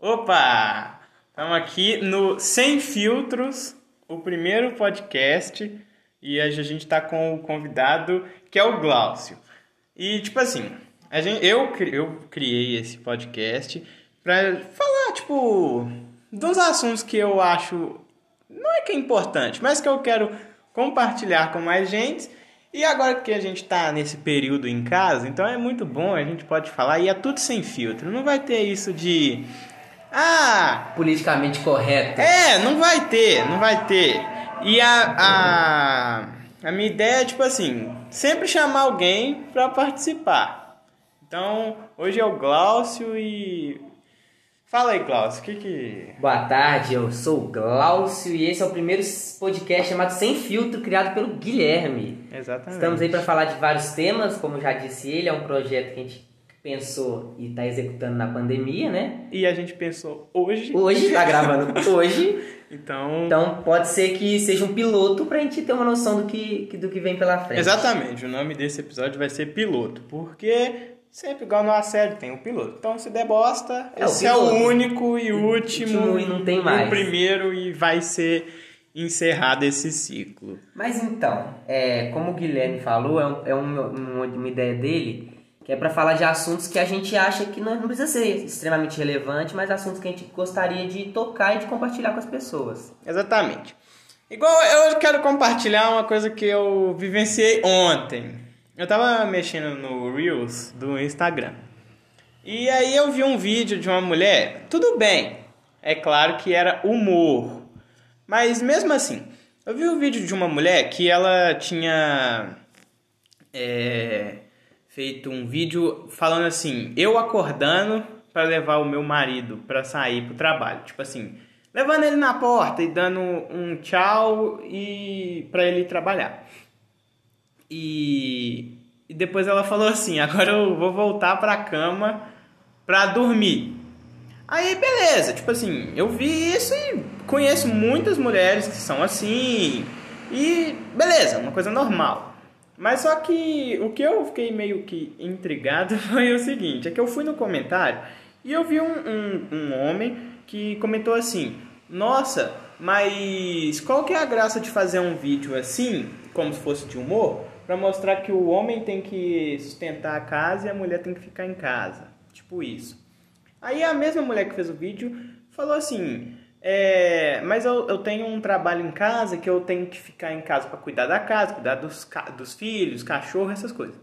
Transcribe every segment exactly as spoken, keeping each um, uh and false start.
Opa! Estamos aqui no Sem Filtros, o primeiro podcast, e hoje a gente está com o convidado que é o Glaucio. E tipo assim, a gente, eu, eu criei esse podcast para falar, tipo, dos assuntos que eu acho, não é que é importante, mas que eu quero compartilhar com mais gente. E agora que a gente tá nesse período em casa, então é muito bom, a gente pode falar, e é tudo sem filtro. Não vai ter isso de... Ah... politicamente correto. É, não vai ter, não vai ter. E a, a, a minha ideia é, tipo assim, sempre chamar alguém pra participar. Então, hoje é o Glaucio e... Fala aí, Glaucio, o que que... Boa tarde, eu sou o Glaucio e esse é o primeiro podcast chamado Sem Filtro, criado pelo Guilherme. Exatamente. Estamos aí para falar de vários temas, como já disse ele, é um projeto que a gente pensou e está executando na pandemia, né? E a gente pensou hoje. Hoje, está gravando hoje. Então... Então pode ser que seja um piloto para a gente ter uma noção do que, do que vem pela frente. Exatamente, o nome desse episódio vai ser Piloto, porque... Sempre igual numa série, tem um piloto. Então, se der bosta, é esse o é o único e último. E não tem mais. O primeiro e vai ser encerrado esse ciclo. Mas então, é, como o Guilherme falou, é, um, é um, um, uma ideia dele, que é para falar de assuntos que a gente acha que não, não precisa ser extremamente relevante, mas assuntos que a gente gostaria de tocar e de compartilhar com as pessoas. Exatamente. Igual eu quero compartilhar uma coisa que eu vivenciei ontem. Eu tava mexendo no Reels do Instagram. E aí eu vi um vídeo de uma mulher. Tudo bem, é claro que era humor. Mas mesmo assim, eu vi um vídeo de uma mulher que ela tinha é, feito um vídeo falando assim: eu acordando para levar o meu marido para sair pro trabalho. Tipo assim, levando ele na porta e dando um tchau e para ele ir trabalhar. E, e depois ela falou assim: agora eu vou voltar pra cama pra dormir. Aí beleza, tipo assim, eu vi isso e conheço muitas mulheres que são assim. E beleza, uma coisa normal. Mas só que o que eu fiquei meio que intrigado foi o seguinte: é que eu fui no comentário e eu vi um, um, um homem que comentou assim: nossa, mas qual que é a graça de fazer um vídeo assim, como se fosse de humor, pra mostrar que o homem tem que sustentar a casa e a mulher tem que ficar em casa. Tipo isso. Aí a mesma mulher que fez o vídeo falou assim: é, mas eu, eu tenho um trabalho em casa que eu tenho que ficar em casa pra cuidar da casa, cuidar dos, dos filhos, cachorro, essas coisas.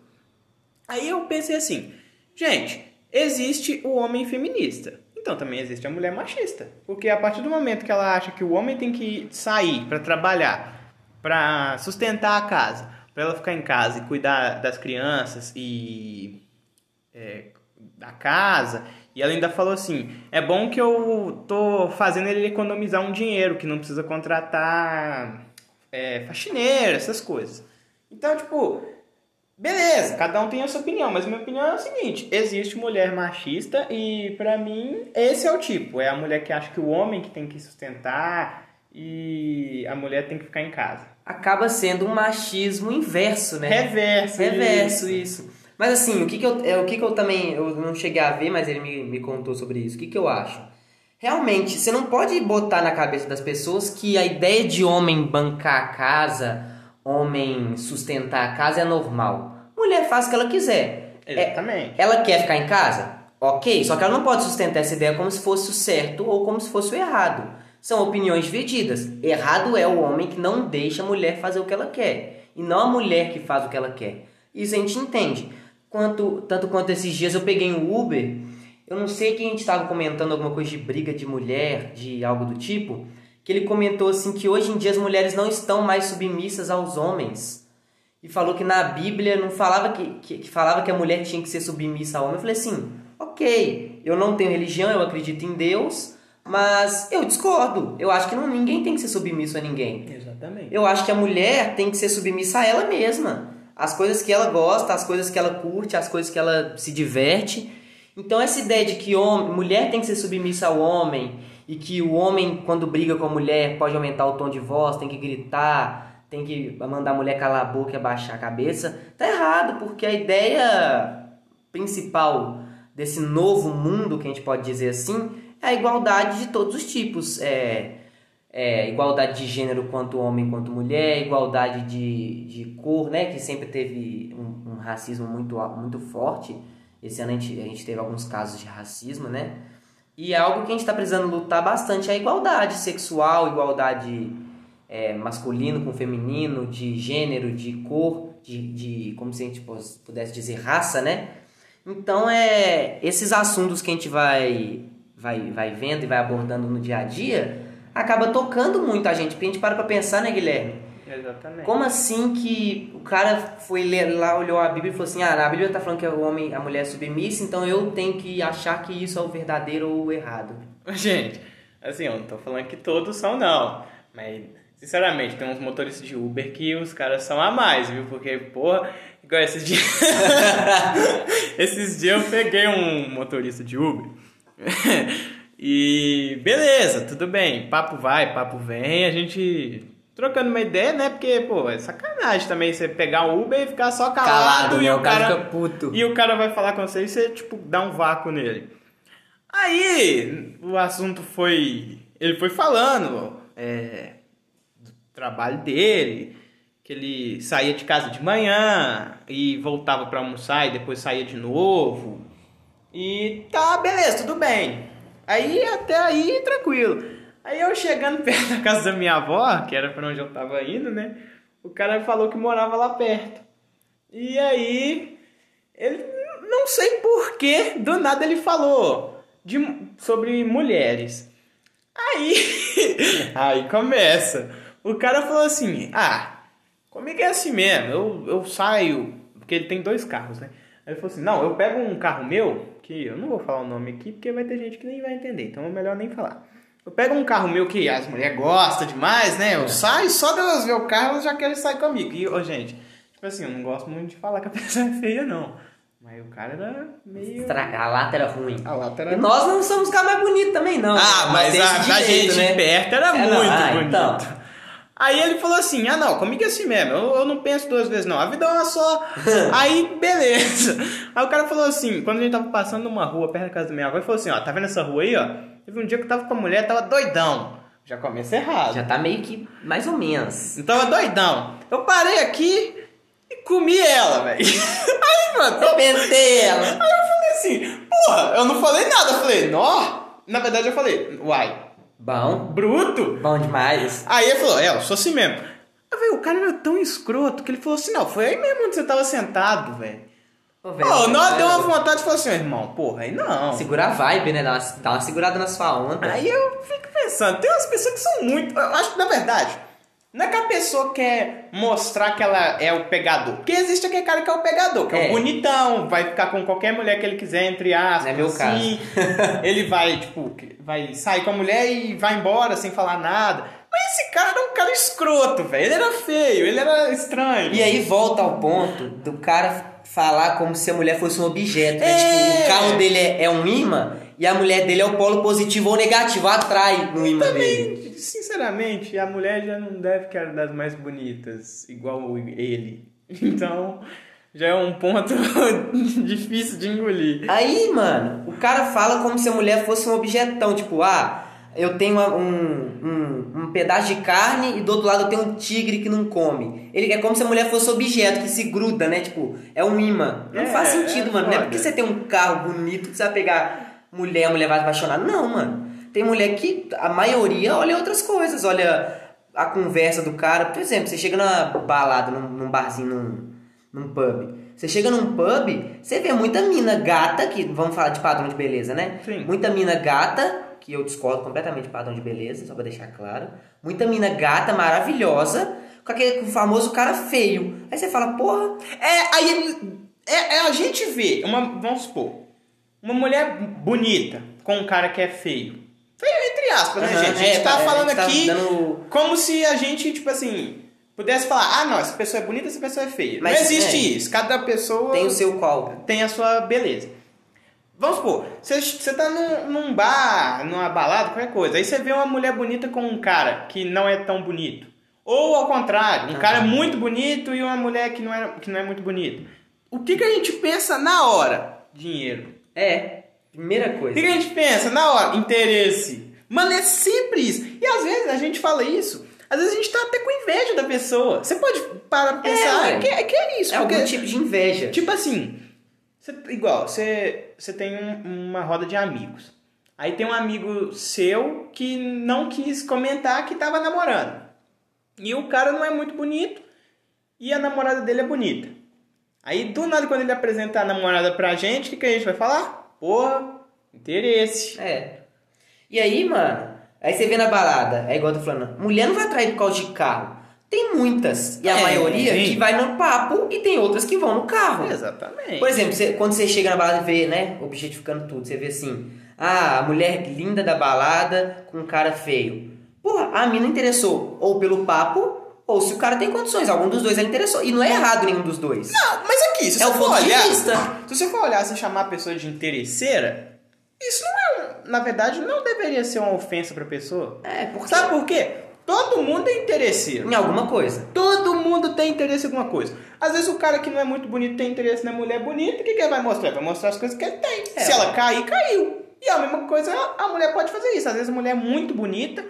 Aí eu pensei assim: gente, existe o homem feminista. Então também existe a mulher machista. Porque a partir do momento que ela acha que o homem tem que sair pra trabalhar, pra sustentar a casa, para ela ficar em casa e cuidar das crianças e é, da casa, e ela ainda falou assim: é bom que eu tô fazendo ele economizar um dinheiro, que não precisa contratar é, faxineiro, essas coisas. Então, tipo, beleza, cada um tem a sua opinião, mas minha opinião é o seguinte: existe mulher machista e pra mim esse é o tipo, é a mulher que acha que o homem que tem que sustentar e a mulher tem que ficar em casa. Acaba sendo um machismo inverso, né? Reverso. Reverso, isso. isso. Mas assim, o que que eu, é, o que que eu também, eu não cheguei a ver, mas ele me, me contou sobre isso. O que que eu acho? Realmente, você não pode botar na cabeça das pessoas que a ideia de homem bancar a casa, homem sustentar a casa é normal. Mulher faz o que ela quiser. Exatamente. É, ela quer ficar em casa? Ok, só que ela não pode sustentar essa ideia como se fosse o certo ou como se fosse o errado. São opiniões divididas. Errado é o homem que não deixa a mulher fazer o que ela quer, e não a mulher que faz o que ela quer. Isso a gente entende. Quanto, tanto quanto esses dias eu peguei um Uber, eu não sei quem a gente estava comentando alguma coisa de briga de mulher, de algo do tipo, que ele comentou assim que hoje em dia as mulheres não estão mais submissas aos homens. E falou que na Bíblia não falava que, que, que falava que a mulher tinha que ser submissa ao homem. Eu falei assim: ok, eu não tenho religião, eu acredito em Deus, mas eu discordo. Eu acho que não, ninguém tem que ser submisso a ninguém. Exatamente. Eu acho que a mulher tem que ser submissa a ela mesma. As coisas que ela gosta, as coisas que ela curte, as coisas que ela se diverte. Então essa ideia de que homem, mulher tem que ser submissa ao homem e que o homem, quando briga com a mulher, pode aumentar o tom de voz, tem que gritar, tem que mandar a mulher calar a boca e abaixar a cabeça, tá errado, porque a ideia principal desse novo mundo, que a gente pode dizer assim, é a igualdade de todos os tipos. É, é, igualdade de gênero quanto homem quanto mulher, igualdade de, de cor, né? Que sempre teve um, um racismo muito, muito forte. Esse ano a gente, a gente teve alguns casos de racismo, né? E é algo que a gente está precisando lutar bastante, é a igualdade sexual, igualdade é, masculino com feminino, de gênero, de cor, de, de como se a gente pudesse dizer raça, né? Então, é, esses assuntos que a gente vai, vai, vai vendo e vai abordando no dia a dia, acaba tocando muito a gente, porque a gente para pra pensar, né, Guilherme? Exatamente. Como assim que o cara foi ler lá, olhou a Bíblia e falou assim, ah, a Bíblia tá falando que o homem, a mulher é submissa, então eu tenho que achar que isso é o verdadeiro ou o errado. Gente, assim, eu não tô falando que todos são, não. Mas, sinceramente, tem uns motoristas de Uber que os caras são a mais, viu? Porque, porra, igual esses dias... esses dias eu peguei um motorista de Uber. E, beleza, tudo bem. Papo vai, papo vem, a gente... trocando uma ideia, né? Porque, pô, é sacanagem também você pegar um Uber e ficar só calado, calado e né? o cara, cara fica puto. E o cara vai falar com você e você, tipo, dá um vácuo nele. Aí, o assunto foi... Ele foi falando é, do trabalho dele, que ele saía de casa de manhã e voltava pra almoçar e depois saía de novo. E tá, beleza, tudo bem. Aí, até aí, tranquilo. Aí eu chegando perto da casa da minha avó, que era pra onde eu tava indo, né? O cara falou que morava lá perto. E aí, ele, não sei porquê, do nada ele falou de, sobre mulheres. Aí, aí começa. O cara falou assim, ah, comigo é assim mesmo, eu, eu saio, porque ele tem dois carros, né? Aí ele falou assim, não, eu pego um carro meu, que eu não vou falar o nome aqui, porque vai ter gente que nem vai entender, então é melhor nem falar. Eu pego um carro meu que as mulheres gostam demais, né? Eu saio, só delas ver o carro, elas já querem sair comigo. E, ô, gente, tipo assim, eu não gosto muito de falar que a pessoa é feia, não. Mas o cara era meio... A lata era ruim. A lata era... E nós não somos os caras mais bonitos também, não. Ah, mas a da gente né? perto era é, muito ah, bonito. Então. Aí ele falou assim, ah não, comigo é assim mesmo, eu, eu não penso duas vezes não, a vida é uma só. Aí, beleza. Aí o cara falou assim, quando a gente tava passando numa rua perto da casa da minha avó, ele falou assim, ó, tá vendo essa rua aí, ó? Teve um dia que eu tava com a mulher, tava doidão. Já começa errado. Já tá meio que, mais ou menos. Eu tava doidão. Eu parei aqui e comi ela, velho. Aí, mano... Eu pentei ela. Aí eu falei assim, porra, eu não falei nada. Eu falei, nó. Na verdade eu falei, uai. Bom. Bruto. Bom demais. Aí ele falou, é, eu sou assim mesmo. Eu falei, o cara era tão escroto que ele falou assim, não, foi aí mesmo onde você tava sentado, velho. Pô, nós deu uma vontade de falar assim, irmão, porra, aí não. Segura a vibe, né? Dá uma, dá uma segurada na sua onda. Aí eu fico pensando, tem umas pessoas que são muito... Eu acho que, na verdade, não é que a pessoa quer mostrar que ela é o pegador. Porque existe aquele cara que é o pegador, que é, é o bonitão, vai ficar com qualquer mulher que ele quiser, entre aspas. Não é meu assim. caso. Ele vai, tipo, vai sair com a mulher e vai embora sem falar nada. Mas esse cara era um cara escroto, velho. Ele era feio, ele era estranho. E aí volta ao ponto do cara falar como se a mulher fosse um objeto. Né? É. Tipo, o carro dele é, é um imã e a mulher dele é o polo positivo ou negativo, atrai no imã também, dele. Sinceramente, a mulher já não deve que era das mais bonitas, igual ele. Então, já é um ponto difícil de engolir. Aí, mano, o cara fala como se a mulher fosse um objetão. Tipo, ah, eu tenho um, um, um pedaço de carne e do outro lado eu tenho um tigre que não come. Ele, é como se a mulher fosse objeto, que se gruda, né? Tipo, é um imã. Não é, faz sentido, é mano. foda. Não é porque você tem um carro bonito que você vai pegar mulher, a mulher vai apaixonar. Não, mano. Tem mulher que a maioria olha outras coisas. Olha a conversa do cara. Por exemplo, você chega numa balada, num, num barzinho, num, num pub. Você chega num pub, você vê muita mina gata, que vamos falar de padrão de beleza, né? Sim. Muita mina gata, que eu discordo completamente de padrão de beleza, só pra deixar claro. Muita mina gata, maravilhosa, com aquele famoso cara feio. Aí você fala, porra... É, aí é, é a gente vê, uma, vamos supor, uma mulher bonita com um cara que é feio. Feio entre aspas, né, Uhum, gente? A gente é, tá é, falando a gente tá aqui dando... como se a gente, tipo assim, pudesse falar, ah, não, essa pessoa é bonita, essa pessoa é feia. Mas, não existe é, isso. Cada pessoa tem o seu qual. tem a sua beleza. Vamos supor, você, você tá num, num bar, numa balada, qualquer coisa. Aí você vê uma mulher bonita com um cara que não é tão bonito. Ou ao contrário, um uhum. cara muito bonito e uma mulher que não é, que não é muito bonita. O que, que a gente pensa na hora? Dinheiro. É. Primeira O coisa. que a gente pensa? Na hora, interesse. Mano, é sempre isso. E às vezes a gente fala isso, às vezes a gente tá até com inveja da pessoa. Você pode parar pra pensar É, que, é, que é isso. É porque, algum tipo de inveja. Tipo assim, você, igual, você, você tem um- uma roda de amigos. Aí tem um amigo seu que não quis comentar que tava namorando. E o cara não é muito bonito e a namorada dele é bonita. Aí do nada, quando ele apresentar a namorada pra gente, o que, que a gente vai falar? Porra, interesse. É. E aí, mano, aí você vê na balada, é igual eu tô falando, mulher não vai atrair por causa de carro. Tem muitas, e a É, maioria sim. que vai no papo e tem outras que vão no carro. Exatamente. Por exemplo, você- quando você chega na balada e vê, né, objetificando tudo, você vê assim, ah, a mulher linda da balada com um cara feio. Porra, a mina interessou ou pelo papo, ou se o cara tem condições, algum dos dois ela interessou. E não é errado nenhum dos dois. Não, mas aqui, se É você o for ponto de olhar, vista. se você for olhar, se chamar a pessoa de interesseira, isso não é, um, na verdade, não deveria ser uma ofensa pra pessoa. É, porque Sabe por quê? Todo mundo é interesseiro. em alguma coisa. Todo mundo tem interesse em alguma coisa. Às vezes o cara que não é muito bonito tem interesse na mulher bonita, o que, que ele vai mostrar? Vai mostrar as coisas que ele tem. É. Se ela cair, caiu. E a mesma coisa, a mulher pode fazer isso. Às vezes a mulher é muito bonita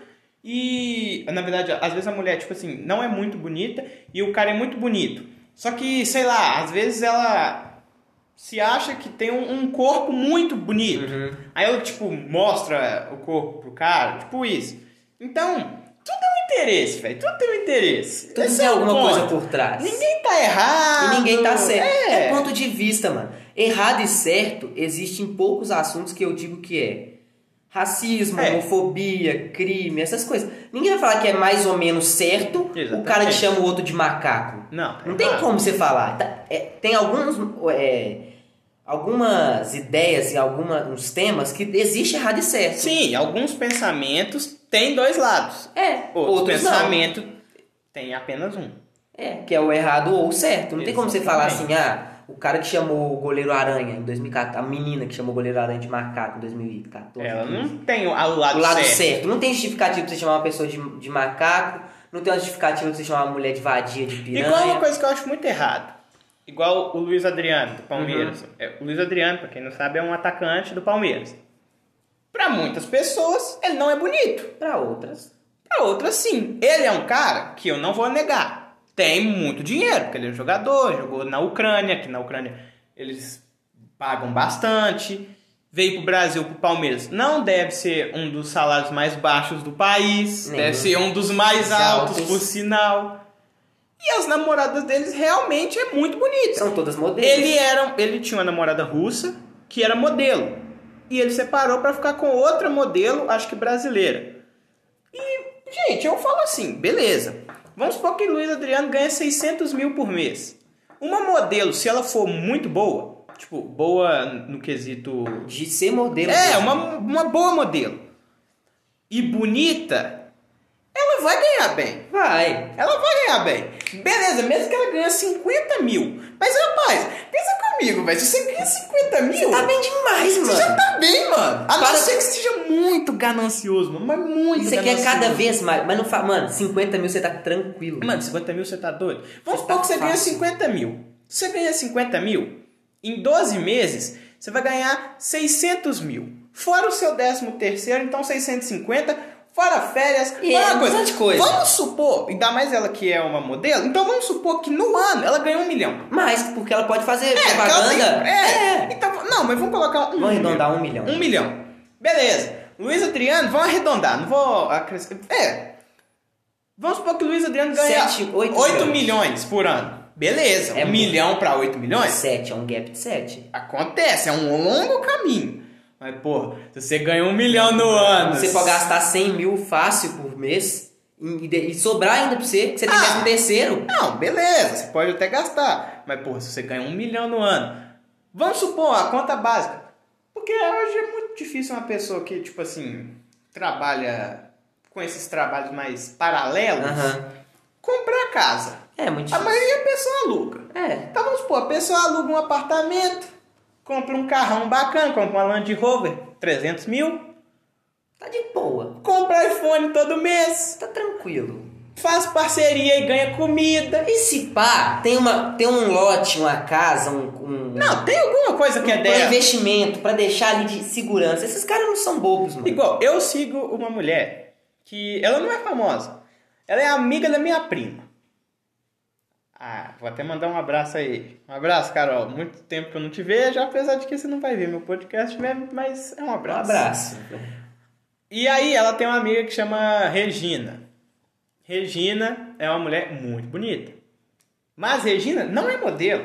e, na verdade, às vezes a mulher, tipo assim, não é muito bonita e o cara é muito bonito. Só que, sei lá, às vezes ela se acha que tem um, um corpo muito bonito. Uhum. Aí ela, tipo, mostra o corpo pro cara, tipo isso. Então, tudo é um interesse, velho. Tudo tem um interesse. Tudo Esse tem é o alguma ponto. coisa por trás. Ninguém tá errado. E ninguém tá certo. É, É ponto de vista, mano. Errado e certo existem poucos assuntos que eu digo que é racismo, É. homofobia, crime, essas coisas. Ninguém vai falar que é mais ou menos certo o Exatamente. cara que chama o outro de macaco. Não, tá Não tem errado. como você falar. Tá- é, tem alguns, é, algumas ideias e alguns temas que existe errado e certo. Sim, alguns pensamentos têm dois lados. É, Outros, outros não. pensamentos têm apenas um. É, que é o errado ou o certo. Não tem como você falar assim, Exatamente. ah, o cara que chamou o goleiro Aranha em dois mil e quatorze, a menina que chamou o goleiro Aranha de macaco em dois mil e quatorze. Ela quinze. não tem o o lado, O lado certo. certo. Não tem justificativo pra você chamar uma pessoa de, de macaco, não tem uma justificativa pra você chamar uma mulher de vadia, de piranha. Igual uma coisa que eu acho muito errado. Igual o Luiz Adriano, do Palmeiras. Uhum. É, o Luiz Adriano, pra quem não sabe, é um atacante do Palmeiras. Pra muitas pessoas, ele não é bonito. Pra outras. Pra outras, sim. Ele é um cara que eu não vou negar. Tem muito dinheiro, porque ele é um jogador, jogou na Ucrânia, que na Ucrânia eles pagam bastante. Veio pro Brasil, pro Palmeiras. Não deve ser um dos salários mais baixos do país. Nem deve dos ser um dos mais mais altos, altos. por sinal. E as namoradas deles realmente é muito bonita. São todas modelos. Ele era, ele tinha uma namorada russa que era modelo. E ele separou pra ficar com outra modelo, acho que brasileira. E, gente, eu falo assim, beleza. Vamos supor que Luiz Adriano ganha seiscentos mil por mês. Uma modelo, se ela for muito boa, tipo, boa no quesito... De ser modelo. É, mesmo. uma, uma boa modelo. E bonita, ela vai ganhar bem. Vai. Ela vai ganhar bem. Beleza, mesmo que ela ganhe cinquenta mil. Mas, rapaz, pensa comigo, velho. Se você ganha cinquenta mil... Você tá bem demais, Você mano. já tá bem, mano. A não Para- ser que você seja muito ganancioso, mano. Mas muito E você ganancioso. quer cada vez mais. Mas não fala, mano, cinquenta mil você tá tranquilo. Mano, cinquenta mil você tá doido? Vamos Você supor tá que você ganha fácil. cinquenta mil. Se você ganha cinquenta mil, em doze meses, você vai ganhar seiscentos mil. Fora o seu décimo terceiro, então seiscentos e cinquenta. Fora férias. E fora é uma bastante coisa. Vamos supor, ainda mais ela que é uma modelo, então vamos supor que no ano ela ganhou um milhão. Mas, porque ela pode fazer É, porque ela tem- propaganda. é. Então, não, mas vamos colocar um Vamos número. arredondar um milhão. Um milhão. Beleza. Luiz Adriano, vamos arredondar, não vou acrescentar. É. Vamos supor que o Luiz Adriano ganha Sete, oito oito milhões. milhões por ano. Beleza. É um muito. milhão para oito milhões? Sete, é um gap de sete. Acontece, é um longo caminho. Mas, porra, se você ganha um milhão no ano. Você pode gastar cem mil fácil por mês e, e- e sobrar ainda pra você, que você tem Ah. décimo terceiro. Não, beleza, você pode até gastar. Mas, porra, se você ganha um milhão no ano. Vamos supor, a conta básica. Porque hoje é muito difícil uma pessoa que, tipo assim, trabalha com esses trabalhos mais paralelos Aham. comprar casa. É, muito A difícil. maioria a pessoa aluga. É. Então vamos supor, a pessoa aluga um apartamento, compra um carrão bacana, compra uma Land Rover, trezentos mil, Tá de boa. compra iPhone todo mês. Tá tranquilo. faz parceria e ganha comida. E se pá, tem, uma, tem um lote, uma casa, um... um Não, tem alguma coisa que um é dela. investimento pra deixar ali de segurança. Esses caras não são bobos, mano. Igual, eu sigo uma mulher que ela não é famosa. Ela é amiga da minha prima. Ah, vou até mandar um abraço aí. Um abraço, Carol. Muito tempo que eu não te vejo, apesar de que você não vai ver meu podcast mesmo, mas é um abraço. Um abraço. E aí, ela tem uma amiga que chama Regina. Regina é uma mulher muito bonita. Mas Regina não é modelo.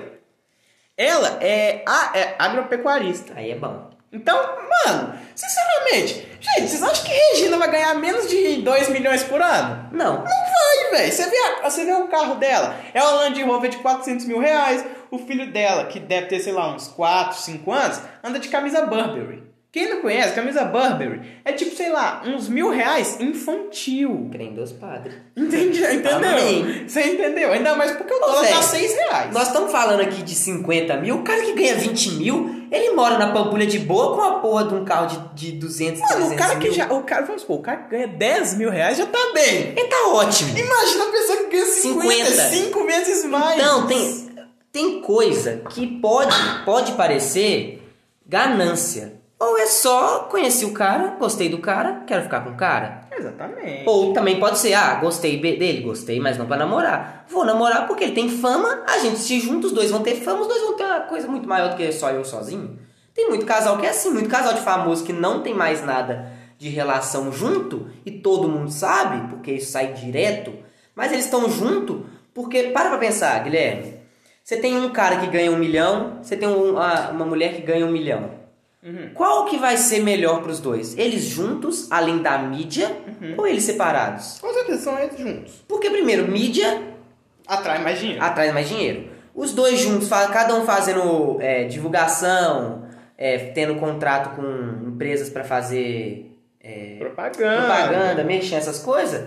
Ela é, a, é agropecuarista. Aí é bom. Então, mano, sinceramente, gente, vocês acham que Regina vai ganhar menos de dois milhões por ano? Não. Não vai, velho. Você vê, a- você vê o carro dela. É uma Land Rover de quatrocentos mil reais. O filho dela, que deve ter, sei lá, uns quatro, cinco anos, anda de camisa Burberry. Quem não conhece, camisa Burberry é tipo, sei lá, uns mil reais infantil. Crem dos padres. Entendi, entendeu? Amém. Você entendeu? Ainda mais porque o dólar velho, tá seis reais. Nós estamos falando aqui de cinquenta mil. O cara que ganha vinte mil, ele mora na Pampulha de boa com a porra de um carro de, de duzentos, Mano, o trezentos cara que mil. já. O cara, vamos supor, o cara que ganha dez mil reais já tá bem. Ele tá ótimo. Imagina a pessoa que ganha cinquenta, cinquenta. cinco vezes mais. Então, tem, tem coisa que pode, pode parecer ganância. Ou é só conheci o cara, gostei do cara, quero ficar com o cara. Exatamente. Ou também pode ser, ah, gostei be- dele, gostei, mas não pra namorar. Vou namorar porque ele tem fama, a gente se junta, os dois vão ter fama, os dois vão ter uma coisa muito maior do que só eu sozinho. Tem muito casal que é assim, muito casal de famoso que não tem mais nada de relação junto, e todo mundo sabe, porque isso sai direto, mas eles estão junto porque, para pra pensar, Guilherme, você tem um cara que ganha um milhão, você tem um- uma, uma mulher que ganha um milhão. Uhum. Qual que vai ser melhor pros dois? Eles juntos, além da mídia, Uhum. ou eles separados? Com certeza são eles juntos. Porque, primeiro, mídia Atrai mais dinheiro. atrai mais dinheiro. Os dois juntos, fa- cada um fazendo é, divulgação, é, tendo contrato com empresas para fazer é, Propaganda. propaganda, mexer essas coisas,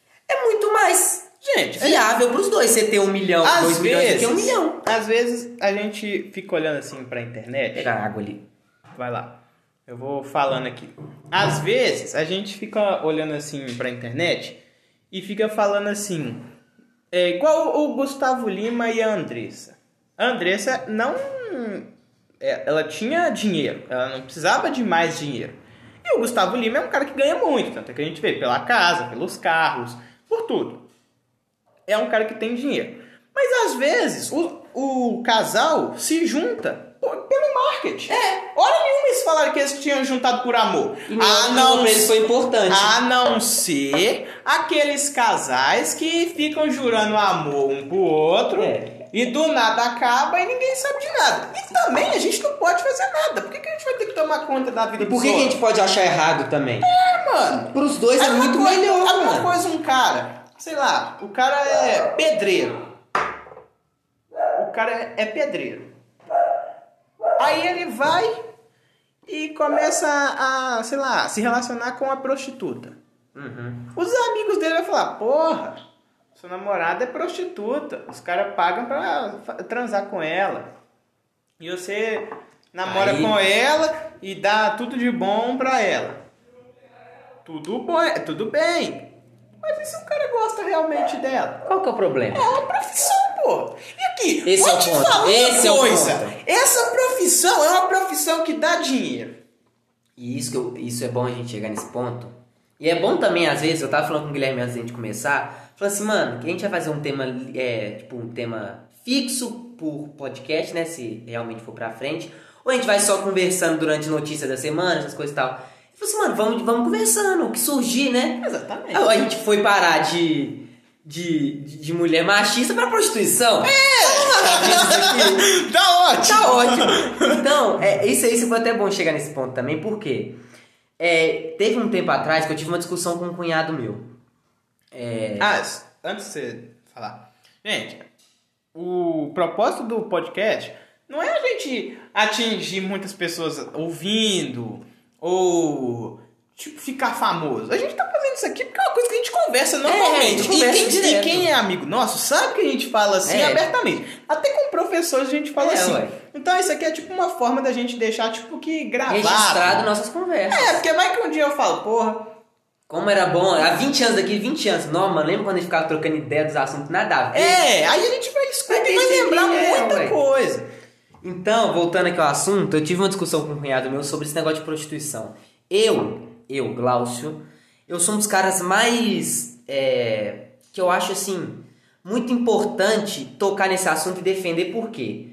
é muito mais Gente, viável pros dois você ter um milhão, às dois milhões do que um vezes, milhão. às vezes a gente fica olhando assim pra internet. Pegar água ali. Vai lá. Eu vou falando aqui. Às vezes a gente fica olhando assim pra internet e fica falando assim. É igual o Gustavo Lima e a Andressa. A Andressa não. é, Ela tinha dinheiro. Ela não precisava de mais dinheiro. E o Gustavo Lima é um cara que ganha muito. Tanto é que a gente vê pela casa, pelos carros, por tudo. É um cara que tem dinheiro. Mas às vezes o, o casal se junta por- pelo marketing. É. Hora nenhuma eles falaram que eles tinham juntado por amor. E não, pra eles foi importante. A não ser aqueles casais que ficam jurando amor um pro outro. É. E do nada acaba e ninguém sabe de nada. E também a gente não pode fazer nada. Por que, que a gente vai ter que tomar conta da vida E dos por que, que a outros? gente pode achar errado também? É, mano. Pros dois é, É uma muito coisa, melhor, é uma mano. coisa um cara, sei lá, o cara é pedreiro. O cara é, é pedreiro. Aí ele vai e começa a, sei lá, se relacionar com a prostituta. Uhum. Os amigos dele vão falar, porra, sua namorada é prostituta. Os caras pagam pra fa- transar com ela. E você namora Aí- com ela e dá tudo de bom pra ela. Tudo bom, tudo bem. Mas e se o cara gosta realmente dela? Qual que é o problema? É uma profissão, pô. E aqui, Esse vou é o te ponto. falar Esse é uma o coisa. ponto. Essa profissão é uma profissão que dá dinheiro. E isso, que eu- isso é bom a gente chegar nesse ponto. E é bom também, às vezes, eu tava falando com o Guilherme antes da gente começar, falando assim, mano, que a gente vai fazer um tema, é, tipo, um tema fixo por podcast, né, se realmente for pra frente, ou a gente vai só conversando durante notícias da semana, essas coisas e tal. Eu falei assim, mano, vamos, vamos conversando, o que surgir, né? Exatamente. Aí a gente foi parar de, de, de, de mulher machista pra prostituição. Tá ótimo. Tá ótimo. Então, é, isso aí foi até bom chegar nesse ponto também, porque é, teve um tempo atrás que eu tive uma discussão com um cunhado meu. É, Ah, antes de você falar. Gente, o propósito do podcast não é a gente atingir muitas pessoas ouvindo ou tipo, ficar famoso. A gente tá fazendo isso aqui porque é uma coisa que a gente conversa normalmente. a gente conversa e, quem, e direto. quem é amigo nosso sabe que a gente fala assim É. abertamente. Até com professores a gente fala É, assim. ué. Então isso aqui é tipo uma forma da gente deixar tipo que gravado. registrado nossas conversas. É, porque vai que um dia eu falo, porra, Como era bom, há vinte anos daqui, vinte anos. Não, mano, lembra quando a gente ficava trocando ideia dos assuntos? Nada a ver. É, aí a gente vai escutar e vai lembrar é, muita ué. coisa. Então, voltando aqui ao assunto, eu tive uma discussão com um cunhado meu sobre esse negócio de prostituição. Eu, eu, Glaucio, eu sou um dos caras mais, é, que eu acho, assim, muito importante tocar nesse assunto e defender por quê.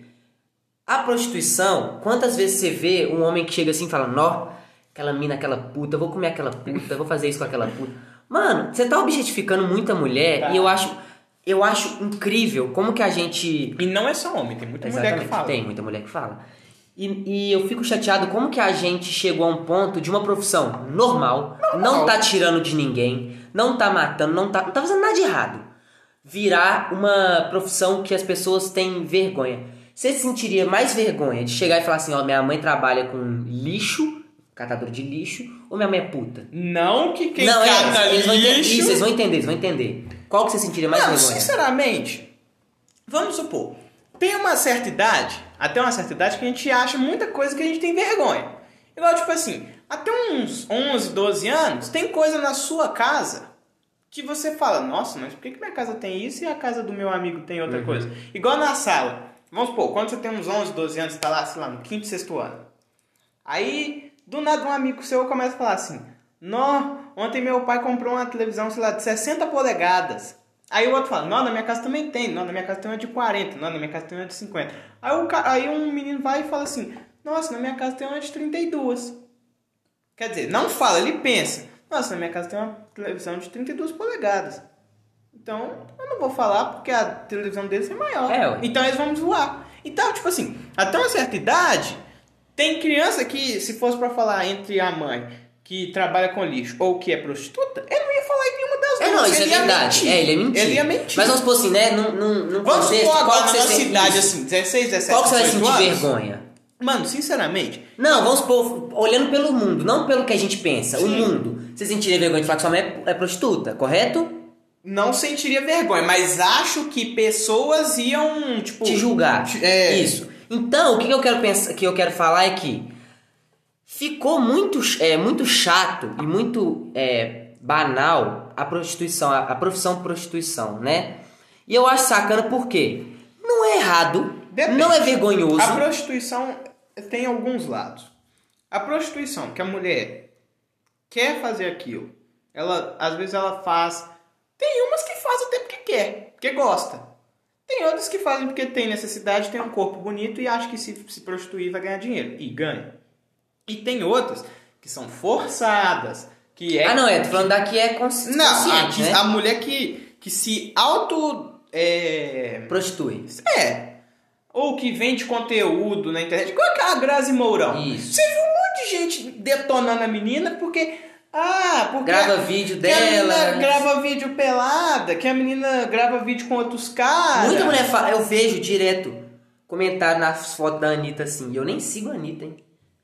A prostituição, quantas vezes você vê um homem que chega assim e fala, nó, aquela mina, aquela puta, eu vou comer aquela puta, eu vou fazer isso com aquela puta. Mano, você tá objetificando muita mulher tá. e eu acho, eu acho incrível como que a gente... E não é só homem, tem muita Exatamente, mulher que fala. Tem muita mulher que fala. E, e eu fico chateado como que a gente chegou a um ponto de uma profissão normal, normal. não tá tirando de ninguém, não tá matando, não tá, não tá fazendo nada de errado. Virar uma profissão que as pessoas têm vergonha. Você sentiria mais vergonha de chegar e falar assim, ó, minha mãe trabalha com lixo, catador de lixo, ou minha mãe é puta? Não que quem não, cata é, eles vão lixo... entender, isso, eles vão entender, eles vão entender. Qual que você sentiria mais não, vergonha? Sinceramente, vamos supor, tem uma certa idade, até uma certa idade, que a gente acha muita coisa que a gente tem vergonha. Igual, tipo assim, até uns onze, doze anos, tem coisa na sua casa que você fala, nossa, mas por que, que minha casa tem isso e a casa do meu amigo tem outra uhum. coisa? Igual na sala. Vamos supor, quando você tem uns onze, doze anos, você tá lá, sei lá, no quinto, sexto ano. Aí, do nada, um amigo seu começa a falar assim, nó, ontem meu pai comprou uma televisão, sei lá, de sessenta polegadas. Aí o outro fala, não, na minha casa também tem, não, na minha casa tem uma de quarenta, não, na minha casa tem uma de cinquenta. Aí, o, aí um menino vai e fala assim, nossa, na minha casa tem uma de trinta e duas. Quer dizer, não fala, ele pensa, nossa, na minha casa tem uma televisão de trinta e duas polegadas. Então, eu não vou falar porque a televisão deles é maior. É, então eles vão zoar. Então, tipo assim, até uma certa idade, tem criança que, se fosse pra falar entre a mãe que trabalha com lixo ou que é prostituta, ele não ia falar em nenhuma das duas. É, não, isso ele é verdade. Mentir. É, ele ia mentir. Ele ia mentir. Mas vamos supor assim, né? Num, num, num vamos contexto, supor agora qual na nossa idade, isso? assim, dezesseis, dezessete, qual que você vai sentir anos? vergonha? Mano, sinceramente... Não, vamos supor, olhando pelo mundo, não pelo que a gente pensa. Sim. O mundo. Você sentiria vergonha de falar que sua mãe é prostituta, correto? Não sentiria vergonha, mas acho que pessoas iam, tipo... te julgar. É... Isso. Então, o que eu quero pensar, que eu quero falar é que ficou muito, é, muito chato e muito é, banal a prostituição, a, a profissão prostituição, né? E eu acho sacana porque não é errado, Depende. não é vergonhoso. A prostituição tem alguns lados. A prostituição, que a mulher quer fazer aquilo, ela, às vezes ela faz... Tem umas que fazem até porque quer, porque gosta. Tem outras que fazem porque tem necessidade, tem um corpo bonito e acha que se, se prostituir vai ganhar dinheiro. E ganha. E tem outras que são forçadas, que é... Ah, não, é, tô falando da que é consciente, Não, a, né? a mulher que, que se auto... É... prostitui. É. Ou que vende conteúdo na internet. Igual aquela Grazi Mourão. Isso. Você viu um monte de gente detonando a menina porque... Ah, porque grava a, vídeo que dela. a menina grava vídeo pelada, que a menina grava vídeo com outros caras. Muita mulher fala, eu vejo direto comentário nas fotos da Anitta assim, e eu nem sigo a Anitta, hein?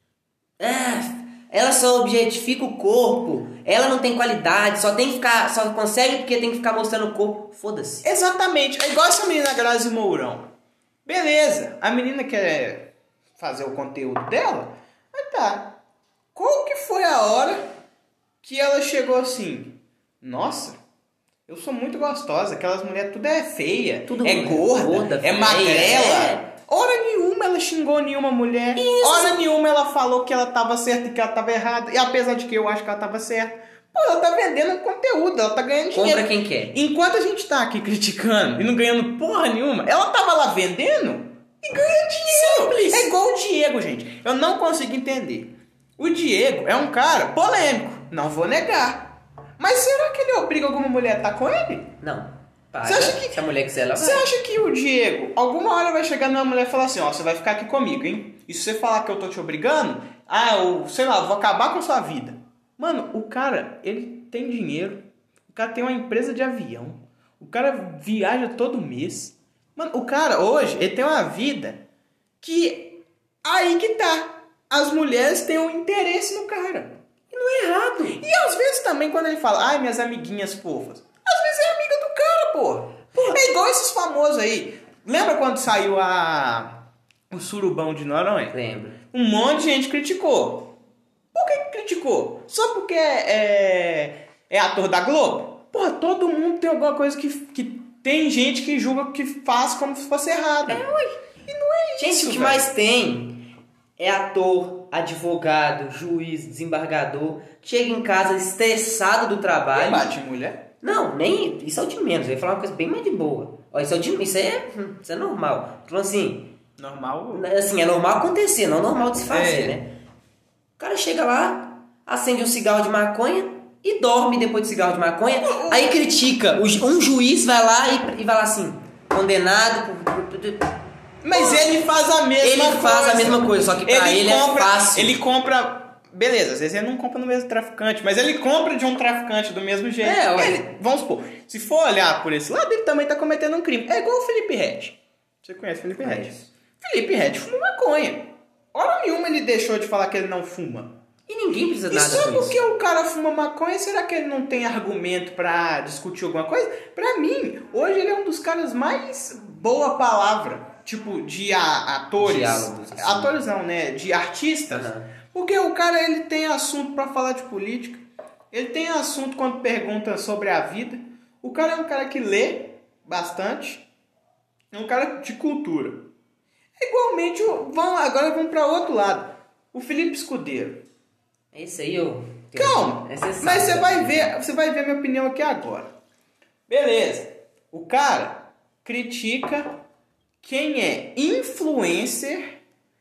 Ah, ela só objetifica o corpo, ela não tem qualidade, só tem que ficar, só consegue porque tem que ficar mostrando o corpo. Foda-se. Exatamente, é igual essa menina Grazi Mourão. Beleza, a menina quer fazer o conteúdo dela, mas tá. Qual que foi a hora que ela chegou assim, nossa, eu sou muito gostosa, aquelas mulheres tudo é feia, tudo é gorda, gorda é magrela. É. Hora nenhuma ela xingou nenhuma mulher, Isso. hora nenhuma ela falou que ela tava certa e que ela tava errada, e apesar de que eu acho que ela tava certa, pô, ela tá vendendo conteúdo, ela tá ganhando dinheiro. Compra quem quer. Enquanto a gente tá aqui criticando e não ganhando porra nenhuma, ela tava lá vendendo e ganhando dinheiro. Simples. É igual o Diego, gente, eu não consigo entender. O Diego é um cara polêmico, não vou negar. Mas será que ele obriga alguma mulher a estar com ele? Não. Paga. Você acha que, se a mulher quiser, ela vai. Você acha que o Diego, alguma hora vai chegar numa mulher e falar assim, ó, você vai ficar aqui comigo, hein? E se você falar que eu tô te obrigando, ah, eu, sei lá, eu vou acabar com a sua vida. Mano, o cara, ele tem dinheiro, o cara tem uma empresa de avião, o cara viaja todo mês. Mano, o cara hoje, ele tem uma vida que aí que tá. As mulheres têm um interesse no cara. E não é errado. E às vezes também quando ele fala, ai, minhas amiguinhas fofas. Às vezes é amiga do cara, pô. Porra. É igual esses famosos aí. Lembra quando saiu a... o Surubão de Noronha? Lembro. Um monte de gente criticou. Por que criticou? Só porque é... é ator da Globo. Porra, todo mundo tem alguma coisa que, que tem gente que julga que faz como se fosse errado. É, ué. E não é Gente, isso, o que velho. mais tem é ator, advogado, juiz, desembargador, que chega em casa estressado do trabalho. Bate em mulher? Não, nem. Isso é o de menos. Eu ia falar uma coisa bem mais de boa. Ó, isso, é o de, isso, é, hum, isso é normal. Então, assim. Normal. Assim, é normal acontecer, não normal de se fazer, É. né? O cara chega lá, acende um cigarro de maconha e dorme depois do cigarro de maconha. Aí critica. O ju- Um juiz vai lá e, e vai lá assim, condenado por. por- por- Mas ele faz a mesma Ele coisa. faz a mesma coisa, só que pra ele compra, é fácil. Ele compra... Beleza, às vezes ele não compra no mesmo traficante, mas ele compra de um traficante do mesmo jeito. É, ué. Ele- vamos supor, se for olhar por esse lado, ele também tá cometendo um crime. É igual o Felipe Ret. Você conhece o Felipe Ret? Conheço. Felipe Ret fuma maconha. Hora nenhuma ele deixou de falar que ele não fuma. E ninguém precisa E nada só com isso. porque o cara fuma maconha, será que ele não tem argumento pra discutir alguma coisa? Pra mim, hoje ele é um dos caras mais boa palavra, tipo, de a- atores. Diálogos, assim. Atores não, né? De artistas. Aham. Porque o cara, ele tem assunto pra falar de política. Ele tem assunto quando pergunta sobre a vida. O cara é um cara que lê bastante. É um cara de cultura. Igualmente, o- vamos, agora vamos pra outro lado. O Felipe Escudeiro. Esse aí eu. Calma, É, cê sabe, mas você né? vai ver, você vai ver a minha opinião aqui agora. Beleza. O cara critica quem é influencer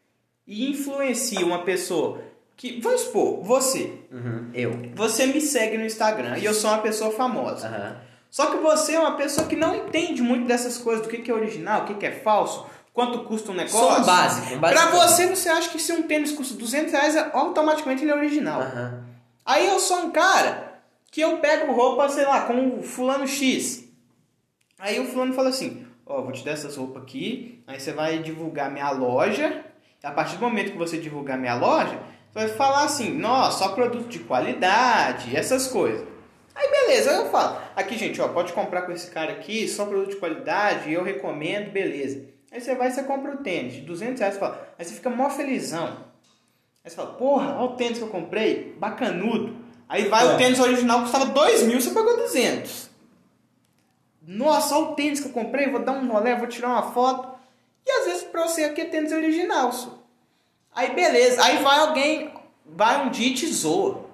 e influencia uma pessoa que, vamos supor, você, Uhum, eu. você me segue no Instagram e eu sou uma pessoa famosa. Aham. Só que você é uma pessoa que não entende muito dessas coisas, do que que é original, o que que é falso, quanto custa um negócio. Só um básico, um básico. Pra você, você acha que se um tênis custa duzentos reais, automaticamente ele é original. Aham. Aí eu sou um cara que eu pego roupa, sei lá, com o fulano X. Aí o fulano fala assim, ó, vou te dar essas roupas aqui, aí você vai divulgar minha loja. A partir do momento que você divulgar minha loja, você vai falar assim, nossa, só produto de qualidade, essas coisas. Aí beleza, aí eu falo, aqui gente, ó, pode comprar com esse cara aqui, só produto de qualidade, eu recomendo, beleza. Aí você vai e você compra o tênis de duzentos reais, você fala, aí você fica mó felizão. Aí você fala, porra, olha o tênis que eu comprei, bacanudo. Aí vai É. o tênis original, custava dois mil, você pagou duzentos. Nossa, olha o tênis que eu comprei, vou dar um rolê, vou tirar uma foto. E às vezes pra você aqui é tênis original, só. Aí beleza, aí vai alguém, vai um dia e te zoa.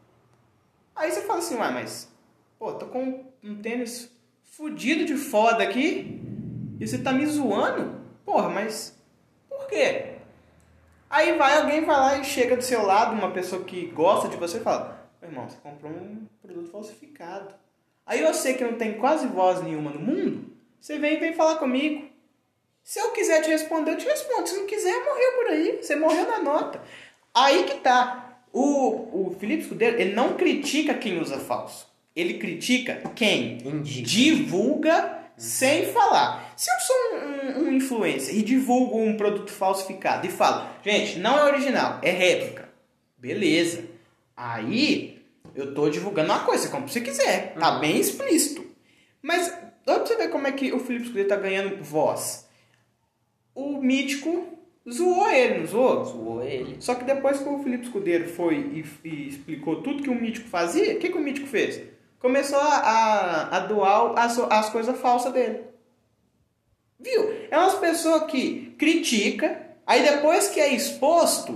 Aí você fala assim, ué, mas, pô, tô com um tênis fudido de foda aqui e você tá me zoando? Porra, mas por quê? Aí vai alguém, vai lá e chega do seu lado, uma pessoa que gosta de você e fala, meu irmão, você comprou um produto falsificado. Aí eu sei que não tem quase voz nenhuma no mundo, você vem e vem falar comigo. Se eu quiser te responder, eu te respondo. Se não quiser, morreu por aí. Você morreu na nota. Aí que tá. O, o Felipe Escudeiro, ele não critica quem usa falso. Ele critica quem Indica. divulga sem falar. Se eu sou um, um, um influencer e divulgo um produto falsificado e falo, gente, não é original, é réplica. Beleza. Aí eu tô divulgando uma coisa, você compra se você quiser. Tá Uhum. bem explícito. Mas dá pra você ver como é que o Felipe Escudeiro tá ganhando voz. O Mítico zoou ele, não zoou? Zoou ele. Só que depois que o Felipe Escudeiro foi e, e explicou tudo que o Mítico fazia, o que, que o Mítico fez? Começou a, a, a doar as, as coisas falsas dele. Viu? É umas pessoas que critica, aí depois que é exposto,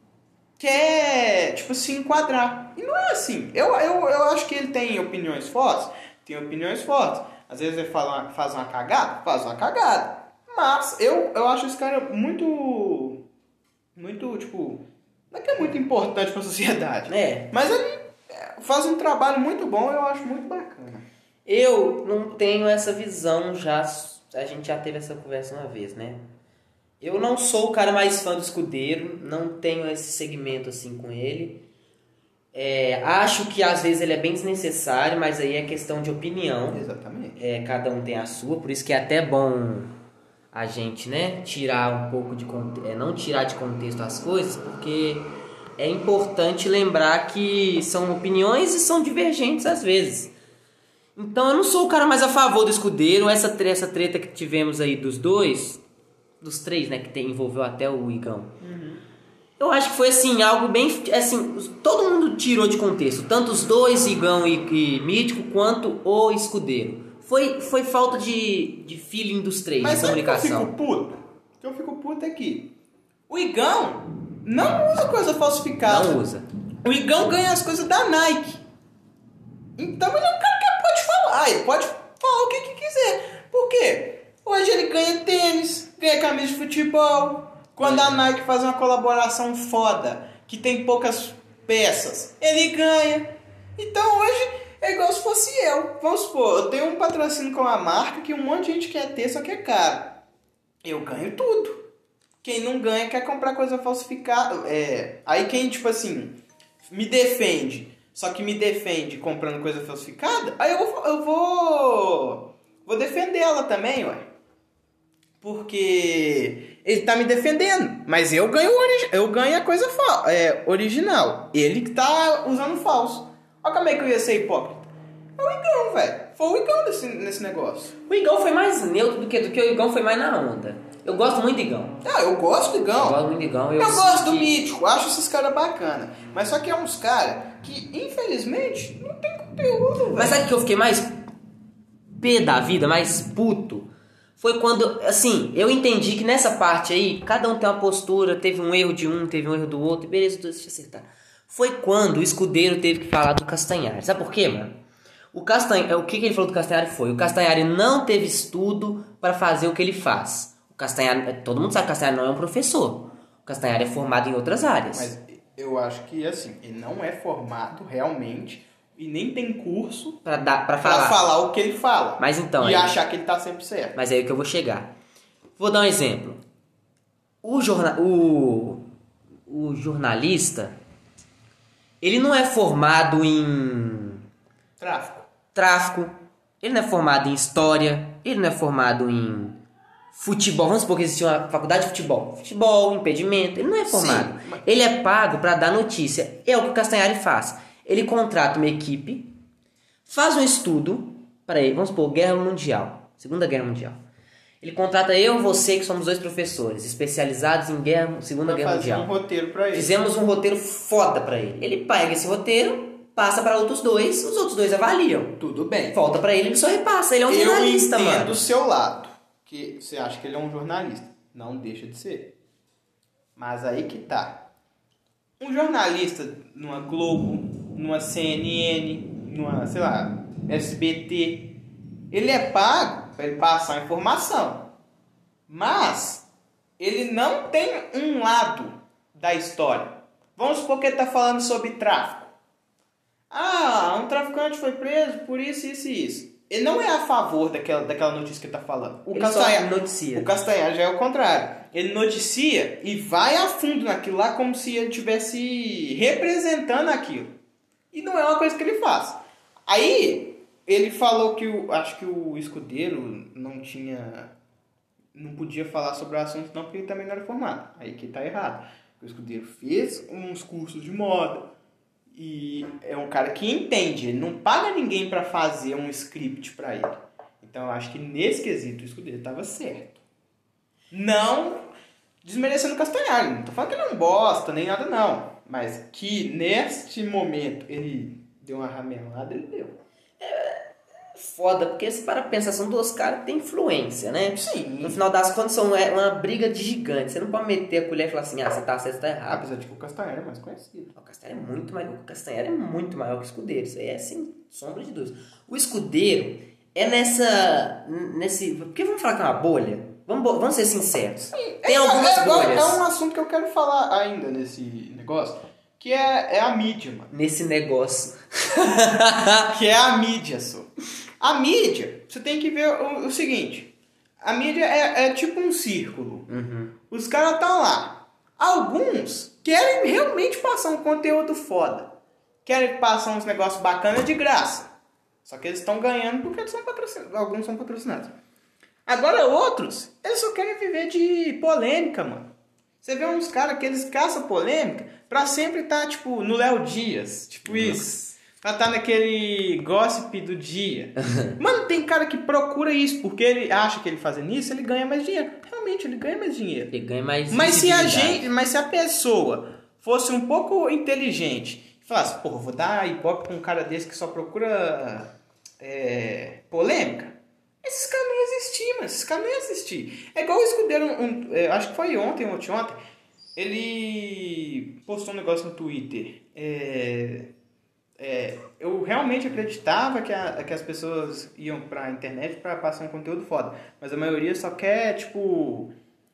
quer, tipo, se enquadrar. E não é assim. Eu, eu, eu acho que ele tem opiniões fortes, tem opiniões fortes. Às vezes ele fala uma, faz uma cagada, faz uma cagada. Mas eu, eu acho esse cara muito, muito, tipo, não é que é muito importante pra sociedade. É. Mas ele é, faz um trabalho muito bom, eu acho muito bacana. Eu não tenho essa visão já. A gente já teve essa conversa uma vez, né? Eu não sou o cara mais fã do Escudeiro, não tenho esse segmento assim com ele. É, acho que às vezes ele é bem desnecessário, mas aí é questão de opinião. Exatamente. É, cada um tem a sua, por isso que é até bom a gente, né, tirar um pouco de conte- é, não tirar de contexto as coisas, porque é importante lembrar que são opiniões e são divergentes às vezes. Então eu não sou o cara mais a favor do Escudeiro. Essa, tre- essa treta que tivemos aí dos dois, dos três, né, que tem, envolveu até o Igão. Eu acho que foi assim, algo bem. Assim, todo mundo tirou de contexto. Tanto os dois, Igão e, e Mítico, quanto o Escudeiro. Foi, foi falta de, de feeling dos três, Mas de sabe que eu comunicação. fico puto? O que eu fico puto é que o Igão não usa coisa falsificada. Não usa. O Igão ganha as coisas da Nike. Então ele é um cara que pode falar. Ele pode falar o que, que quiser. Por quê? Hoje ele ganha tênis, ganha camisa de futebol. Quando a Nike faz uma colaboração foda, que tem poucas peças, ele ganha. Então hoje é igual se fosse eu. Vamos supor, eu tenho um patrocínio com a marca que um monte de gente quer ter, só que é caro. Eu ganho tudo. Quem não ganha quer comprar coisa falsificada. É, aí quem, tipo assim, me defende, só que me defende comprando coisa falsificada, aí eu vou, eu vou, vou defender ela também, ué. Porque ele tá me defendendo, mas eu ganho, ori- eu ganho a coisa fa- é, original. Ele que tá usando falso. Olha como é que eu ia ser hipócrita. É o Igão, velho. Foi o Igão nesse, nesse negócio. O Igão foi mais neutro do que, do que o Igão foi mais na onda. Eu gosto muito do Igão. Ah, eu gosto do Igão. Eu gosto muito do Igão. Eu, Eu, gosto do que- Mítico, acho esses caras bacanas. Mas só que é uns caras que, infelizmente, não tem conteúdo, velho. Mas sabe que eu fiquei mais pé da vida, mais puto? Foi quando, assim, eu entendi que nessa parte aí, cada um tem uma postura, teve um erro de um, teve um erro do outro, beleza, deixa eu acertar. Foi quando o Escudeiro teve que falar do Castanhari. Sabe por quê, mano? O, Castanhari, o que, que ele falou do Castanhari foi, o Castanhari não teve estudo para fazer o que ele faz. O Castanhari, todo mundo sabe que o Castanhari não é um professor. O Castanhari é formado em outras áreas. Mas eu acho que, assim, ele não é formado realmente e nem tem curso Pra, dar, pra pra falar. falar o que ele fala. Mas então, E aí- achar que ele tá sempre certo. Mas é aí que eu vou chegar. Vou dar um exemplo. O, jorna, o, o jornalista, ele não é formado em Tráfico. tráfico, ele não é formado em história, ele não é formado em futebol. Vamos supor que existia uma faculdade de futebol. Futebol, impedimento, ele não é formado. Sim, mas- Ele é pago para dar notícia. É o que o Castanhari faz. Ele contrata uma equipe, faz um estudo para ele. Vamos supor, Guerra Mundial, Segunda Guerra Mundial. Ele contrata eu e você, que somos dois professores especializados em guerra, Segunda Pra Guerra fazer Mundial. um roteiro pra ele. Fizemos um roteiro foda pra ele. Ele pega esse roteiro, passa para outros dois, os outros dois avaliam. Tudo bem. Volta pra ele, ele só repassa. Ele é um eu jornalista, entendo mano. o seu lado. Que você acha que ele é um jornalista. Não deixa de ser. Mas aí que tá. Um jornalista numa Globo, numa C N N, numa, sei lá, S B T, ele é pago para ele passar informação. Mas ele não tem um lado da história. Vamos supor que ele tá falando sobre tráfico. Ah, um traficante foi preso por isso, isso e isso. Ele não é a favor daquela, daquela notícia que ele tá falando. O Ele Castanhari, só noticia. o Castanhari já é o contrário. Ele noticia e vai a fundo naquilo lá como se ele estivesse representando aquilo. E não é uma coisa que ele faz. Aí, ele falou que o, acho que o Escudeiro não tinha... Não podia falar sobre o assunto não, porque ele também não era formado. Aí que tá errado. O Escudeiro fez uns cursos de moda. E é um cara que entende, ele não paga ninguém pra fazer um script pra ele. Então eu acho que nesse quesito o Escudeiro tava certo. Não desmerecendo o Castanhari, não tô falando que ele não bosta nem nada não. Mas que neste momento ele deu uma ramelada, ele deu. Foda, porque se para pensar, são duas caras que têm influência, né? Sim. No final das contas, são é uma briga de gigante. Você não pode meter a colher e falar assim, ah, você tá certo, você tá errado. Apesar de que o Castanhari é mais conhecido. O Castanhari é muito maior, o Castanhari é muito maior que o Escudeiro. Isso aí é sem sombra de dúvida. O Escudeiro é nessa... nesse porque vamos falar que é uma bolha? Vamos, bo- vamos ser sinceros. Tem é, algumas é, bolhas. É um assunto que eu quero falar ainda nesse negócio, que é, é a mídia, mano. Nesse negócio. Que é a mídia, só. A mídia, você tem que ver o, o seguinte. A mídia é, é tipo um círculo. Uhum. Os caras estão lá. Alguns querem realmente passar um conteúdo foda. Querem passar uns negócios bacanas de graça. Só que eles estão ganhando porque eles são patrocinados. Alguns são patrocinados. Agora outros, eles só querem viver de polêmica, mano. Você vê uns caras que eles caçam polêmica pra sempre estar, tipo, no Léo Dias. Tipo isso. Pra estar naquele gossip do dia. Mano, tem cara que procura isso, porque ele acha que ele fazendo isso, ele ganha mais dinheiro. Realmente, ele ganha mais dinheiro. Ele ganha mais Mas se a visibilidade. gente, mas se a pessoa fosse um pouco inteligente, e falasse, pô, vou dar ibope pra um cara desse que só procura é, polêmica, esses caras não iam existir, mano. Esses caras não iam existir. É igual o Escudeiro, um, um, é, acho que foi ontem, ontem, ontem, ele postou um negócio no Twitter. É, é, eu realmente acreditava que, a, que as pessoas iam pra internet pra passar um conteúdo foda. Mas a maioria só quer, tipo,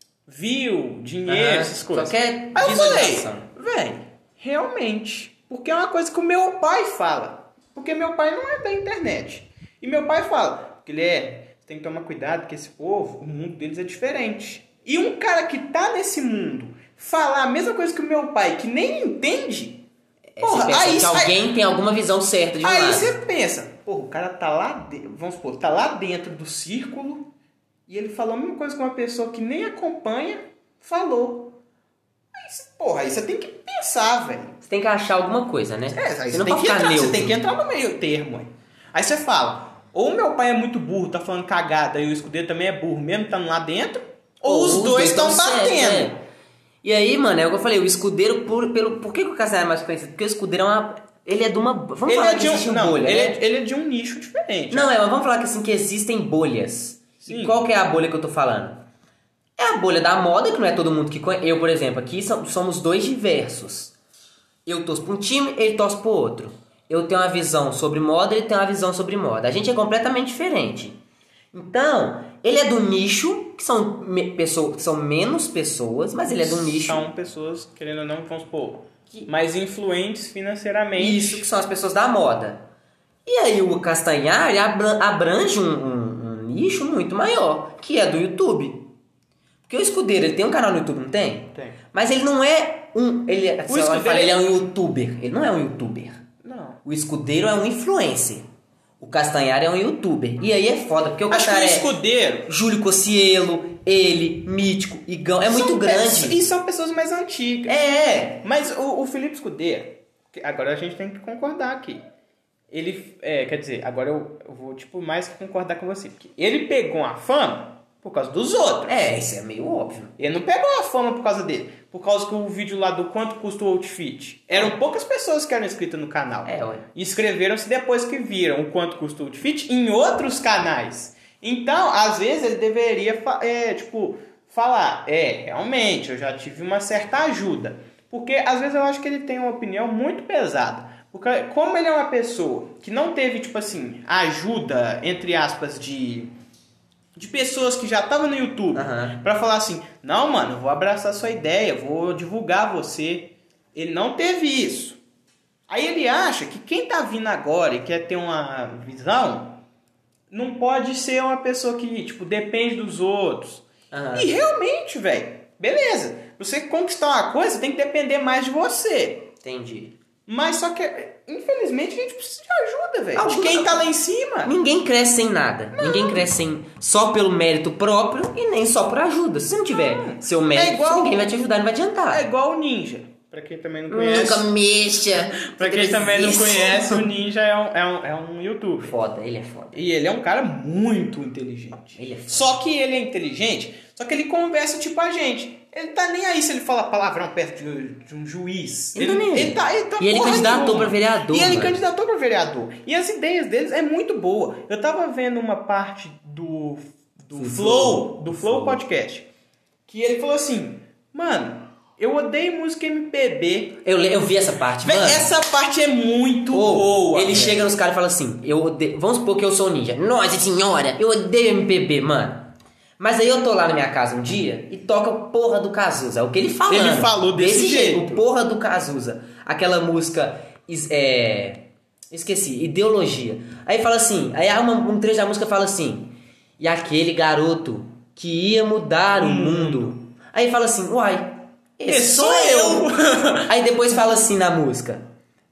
view, dinheiro, Ah, essas coisas. Só quer Aí eu falei, visualização. velho, realmente. Porque é uma coisa que o meu pai fala. Porque meu pai não é da internet. E meu pai fala, Guilherme, você tem que tomar cuidado que esse povo, o mundo deles é diferente. E um cara que tá nesse mundo falar a mesma coisa que o meu pai, que nem entende, É, porra, você pensa aí que sai- alguém tem alguma visão certa de um aí lado. você pensa, porra, o cara tá lá, de- vamos supor, tá lá dentro do círculo e ele falou a mesma coisa que uma pessoa que nem acompanha falou. Aí, você- porra, aí você tem que pensar, velho. Você tem que achar alguma coisa, né? É, aí você você, não tem pode que ficar entrar, neutro. você tem que entrar no meio termo. Aí, aí você fala, ou meu pai é muito burro, tá falando cagada, e o Escudeiro também é burro, mesmo estando lá dentro, ou, os dois estão tão certos, batendo. é. E aí, mano, é o que eu falei, o Escudeiro, por, pelo, por que, que o Castanhar é mais conhecido? Porque o Escudeiro é uma... Ele é de uma... Vamos Ele falar é, que de um, existe não, bolha, ele, né? é, ele é de um nicho diferente. Não, é, mas vamos falar que assim, que existem bolhas. Sim. E qual que é a bolha que eu tô falando? É a bolha da moda, que não é todo mundo que conhece. Eu, por exemplo, aqui so- somos dois diversos. Eu torço pra um time, ele torce pro outro. Eu tenho uma visão sobre moda, ele tem uma visão sobre moda. A gente é completamente diferente. Então, ele é do nicho, que são, me- pessoas, que são menos pessoas, mas ele é do nicho. São pessoas, querendo ou não, vamos supor, mais influentes financeiramente. Isso, que são as pessoas da moda. E aí o Castanhar ele abra- abrange um, um- um nicho muito maior, que é do YouTube. Porque o Escudeiro, ele tem um canal no YouTube, não tem? Tem. Mas ele não é um... Ele, é- você olha e Escudeiro- fala, ele é um youtuber. Ele não é um youtuber. Não. O Escudeiro é um influencer. O Castanhar é um youtuber. E aí é foda, porque o Acho que o Castanhar é Escudeiro... Júlio Cocielo, ele, Mítico, Igão. É muito são grande. pessoas- E são pessoas mais antigas. É, Mas o, o Felipe Escudeiro, que agora a gente tem que concordar aqui. Ele, é, quer dizer, agora eu, eu vou, tipo, mais que concordar com você. Porque ele pegou a fama por causa dos outros. é, isso é meio óbvio. Ele não pegou a fama por causa dele. Por causa que o vídeo lá do quanto custa o outfit. Eram poucas pessoas que eram inscritas no canal. É, ué. E inscreveram-se depois que viram o quanto custa o outfit em outros canais. Então, às vezes, ele deveria, fa- é, tipo, falar, é, realmente, eu já tive uma certa ajuda. Porque, às vezes, eu acho que ele tem uma opinião muito pesada. Porque, como ele é uma pessoa que não teve, tipo assim, ajuda, entre aspas, de... de pessoas que já estavam no YouTube, Aham. pra falar assim, não, mano, eu vou abraçar sua ideia, vou divulgar você. Ele não teve isso. Aí ele acha que quem tá vindo agora e quer ter uma visão, não pode ser uma pessoa que, tipo, depende dos outros. Aham. E realmente, velho, beleza. Pra você conquistar uma coisa, tem que depender mais de você. Entendi. Mas só que, infelizmente, a gente precisa de ajuda, velho. De Ajuda. quem tá lá em cima. Ninguém cresce sem nada. Ninguém cresce sem, só pelo mérito próprio e nem só por ajuda. Se você não tiver Não. seu mérito, É igual- ninguém vai te ajudar, não vai adiantar. É igual o Ninja. Pra quem também não conhece. Nunca mexa. Pra quem também não Isso. conhece, o Ninja é um, é um, é um youtuber. Foda, ele é foda. E ele é um cara muito inteligente. Ele é foda. Só que ele é inteligente, só que ele conversa tipo a gente. Ele tá nem aí se ele fala palavrão perto de, de um juiz. Ele tá nem aí. ele tá, ele tá E ele porra candidatou nenhuma. pra vereador, E ele mano. candidatou pra vereador. E as ideias deles é muito boa. Eu tava vendo uma parte do, do Sim, Flow, do do Flow Flow. Podcast, que ele falou assim, mano, eu odeio música M P B. Eu, le- eu vi essa parte, Véi, mano. essa parte é muito Ô, boa. ele velho. chega nos caras e fala assim, eu odeio, vamos supor que eu sou ninja. Nossa senhora, eu odeio M P B, mano. Mas aí eu tô lá na minha casa um dia e toca o porra do Cazuza. É o que ele falando. Ele falou desse jeito. O porra do Cazuza. Aquela música, is- é... esqueci, Ideologia. Aí fala assim, aí uma, um trecho da música fala assim, e aquele garoto que ia mudar o mundo. Aí fala assim, uai, esse Esse sou sou eu. eu. Aí depois fala assim na música,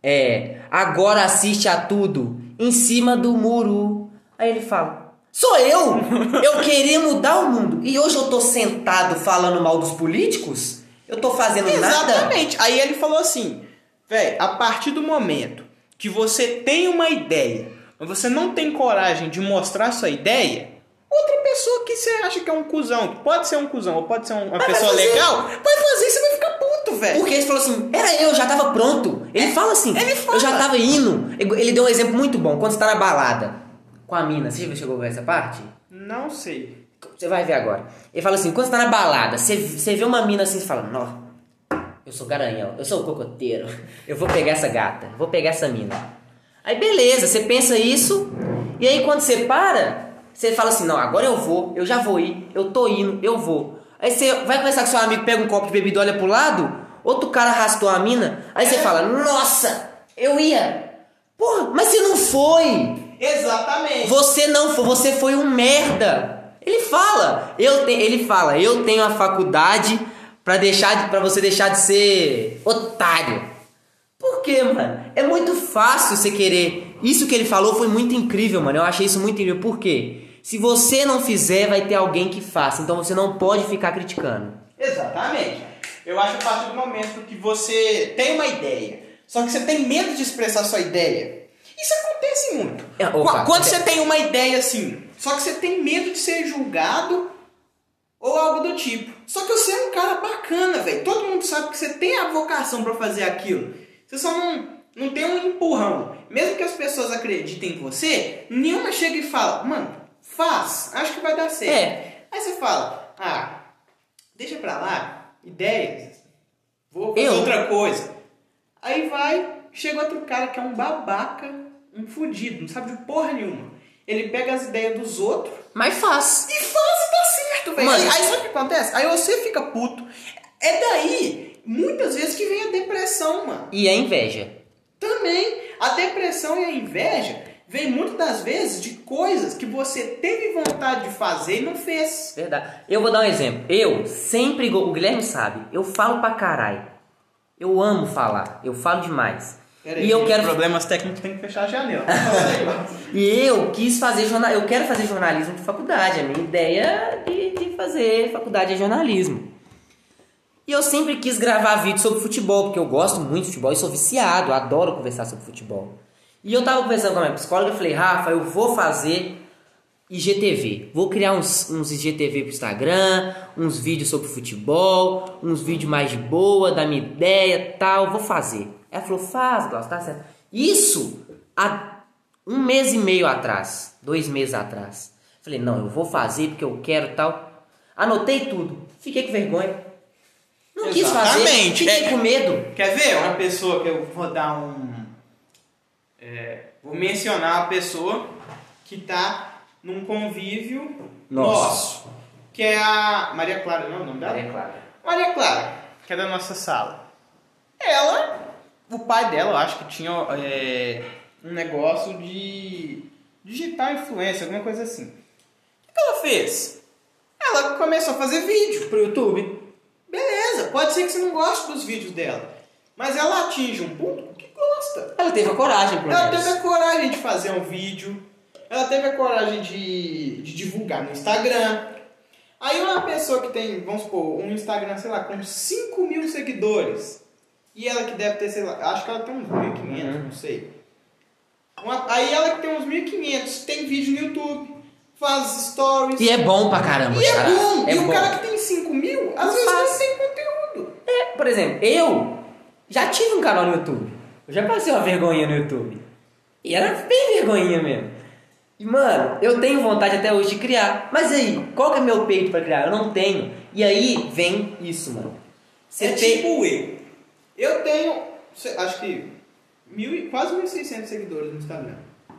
é, agora assiste a tudo em cima do muro. Aí ele fala, sou eu! Eu queria mudar o mundo. E hoje eu tô sentado falando mal dos políticos? Eu tô fazendo nada? Exatamente. Aí ele falou assim, velho, a partir do momento que você tem uma ideia, mas você não tem coragem de mostrar sua ideia, outra pessoa que você acha que é um cuzão, que pode ser um cuzão ou pode ser um- uma Mas vai pessoa fazer. legal, vai fazer e você vai ficar puto, puto, velho. Porque ele falou assim, era eu, já tava pronto. Ele fala assim, Ele fala. eu já tava indo. Ele deu um exemplo muito bom. Quando você tá na balada com a mina, você já chegou a ver essa parte? Não sei. Você vai ver agora. Ele fala assim, quando você tá na balada, você, você vê uma mina assim, você fala, nó, eu sou garanhão, eu sou o cocoteiro, eu vou pegar essa gata, vou pegar essa mina. Aí beleza, você pensa isso, e aí quando você para, você fala assim, não, agora eu vou, eu já vou ir, eu tô indo, eu vou. Aí você vai conversar com seu amigo, pega um copo de bebida, olha pro lado, outro cara arrastou a mina, aí você fala, nossa, eu ia. Porra, mas você não foi. Exatamente. Você não foi, você foi um merda. Ele fala, eu te, ele fala, eu tenho a faculdade pra, deixar de, pra você deixar de ser otário. Por quê, mano? É muito fácil você querer. Isso que ele falou foi muito incrível, mano. Eu achei isso muito incrível. Por quê? Se você não fizer, vai ter alguém que faça. Então você não pode ficar criticando. Exatamente. Eu acho que a partir do momento que você tem uma ideia, só que você tem medo de expressar sua ideia. Isso acontece muito. É, opa, Quando é. você tem uma ideia assim, só que você tem medo de ser julgado ou algo do tipo. Só que você é um cara bacana, velho. Todo mundo sabe que você tem a vocação pra fazer aquilo. Você só não, não tem um empurrão. Mesmo que as pessoas acreditem em você, nenhuma chega e fala, mano, faz, acho que vai dar certo. É. Aí você fala, ah, deixa pra lá, ideias, vou fazer Eu? outra coisa. Aí vai, chega outro cara que é um babaca, um fudido, não sabe de porra nenhuma. Ele pega as ideias dos outros, Mas faz. e faz e dá certo, velho. Mano. Aí, aí sabe o que acontece? Aí você fica puto. É daí, muitas vezes, que vem a depressão, mano. E a inveja. Também, a depressão e a inveja vem muitas das vezes de coisas que você teve vontade de fazer e não fez. Verdade. Eu vou dar um exemplo. Eu sempre, o Guilherme sabe, eu falo pra caralho. Eu amo falar, eu falo demais. Pera e aí, eu quero problemas técnicos, tem que fechar a janela. E eu quis fazer jornal, eu quero fazer jornalismo de faculdade. A minha ideia de, de fazer faculdade é jornalismo. E eu sempre quis gravar vídeo sobre futebol, porque eu gosto muito de futebol e sou viciado, eu adoro conversar sobre futebol. E eu tava conversando com a minha psicóloga e falei, Rafa, eu vou fazer I G T V. Vou criar uns, uns I G T V pro Instagram, uns vídeos sobre futebol, uns vídeos mais de boa, da minha ideia e tal, vou fazer. Ela falou, faz, Glaucio, tá certo. Isso há um mês e meio atrás, dois meses atrás. Falei, não, eu vou fazer porque eu quero tal. Anotei tudo, fiquei com vergonha. Não quis fazer, Exatamente. fiquei É- com medo. Quer ver uma pessoa que eu vou dar um... é, vou mencionar uma pessoa que tá num convívio Nosso. nosso. Que é a Maria Clara, não é o nome dela? Maria Clara. Maria Clara, que é da nossa sala. Ela, o pai dela, eu acho que tinha é, um negócio de digital influencer, alguma coisa assim. O que ela fez? Ela começou a fazer vídeo pro YouTube. Beleza, pode ser que você não goste dos vídeos dela, mas ela atinge um público que gosta. Ela teve a coragem, pelo Ela menos. teve a coragem de fazer um vídeo, ela teve a coragem de, de divulgar no Instagram. Aí uma pessoa que tem, vamos supor, um Instagram, sei lá, com cinco mil seguidores, e ela que deve ter, sei lá, acho que ela tem uns mil e quinhentos, Uhum. não sei. Uma- aí ela que tem uns mil e quinhentos, tem vídeo no YouTube, faz stories. E é bom pra caramba, E é cara. bom. É e bom. o cara que tem cinco mil, às Não vezes faz. não tem conteúdo. É, por exemplo, eu já tive um canal no YouTube. Eu já passei uma vergonha no YouTube. E era bem vergonhinha mesmo. E, mano, eu tenho vontade até hoje de criar. Mas aí, qual que é meu peito pra criar? Eu não tenho. E aí vem isso, mano. Você É tem... tipo eu. Eu tenho, sei- acho que mil, e- quase mil e seiscentos seguidores no Instagram.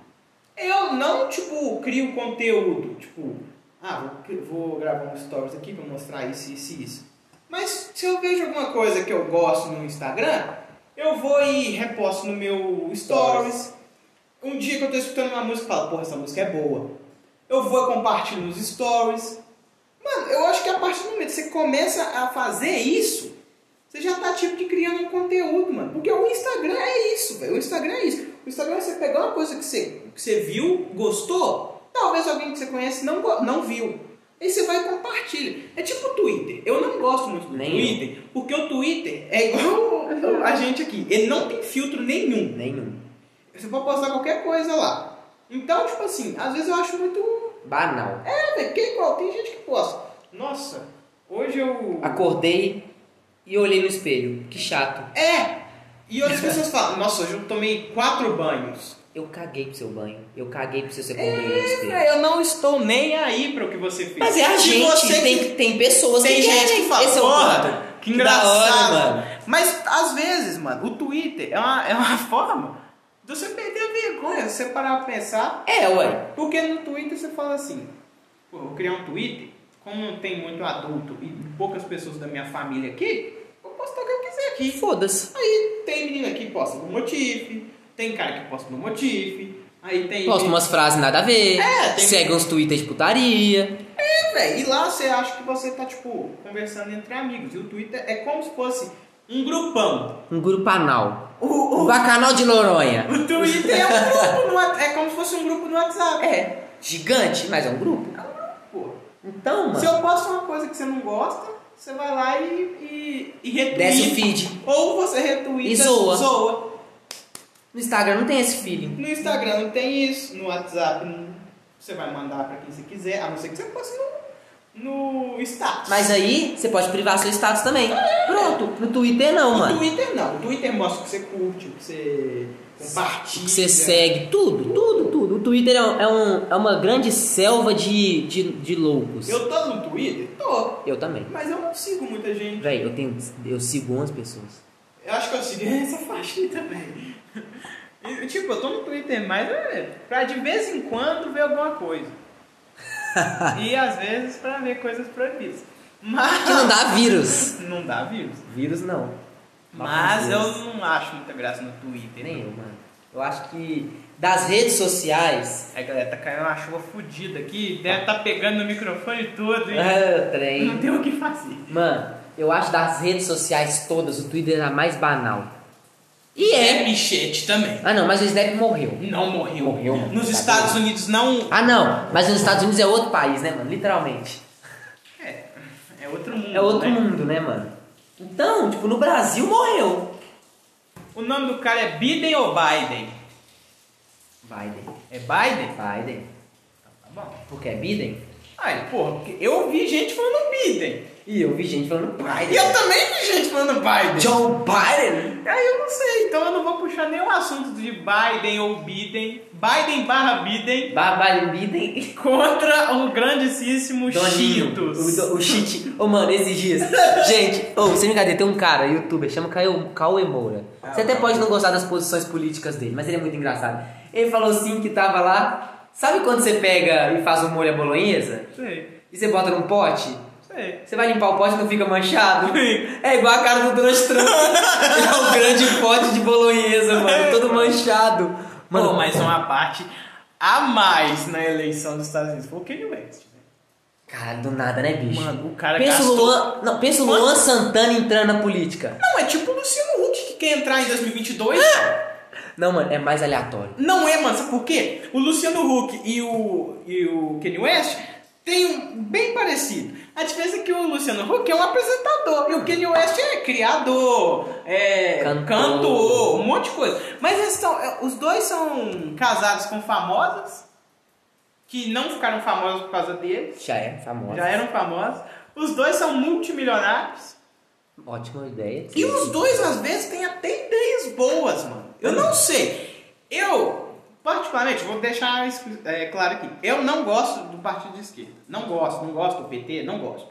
Eu não, tipo, crio conteúdo. Tipo, ah, vou, cri- vou gravar um stories aqui pra mostrar isso, isso e isso. Mas se eu vejo alguma coisa que eu gosto no Instagram, eu vou e reposto no meu stories. Um dia que eu tô escutando uma música, eu falo, porra, essa música é boa. Eu vou e compartilho nos stories. Mano, eu acho que a partir do momento que você começa a fazer isso, você já tá tipo de criando um conteúdo, mano. Porque o Instagram é isso, velho. O Instagram é isso. O Instagram é você pegar uma coisa que você, que você viu, gostou, talvez alguém que você conhece não, go- não viu. Aí você vai e compartilha. É tipo o Twitter. Eu não gosto muito do Nem Twitter, porque o Twitter é igual a gente aqui. Ele não tem filtro nenhum. Nenhum. Você pode postar qualquer coisa lá. Então, tipo assim, às vezes eu acho muito... Banal. É, velho, que é igual. Tem gente que posta. Nossa, hoje eu... Acordei, E eu olhei no espelho. Que chato. É! E outras pessoas falam, nossa, hoje eu tomei quatro banhos. Eu caguei pro seu banho. Eu caguei pro seu second É, no espelho. velho, eu não estou nem aí para o que você fez. Mas é a Se gente, você tem, que- tem pessoas Tem que gente querem. que fala, Esse é o porra, ponto. que da engraçado. hora, mano. Mas às vezes, mano, o Twitter é uma, é uma forma de você perder a vergonha, se você parar pra pensar. É, ué. Porque no Twitter você fala assim, pô, eu vou criar um Twitter, como não tem muito adulto e poucas pessoas da minha família aqui, eu posto o que eu quiser aqui. Foda-se. Aí tem menina que posta no Motif, tem cara que posta no Motif, aí tem... Posta umas frases nada a ver. É, tem- Segue uns twitters de putaria. É, velho, e lá você acha que você tá, tipo, conversando entre amigos. E o Twitter é como se fosse um grupão. Um grupo anal. O, O o, bacanal de Noronha. o Twitter é um grupo, no, Whats- é como se fosse um grupo no WhatsApp. É. Gigante, mas é um grupo. É um grupo, pô. Então, mano. Se eu posto uma coisa que você não gosta, você vai lá e, e, e retweet. Desce o feed. Ou você retweeta E zoa. zoa. No Instagram não tem esse feeling. No Instagram não tem isso, no WhatsApp não, você vai mandar pra quem você quiser, a não ser que você poste no, no status. Mas aí você pode privar seu status também. Pronto. No Twitter não, No mano. Twitter não, o Twitter mostra o que você curte, o que você compartilha. Que você segue, tudo, tudo, tudo. O Twitter é, um- é, um, é uma grande selva de, de, de loucos. Eu tô no Twitter? Tô, Eu também. mas eu não sigo muita gente. Véi, eu tenho. Eu sigo onze pessoas. Eu acho que eu sigo essa faixa aí também. E, tipo, eu tô no Twitter mais é, pra de vez em quando ver alguma coisa. E às vezes pra ver coisas proibidas. Mas... Que não dá vírus. Não dá vírus. Vírus não. Mas Vírus. eu não acho muita graça no Twitter. Nem eu, mano. Eu acho que das redes sociais. Aí galera, tá caindo uma chuva fodida aqui, deve tá pegando no microfone todo e Ah, não trem. tem o que fazer. Mano, eu acho das redes sociais todas o Twitter é a mais banal. E É é. bichete também. Ah não, mas o Snap morreu. Não morreu. Morreu, mano. Nos Tá Estados doido. Unidos não. Ah não, mas nos Estados Unidos é outro país, né, mano? Literalmente. É, é outro mundo. É outro né? mundo, né, mano? Então, tipo, no Brasil morreu. O nome do cara é Biden ou Biden? Biden. É Biden? Biden. Tá bom. Porque é Biden? Ai, porra, porque eu vi gente falando Biden. E eu vi gente falando Biden. E eu também vi gente falando Biden. Joe Biden? Aí eu não sei, então eu não vou puxar nenhum assunto de Biden ou Biden. Biden barra Biden Ba- Biden, Biden. contra o grandíssimo Doninho. Cheetos. O, do- o Cheat. Ô, mano, esses dias. Gente, ô, sem brincadeira, tem um cara, youtuber, chama Caio- Cauê Moura. Você até pode não gostar das posições políticas dele, mas ele é muito engraçado. Ele falou assim que tava lá. Sabe quando você pega e faz um molho à bolonhesa? Sei, E você bota num pote? sei. Você vai limpar o pote e não fica manchado? Sim. É igual a cara do Donald Trump. É um grande pote de bolonhesa, mano, todo manchado. Mano, Mano, mas uma parte a mais na eleição dos Estados Unidos foi o Kanye West. cara, do nada, né, bicho? Mano, o cara pensa gastou... o Luan, não, pensa o Mano. Luan Santana entrando na política. Não, é tipo o Luciano Huck que quer entrar em dois mil e vinte e dois. Não, mano, é mais aleatório. Não é, mano, sabe por quê? O Luciano Huck e o, e o Kanye West têm um bem parecido. A diferença é que o Luciano Huck é um apresentador e o Kanye West é criador, é Cantor. cantor, um monte de coisa. Mas eles são, é, os dois são casados com famosas, que não ficaram famosas por causa deles, Já é famoso. já eram famosas. Os dois são multimilionários. Ótima ideia. E os dois, às vezes, têm até ideias boas, mano. Eu não sei. Eu, particularmente, vou deixar isso é, claro aqui. Eu não gosto do partido de esquerda. Não gosto, não gosto do P T, não gosto.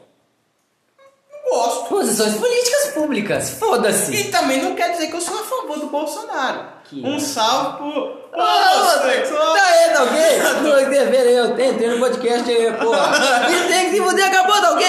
Não gosto. Posições políticas públicas, foda-se. E também não quer dizer que eu sou a favor do Bolsonaro. Que um é. salve pro... Homossexual. Tá aí, tá ok? Tô aqui, pera aí, eu tenho, tenho no podcast aí, porra. E tem que se fuder, acabou, tá ok?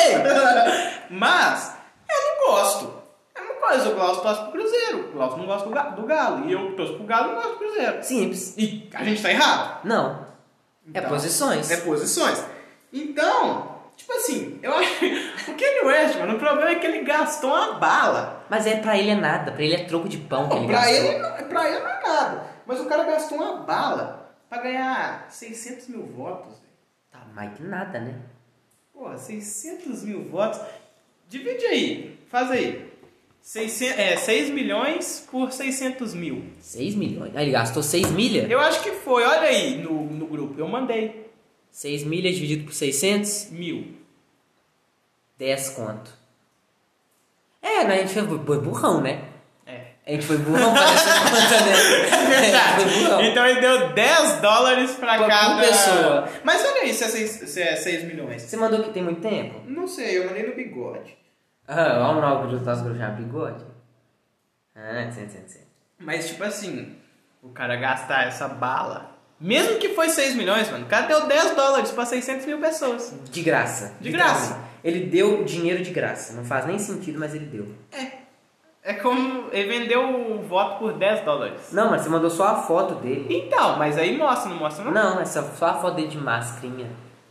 Mas, eu não gosto. É uma coisa, o Glaucio torce pro Cruzeiro. O Glaucio não gosta do Ga- do Galo. E eu torço pro Galo e não gosto do Cruzeiro. Simples. E a gente tá errado? Não. É Então, posições. É posições. Então, tipo assim, eu acho que o Kanye West, mano, o problema é que ele gastou uma bala. Mas é pra ele é nada, pra ele é troco de pão que ele pra, gastou. ele, não- pra ele não é nada. Mas o cara gastou uma bala pra ganhar seiscentos mil votos. velho. Tá mais que nada, né? Porra, seiscentos mil votos. Divide aí, faz aí. seiscentos, é, seis milhões por seiscentos mil. seis milhões. Ah, ele gastou seis milhas? Eu acho que foi, olha aí no, no grupo, eu mandei. seis milhas dividido por seiscentos? Mil. dez conto. É, né? A gente foi burrão, né? É. A gente foi burrão pra essa conta, né? É verdade. A gente foi burrão. Então ele deu dez dólares pra Por cada pessoa. Mas olha aí se é seis, se é seis milhões. Você mandou que tem muito tempo? Não sei, eu mandei no bigode. Ah, vamos lá, o vídeo tá já bigode. Ah, sim, sim, sim. Mas tipo assim, o cara gastar essa bala, mesmo que foi seis milhões, mano, o cara deu dez dólares pra seiscentas mil pessoas. De graça. De graça. Ele deu dinheiro de graça. Não faz nem sentido, mas ele deu. É. É como ele vendeu o voto por dez dólares. Não, mas você mandou só a foto dele. Então, mas aí mostra, não mostra não? Não, é só, só a foto dele de máscarinha.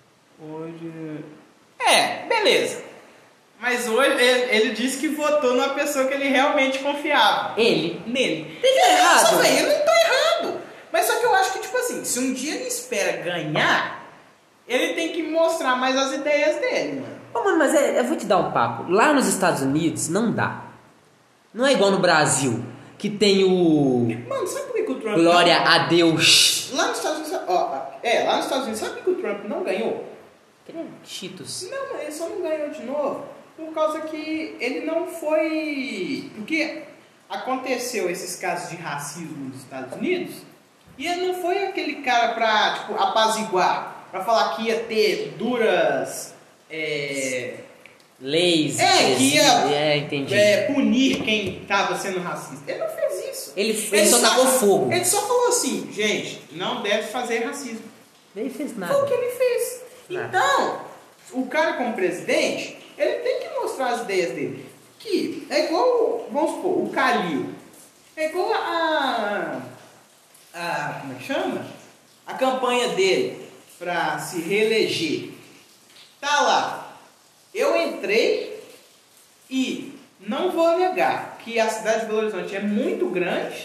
Hoje... É, beleza. Mas hoje ele, ele disse que votou numa pessoa que ele realmente confiava. Ele? Nele. Ele tá errado. Nossa, velho, ele não tá errado. Mas só que eu acho que, tipo assim, se um dia ele espera ganhar, ele tem que mostrar mais as ideias dele, mano. Ô, mano, mas é, eu vou te dar um papo. Lá nos Estados Unidos, não dá. Não é igual no Brasil, que tem o... Mano, sabe por que, que o Trump... Glória não... a Deus. Lá nos Estados Unidos... Ó, é, lá nos Estados Unidos, sabe por que o Trump não ganhou? Cheetos. Não, ele só não ganhou de novo por causa que ele não foi... Porque aconteceu esses casos de racismo nos Estados Unidos e ele não foi aquele cara pra, tipo, apaziguar, pra falar que ia ter duras... É... Leis. É, que ia é, entendi. é, punir quem tava sendo racista. Ele não fez isso. Ele, ele, ele só tacou fogo. Ele só falou assim, gente, não deve fazer racismo. Ele fez nada. Foi o que ele fez. Nada. Então, o cara como presidente, ele tem que mostrar as ideias dele. Que é igual, vamos supor, o Calil. É igual a... a como é que chama? A campanha dele pra se reeleger. Tá lá. Eu entrei e não vou negar que a cidade de Belo Horizonte é muito grande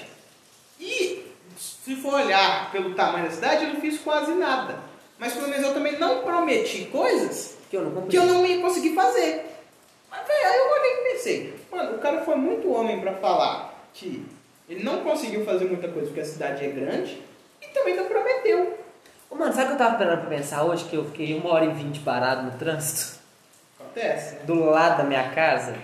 e, se for olhar pelo tamanho da cidade, eu não fiz quase nada. Mas pelo menos eu também não prometi coisas que eu não, que eu não ia conseguir fazer. Mas, velho, aí eu olhei e pensei, mano, o cara foi muito homem pra falar que ele não conseguiu fazer muita coisa porque a cidade é grande e também não prometeu. Ô, mano, sabe o que eu tava esperando pra pensar hoje? Que eu fiquei uma hora e vinte parado no trânsito? Acontece. Do lado da minha casa.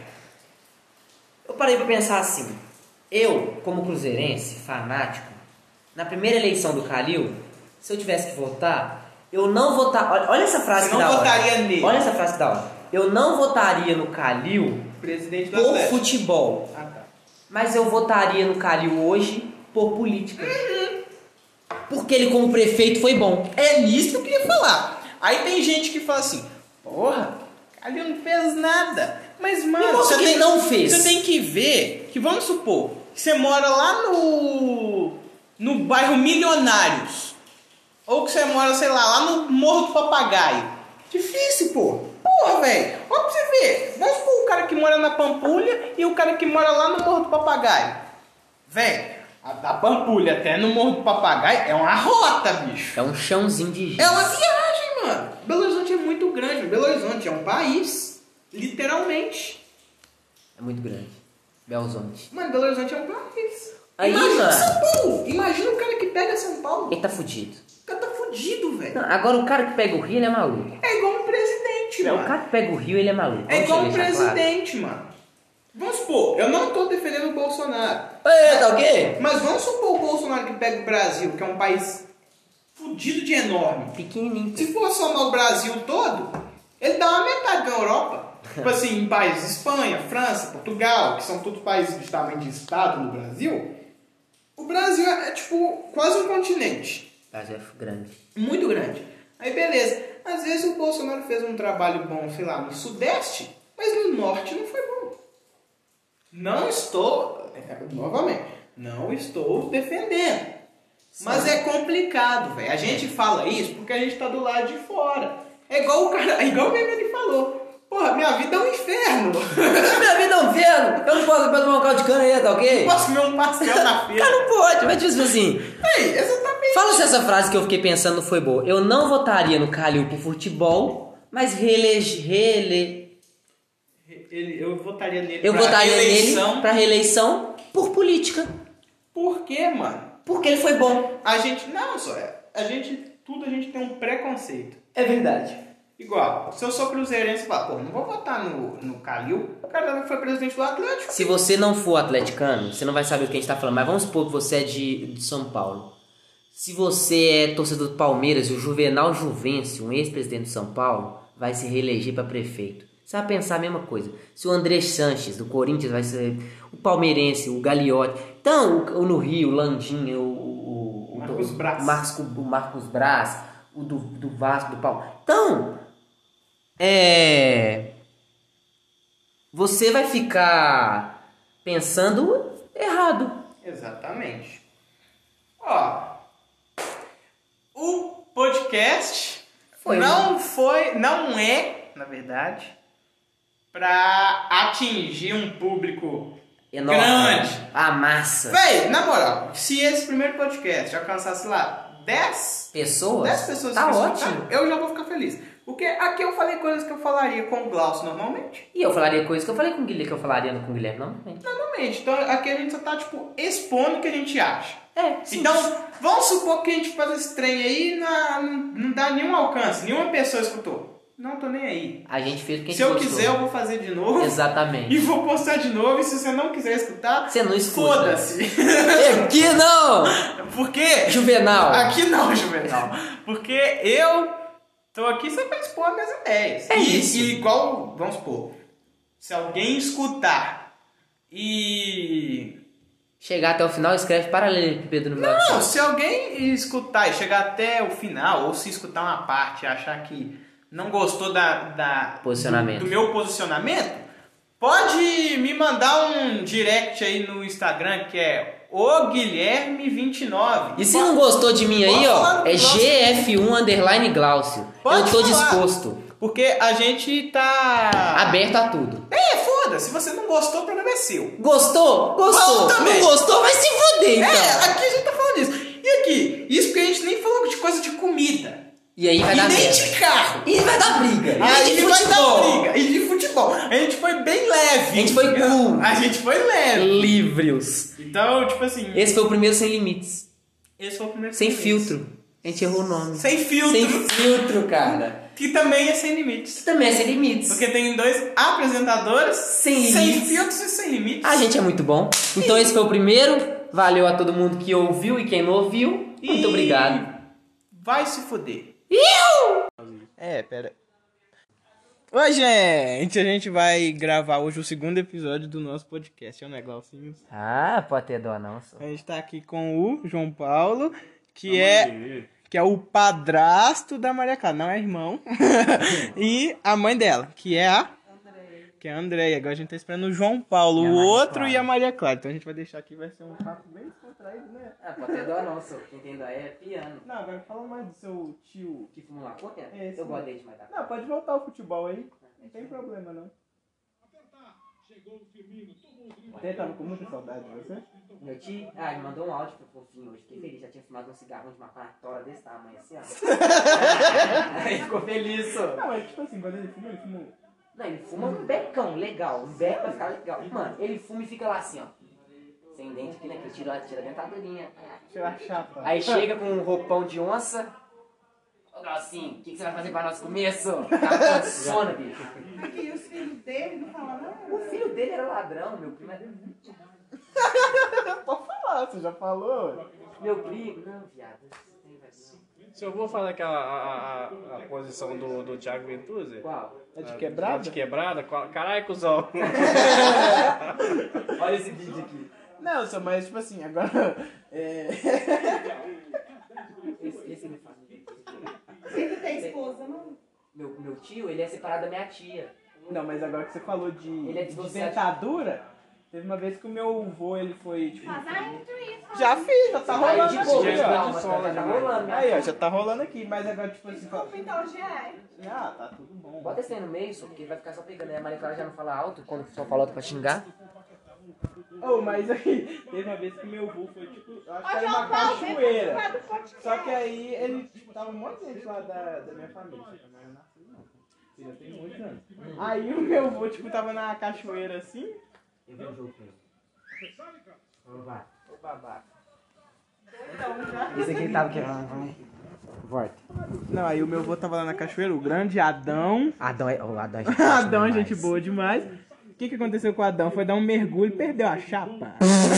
Eu parei pra pensar assim. Eu, como cruzeirense, fanático, na primeira eleição do Calil, se eu tivesse que votar, eu não votar. Olha, olha essa frase Você que não da hora. votaria nele. Olha essa frase que da hora. Eu não votaria no Calil Presidente do por Atlético. futebol. Ah, tá. Mas eu votaria no Calil hoje por política. Uhum. Porque ele, como prefeito, foi bom. É nisso que eu queria falar. Aí tem gente que fala assim, porra, ali não fez nada. Mas, mano, você tem, não fez. Você tem que ver que, vamos supor, que você mora lá no, no bairro Milionários. Ou que você mora, sei lá, lá no Morro do Papagaio. Difícil, pô. Porra, velho. Olha pra você ver. Vamos supor o cara que mora na Pampulha e o cara que mora lá no Morro do Papagaio. Velho, a da Pampulha até no Morro do Papagaio é uma rota, bicho. É um chãozinho de giz. É uma viagem, mano. Belo Horizonte é muito grande. Belo Horizonte é um país. Literalmente. É muito grande. Belo Horizonte. Mano, Belo Horizonte é um país. Aí, Imagina mano. São Paulo. Imagina o cara que pega São Paulo. Ele tá fudido. O cara tá fudido, velho. Não, agora o cara que pega o Rio, ele é maluco. É igual um presidente, Não, mano. o cara que pega o Rio, ele é maluco. É Vamos igual um deixar claro. presidente, mano. Vamos supor, eu não tô defendendo o Bolsonaro. Ei, tá o quê? Mas vamos supor o Bolsonaro que pega o Brasil, que é um país fudido de enorme. Pequenininho. Se for somar o Brasil todo, ele dá uma metade da Europa. Tipo assim, em países Espanha, França, Portugal, que são todos países de tamanho de estado no Brasil, o Brasil é, é tipo quase um continente. O Brasil é grande. Muito grande. Aí beleza. Às vezes o Bolsonaro fez um trabalho bom, sei lá, no Sudeste, mas no Norte não foi bom. Não estou, novamente, não estou defendendo. Mas é complicado, velho. A gente fala isso porque a gente tá do lado de fora. É igual o cara, é igual o meme ele falou. Porra, minha vida é um inferno. Minha vida é um inferno. Eu não posso tomar um caldo de cana aí, tá ok? Eu posso comer um pastel na feira. Cara, não pode. Mas tipo assim... Ei, exatamente. Fala se essa frase que eu fiquei pensando foi boa. Eu não votaria no Calil por futebol, mas reelege... Reele... Ele, eu votaria nele Eu pra votaria reeleição. nele pra reeleição por política. Por quê, mano? Porque ele foi bom. A gente, não, só é, a gente, tudo a gente tem um preconceito. É verdade. Igual, se eu sou cruzeirense, eu falo, pô, não vou votar no, no Calil, o cara também foi presidente do Atlético. Se você não for atleticano, você não vai saber o que a gente tá falando, mas vamos supor que você é de, de São Paulo. Se você é torcedor do Palmeiras e o Juvenal Juvencio, um ex-presidente de São Paulo, vai se reeleger para prefeito. Você vai pensar a mesma coisa. Se o André Sanches, do Corinthians, vai ser o palmeirense, o Gagliotti. Então, o, o no Rio, o Landinha, o, o, o, Marcos o, Braz. o, Marcos, o Marcos Braz, o do, do Vasco, do Paulo. Então, é... você vai ficar pensando errado. Exatamente. Ó, o podcast Foi não foi, não é, na verdade, para atingir um público Enorme. grande. A massa. Véi, na moral, se esse primeiro podcast alcançasse lá dez Pessoas? dez pessoas Tá que ótimo. escutaram, eu já vou ficar feliz. Porque aqui eu falei coisas que eu falaria com o Glaucio normalmente. E eu falaria coisas que eu falei com o Guilherme, que eu falaria com o Guilherme, não? Normalmente. Então aqui a gente só tá, tipo, expondo o que a gente acha. É, sim. Então, vamos supor que a gente faz esse trem aí e não, não dá nenhum alcance, nenhuma pessoa escutou. Não tô nem aí. A gente fez o que a gente Se eu gostou. quiser, eu vou fazer de novo. Exatamente. E vou postar de novo. E se você não quiser escutar, Você não escuta. foda-se. Aqui não! Porque... Juvenal. Aqui não, Juvenal. Porque eu tô aqui só pra expor as minhas ideias. É e, isso. E igual, vamos supor, se alguém escutar e... Chegar até o final, escreve paralelepípedo no meu Não, WhatsApp. se alguém escutar e chegar até o final, ou se escutar uma parte e achar que não gostou da, da Posicionamento. Do, do meu posicionamento, pode me mandar um direct aí no Instagram, que é o Guilherme vinte e nove. E se não gostou de mim aí, Pode falar ó, no é Glaucio. G F um underline Glaucio. Pode Eu tô falar. disposto. Porque a gente tá... Aberto a tudo. É, foda-se. Se você não gostou, o problema é seu. Gostou? Gostou. Bom também. Não gostou? Vai se foder, então. É, aqui a gente tá falando disso. E aqui, isso porque a gente nem falou de coisa de comida. E aí vai e dar nem merda. de carro. E vai dar briga. E Aí de vai futebol. dar briga. E de futebol. A gente foi bem leve. A gente foi cool. A gente foi leve. Livres. Então, tipo assim... Esse foi o primeiro sem limites. Esse foi o primeiro Sem sem limites. filtro. A gente errou o nome. Sem filtro. Sem filtro, cara. Que também é sem limites. Isso também é sem limites. Porque tem dois apresentadores Sem sem limites. filtros e sem limites. A gente é muito bom. Então esse foi o primeiro. Valeu a todo mundo que ouviu e quem não ouviu. Muito E obrigado. Vai se fuder. Iu! É, pera. Oi, gente! A gente vai gravar hoje o segundo episódio do nosso podcast. É um negócio. Ah, pode ter dó não, só. A gente tá aqui com o João Paulo, que é que é o padrasto da Maria Clara, não é irmão. E a mãe dela, que é a que é a Andréia. Agora a gente tá esperando o João Paulo, E a o Maria outro Clara. e a Maria Clara. Então a gente vai deixar aqui, vai ser um papo bem descontraído, né? Ah, pode ter dó não, só. Quem tem dó é piano. Não, vai falar mais do seu tio. Que fuma maconha? É, esse Eu gosto mesmo. dele demais da Não, pode voltar ao futebol aí. Não tem problema, não. Ele tava com muita saudade de você? Meu tio, ah, ele mandou um áudio pro fofinho hoje. Fiquei feliz, já tinha fumado um cigarro de maconha tora desse tamanho assim, ó. Aí ficou feliz, só. Não, mas tipo assim, quando ele fuma, ele fuma... Não, ele fuma um becão legal, um beco pra ficar legal. Mano, ele fuma e fica lá assim, ó. Sem dente aqui, né? Que ele tira, tira a dentadurinha. Tira a chapa. Aí chega com um roupão de onça. Ô, Glaucinho, o que, que você vai fazer pra nós comer, só? Tava com sono, bicho. Aqui, e os filhos dele não falam nada? O filho dele era ladrão, meu primo era... Pode falar, você já falou. Meu primo... Não, viado. Tem vergonha. Se eu vou falar que a, a, a, a posição do, do Thiago Ventuzzi... Qual? É de a- quebrada? De quebrada? Qual- Caralho, cuzão. Olha esse vídeo aqui. Não, só, mas tipo assim, agora... É... Esse, esse me faz. Você não tem esposa, não? Meu, meu tio, ele é separado da minha tia. Não, mas agora que você falou de, Ele é de divorciado. dentadura, teve uma vez que o meu avô, ele foi, tipo... Casar entre isso. Já fiz, já tá Aí rolando de aqui, boa, gente, ó. tá não, de sola tá já. rolando, né? Aí, ó, já tá rolando aqui, mas agora, tipo assim... Desculpa, então, já é. Ah, tá tudo bom. Bota esse aí no meio, só, porque ele vai ficar só pegando. Aí a Maria Clara já não fala alto, quando só fala alto pra xingar. Oh, mas aí, teve uma vez que meu avô foi, tipo, eu acho que Ô, era João uma Paulo, vem cachoeira. participar do podcast. Só que aí ele, tipo, tava um monte de gente lá da, da minha família. Só que a minha não nasceu, não. Ele já tem muitos anos. Aí o meu avô, tipo, tava na cachoeira assim. Eu vi o jogo com ele. Vamos lá. Ô babaca. Então, já. Esse aqui ele tava querendo, vai. volta. Não, aí o meu avô tava lá na cachoeira, o grande Adão. Adão é... O Adão é gente Adão é demais. gente boa demais. O que que aconteceu com o Adão? Foi dar um mergulho e perdeu a chapa.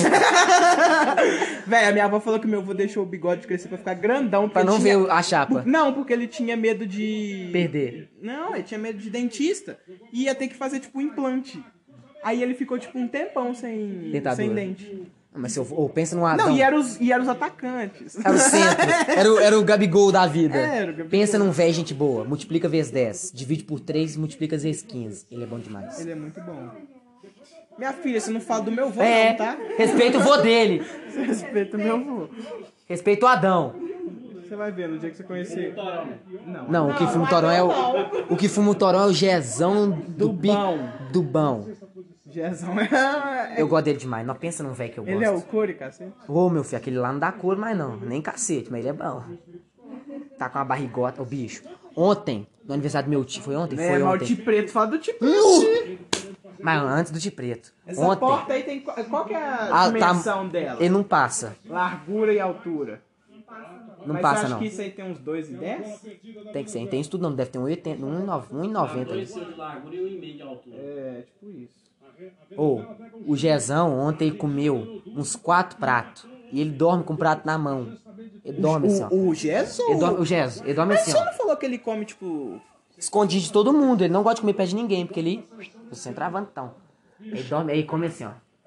Véi, a minha avó falou que meu avô deixou o bigode crescer pra ficar grandão. Pra porque não ele ver tinha- a chapa. Por- Não, porque ele tinha medo de... Perder. Não, ele tinha medo de dentista. E ia ter que fazer, tipo, um implante. Aí ele ficou, tipo, um tempão sem, Dentadura. sem dente. Mas se eu... Ou pensa num Adão. Não, e eram os, e eram os atacantes. Era o centro. Era o, era o Gabigol da vida. É, era o Gabigol. Pensa num velho gente boa. Multiplica vezes dez. Divide por três e multiplica vezes quinze. Ele é bom demais. Ele é muito bom. Minha filha, você não fala do meu avô, É, não, tá? respeita o vô dele. Você respeita o meu avô. Respeita o Adão. Você vai ver no dia que você conhecer. Não. Não, o que fuma o torão é o... O que fuma o torão é o Jezão do, Do bi- bão. Do bão. Jezão é... Eu gosto dele demais. Não pensa num velho que eu gosto. Ele é o core, cacete. Ô, meu filho, aquele lá não dá cor mais não. Nem cacete, mas ele é bom. Tá com uma barrigota. Ô, bicho. Ontem, no aniversário do meu tio. Foi ontem? É, Foi mas o ontem. Ti Preto fala do Ti Preto. Nu! Mas antes do de preto. Essa Ontem. porta aí tem... Qual qual que é a Ah, tá- dimensão dela? Ele não passa. Largura e altura. Não Mas passa, você acha não. que isso aí tem uns dois e dez? Tem que ser. Tem isso tudo não. Deve ter um oitenta, um e noventa. ali. de largura e um e meio de altura. É, tipo isso. Ô, o Jezão ontem ele comeu uns quatro pratos. E ele dorme com o prato na mão. Ele dorme assim, ó. O, o Gesso? Ele dorme, o Jezo, ele dorme Mas assim, você ó. não falou que ele come, tipo... Escondido de todo mundo. Ele não gosta de comer perto de ninguém, porque ele... O centroavantão. Ele dorme, aí come assim, ó.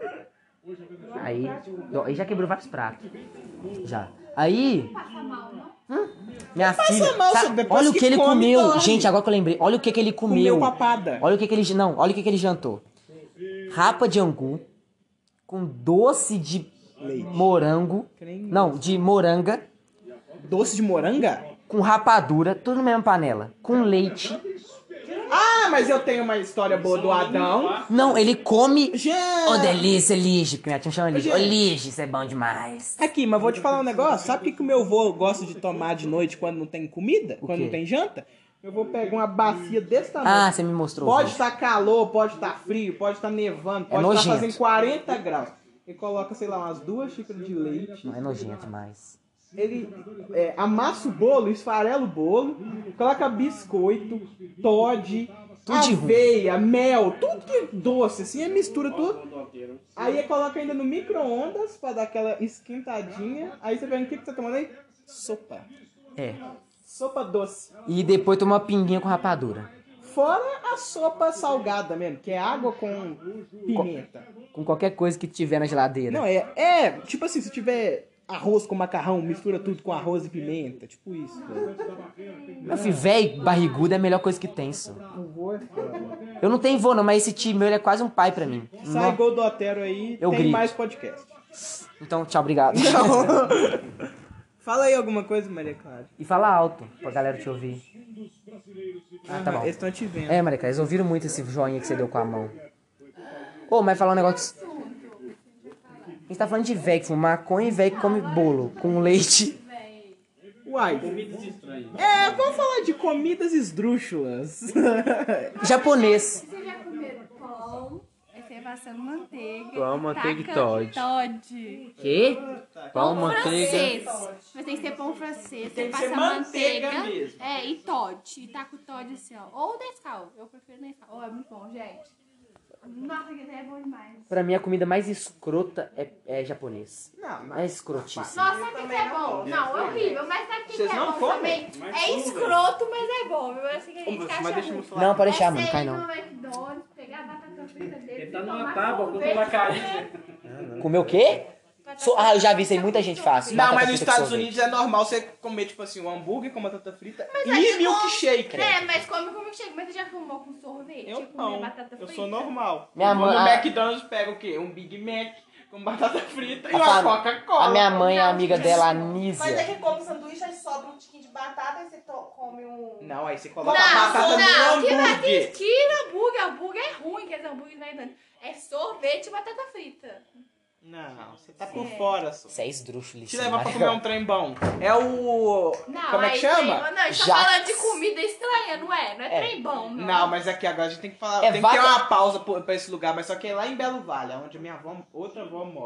Aí... Aí já quebrou vários pratos. Já. Aí... Hum, minha filha... mal, sabe- só depois olha o que que ele come, comeu. dorme. Gente, agora que eu lembrei. Olha o que que ele comeu. Comeu papada. Olha o que que ele... Não, olha o que que ele jantou. Rapa de angu. Com doce de morango. Não, de moranga. Doce de moranga? Com rapadura. Tudo na mesma panela. Com leite. Ah, mas eu tenho uma história boa do Adão. Não, ele come... Gente! Ô, delícia, Lige, porque minha tia chama Lige. Ô, Gente. Lige, isso é bom demais. Aqui, mas vou te falar um negócio. Sabe o que, que o meu avô gosta de tomar de noite quando não tem comida? O Quando quê? não tem janta? Eu vou pegar uma bacia desse tamanho. Ah, você me mostrou. Pode gente. estar calor, pode estar frio, pode estar nevando, pode estar nojento. fazendo quarenta graus. Ele coloca, sei lá, umas duas xícaras de leite. Não é nojento demais. Ele é, amassa o bolo, esfarela o bolo, coloca biscoito, Toddy, Tudo de ruim. aveia, mel, tudo que é doce, assim, aí mistura tudo. Aí ele coloca ainda no micro-ondas pra dar aquela esquentadinha. Aí você pega o que, que você tá tomando aí? Sopa. É. Sopa doce. E depois toma uma pinguinha com rapadura. Fora a sopa salgada mesmo, que é água com pimenta. Com qualquer coisa que tiver na geladeira. Não, é, é, tipo assim, se tiver arroz com macarrão, mistura tudo com arroz e pimenta, tipo isso. Meu filho, velho barrigudo é a melhor coisa que tem, só. Não vou, é foda. Eu não tenho vô, não, mas esse tio meu ele é quase um pai pra mim. Sai Não- gol do Otero aí, Eu tem grito. mais podcast. Então, tchau, obrigado. Fala aí alguma coisa, Maria Clara. E fala alto, pra galera te ouvir. Ah, tá Aham, bom. eles estão te vendo. É, Marica, eles ouviram muito esse joinha que você deu com a mão. Ô, mas falar um negócio... A gente tá falando de velho que fuma maconha e velho que come bolo com leite. Uai. Comidas estranhas. É, vamos falar de comidas esdrúxulas. Japonês. Vocês já comeram pão? Aí você vai passando manteiga. Pão, manteiga e taca Toddy. Toddy. Quê? Pão, Francês. Mas tem que ser pão francês. Tem Você que ser passa manteiga manteiga. mesmo. É, e Toddy. E taca o Toddy assim, ó. Ou Nescau. Eu prefiro Nescau. Oh, é muito bom, gente. Nossa, que é bom demais. Pra mim, a comida mais escrota é, é japonês. Não, mas... É escrotíssimo. Nossa, sabe o que é bom? Não, é horrível. Mas sabe o que Vocês é não bom comem? também? É escroto, mas é bom. Viu? Assim que a gente acha Mas deixa eu ruim. falar. Não, pode deixar, É mano, você cai ir não. no McDonald's, pegar a batata frita dele, Ele tá tomar numa tábua, sorvete. com uma carinha. Comer o quê? So- ah, eu já vi isso aí, muita gente faz. Não, Batata mas nos frita com Estados sorvete. Unidos é normal você comer, tipo assim, um hambúrguer com batata frita Mas e aí é milkshake. É, mas come como chega. Mas você já fumou com sorvete? Eu Tipo, comer não, batata eu frita? sou normal. Minha Eu vou mãe- no a- McDonald's pega o quê? Um Big Mac com batata frita e A uma fam- Coca-Cola. A minha mãe é Não, amiga mas- dela, a Mas é Nízia. que come sanduíche, aí sobra um tiquinho de batata e você to- come um... Não, aí você coloca a Não, batata não, no que vai hambúrguer. tira hambúrguer, hambúrguer é ruim, quer dizer, hambúrguer não é dano. É sorvete e batata frita. Não, você tá por É. fora, só. Você é esdrúxulo. Te levar pra comer um trem bom. É o... Não, Como é aí que chama? Tem, não, a gente Jax. tá falando de comida estranha, não é? Não é, É. trem bom, não. Não, mas aqui agora a gente tem que falar. É tem vaca- que ter uma pausa por- pra esse lugar, mas só que é lá em Belo Vale, onde minha avó, outra avó mora.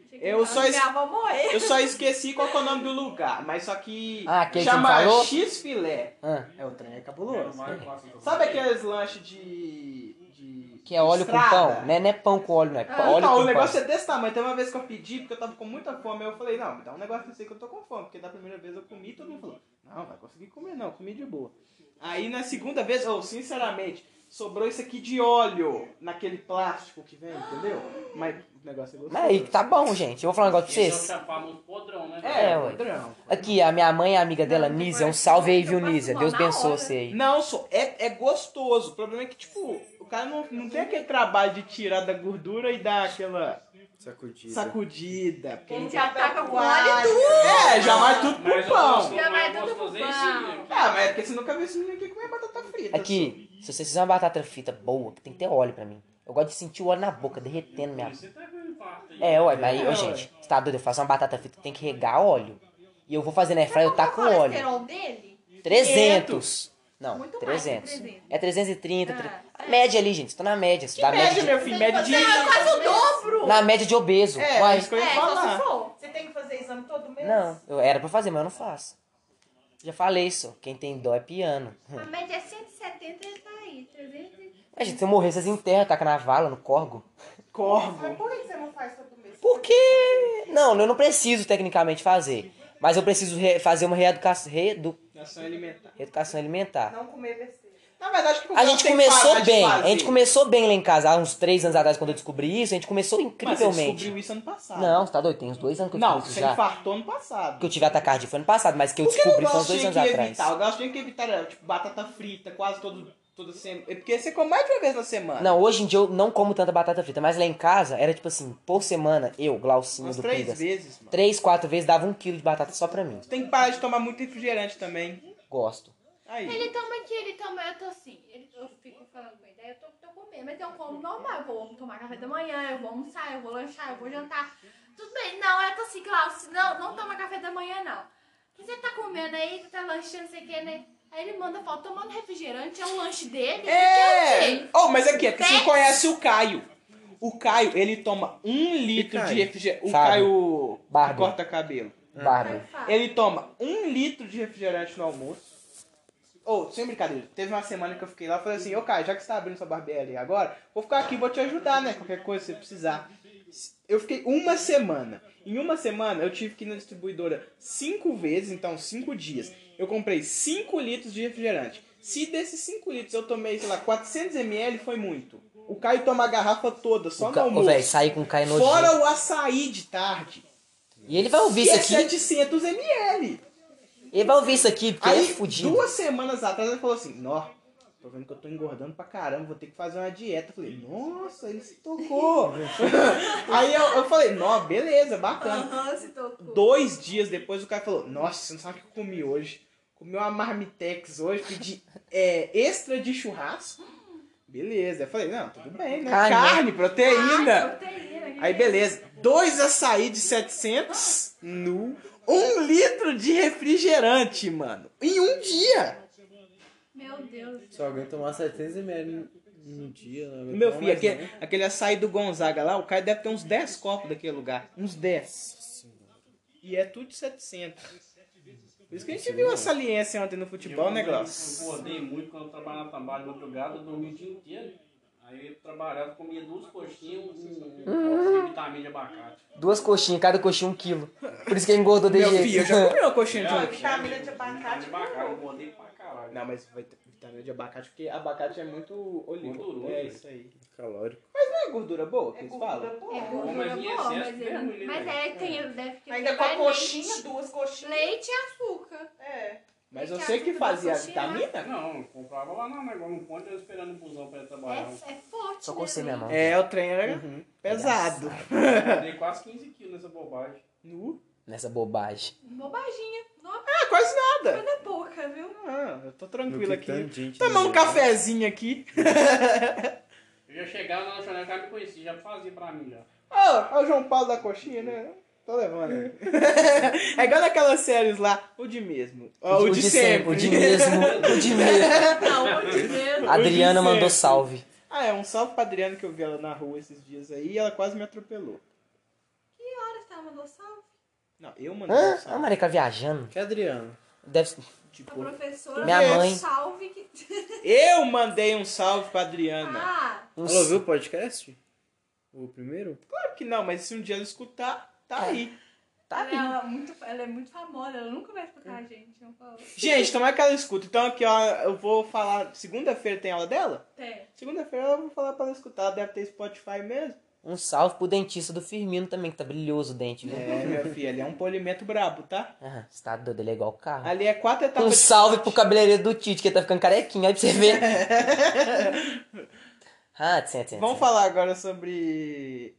Eu só, es... Minha avó morreu. eu só esqueci qual que é o nome do lugar, mas só que Ah, aquele que chama você falou? X-Filé. Ah, É o trem, é cabuloso. Vai, passa, então. Sabe aqueles lanches de... de... que é óleo estrada? com pão. Não é, não é pão com óleo, não é Ah. óleo Então, com o negócio pão. é desse tamanho. Tem uma vez que eu pedi, porque eu tava com muita fome, aí eu falei, não, me dá um negócio desse aí que eu tô com fome. Porque da primeira vez eu comi, todo mundo falou, não, vai conseguir comer não, comi de boa. Aí na segunda vez, ou sinceramente, sobrou isso aqui de óleo naquele plástico que vem, entendeu? Mas o negócio é gostoso. Mas aí que tá bom, gente. Eu vou falar um negócio pra Esse é o vocês. famoso podrão, né? É, É, o ué. padrão. Aqui, a minha mãe e a amiga dela, Não, Nízia. agora Um salve aí, eu viu, passo Nízia? mal Deus na abençoe hora. você aí. Não, só é, é gostoso. O problema é que, tipo, o cara não, não tem aquele trabalho de tirar da gordura e dar aquela Sacudida. sacudida. Porque Ele não já taca tá com com óleo óleo e tudo. É, já vai tudo pro Mas eu pão. gosto, Já vai mas eu tudo gosto pro de fazer pão. isso. Ah, mas é porque você nunca viu esse menino aqui comer batata frita. Aqui, se você fizer uma batata frita boa, tem que ter óleo pra mim. Eu gosto de sentir o óleo na boca, derretendo minha. Você tá com infarto aí. É, ué, mas, É, ô, ué. gente, você tá doido? Eu faço uma batata frita, tem que regar óleo. E eu vou fazer na airfryer, eu taco Qual é o óleo. colesterol dele? trezentos. Não, Muito mais que trezentos. trezentos. É trezentos e trinta. Ah, tre- é. A média ali, gente. Tô na média. Que da média, de- meu filho? Média de... Não, é quase o dobro. Na média de obeso. É, Uai. isso que eu ia É, só falar. se for. Você tem que fazer exame todo mês? Não, eu era pra fazer, mas eu não faço. Já falei isso. Quem tem dó é piano. A média é cento e setenta e tá aí. trezentos e... É, gente, se eu morrer, vocês enterram, taca na vala, no corgo. Corvo. Mas por que você não faz todo mês? Porque. Não, eu não preciso tecnicamente fazer. Mas eu preciso re- fazer uma reeducação, reedu- Nação alimentar. reeducação alimentar. Não comer besteira. Na verdade, o que o A cara gente tem que começou parar de bem, a fazer? gente começou bem lá em casa, há uns três anos atrás, quando eu descobri isso, a gente começou Mas você incrivelmente. descobriu isso ano passado. Não, você tá doido? Tem uns dois anos que eu Não, descobri isso você já. infartou ano passado. Que eu tive ataque cardíaco foi ano passado, mas que eu Por que o descobri foi uns negócio dois tinha anos que atrás. evitar? O negócio tinha que evitar, era, tipo, batata frita quase todo, toda semana. É porque você come mais de uma vez na semana. Não, hoje em dia eu não como tanta batata frita, mas lá em casa era tipo assim, por semana, eu, Glaucinho Umas do três Pingas, vezes, mano. três, quatro vezes dava um quilo de batata só pra mim. Você tem que parar de tomar muito refrigerante também. Gosto. Aí. Ele toma aqui, ele toma, eu tô assim, ele, eu fico falando com ele, daí eu tô, tô comendo, mas eu como normal, eu vou tomar café da manhã, eu vou almoçar, eu vou lanchar, eu vou jantar, tudo bem, não, eu tô assim, Glaucio, não, não toma café da manhã não, que você tá comendo aí, você tá lanchando, sei o que, né, aí ele manda foto tomando refrigerante, é o lanche dele, É! que Oh, mas aqui, é que você Pepsi. conhece o Caio. O Caio, ele toma um litro Caio? de refrigerante. O Fábio. Caio que Barba. corta cabelo. Bárbaro. Ele toma um litro de refrigerante no almoço. Ô, sem brincadeira, teve uma semana que eu fiquei lá e falei assim, ô Caio, já que você tá abrindo sua barbearia agora, vou ficar aqui, vou te ajudar, né? Qualquer coisa que você precisar. Eu fiquei uma semana. Em uma semana eu tive que ir na distribuidora cinco vezes, então cinco dias. Eu comprei cinco litros de refrigerante. Se desses cinco litros eu tomei, sei lá, quatrocentos mililitros, foi muito. O Caio toma a garrafa toda, só O no ca... Ô, almoço. velho, sair com o Caio nojento. Fora o açaí de tarde, E ele vai ouvir que isso é aqui. setecentos mililitros. Ele vai ouvir isso aqui, porque ele Aí, é fudido. duas semanas atrás, ele falou assim, nó, tô vendo que eu tô engordando pra caramba, vou ter que fazer uma dieta. Eu falei, nossa, ele se tocou. Aí eu, eu falei, nó, beleza, bacana. aham, se tocou. Dois dias depois o cara falou, nossa, você não sabe o que eu comi hoje. Comi uma marmitex hoje, pedi é, extra de churrasco. Beleza. Eu falei, não, tudo bem, né? Carne, Carne, né? proteína. Ah, proteína, Aí beleza, dois açaí de setecentos no um litro de refrigerante, mano. Em um dia. Meu Deus. Se alguém tomar setecentos mililitros no dia, não vai Meu tomar filho, mais aquele, não. aquele açaí do Gonzaga lá, o cara deve ter uns dez copos daquele lugar. Uns dez. E é tudo de setecentos. Por isso que a gente viu a saliência ontem no futebol, né, Eu Glaucio? engordei muito quando eu trabalhava na trabalho de madrugada, eu dormia o dia inteiro. Aí eu trabalhava, comia duas coxinhas, um, um pote de vitamina de abacate. Duas coxinhas, cada coxinha um quilo. Por isso que ele engordou desse Meu jeito. filho, eu já comi uma coxinha de Ah, um Vitamina de Vitamina abacate. de abacate, eu engordei pra caralho. Não, mas vai ter vitamina de abacate, porque abacate é muito olivo. Gorduroso, É né? isso aí. Calórico. Mas não é gordura boa que É eles gordura falam? boa. É Mas gordura em boa, excesso mas, mesmo, ele, ele mas vai. é, tem, ele deve que Ainda com vai a coxinha, leite, duas coxinhas. leite e açúcar. É. Mas Leite você e que açúcar fazia a da coxinha, vitamina? Não, eu comprava lá no negócio, no ponto, eu esperando o busão pra ir É, trabalhar. é forte, Só né, com você, minha leite? mão. É, o trem era Uhum. pesado. Eu dei quase quinze quilos nessa bobagem. Nu? Nessa bobagem. Bobaginha. Não Ah, quase nada. é pouca, viu? Ah, eu tô No tranquilo que aqui. tanto gente Tomar um não- cafezinho aqui. Eu já chegava na lanchonete, o cara me conhecia, já fazia pra mim já. Ó, ó o João Paulo da coxinha, né? Tô levando. É igual naquelas séries lá, o de mesmo. Ó, o, de, sempre. O de mesmo. O de mesmo. Não, o de medo. A Adriana O de mandou sempre. salve. Ah, é um salve pra Adriana que eu vi ela na rua esses dias aí e ela quase me atropelou. Que horas Ela mandou salve. Não, eu mandei Hã? um salve. A Maria Clara viajando. Que é Adriano? Deve ser... A professora Minha mandou mãe. salve. Que... Eu mandei um salve pra Adriana. Ah, Ela ouviu o podcast? O primeiro? Claro que não, mas se um dia ela escutar, tá aí. Tá aí. ela, é muito, ela é muito famosa, ela nunca vai escutar a gente. Não falo. Gente, tomara que ela escuta. Então aqui, ó, eu vou falar... Segunda-feira tem aula dela? Tem. Segunda-feira eu vou falar pra ela escutar. Ela deve ter Spotify mesmo. Um salve pro dentista do Firmino também, que tá brilhoso o dente, viu? É, minha filha, ali é um polimento brabo, tá? Ah, você tá doido, ele é igual o carro. Ali é quatro etapas Um de salve corte. pro cabeleireiro do Tite, que ele tá ficando carequinho, aí pra você ver. Ah, tsim, tsim, Vamos tsim. falar agora sobre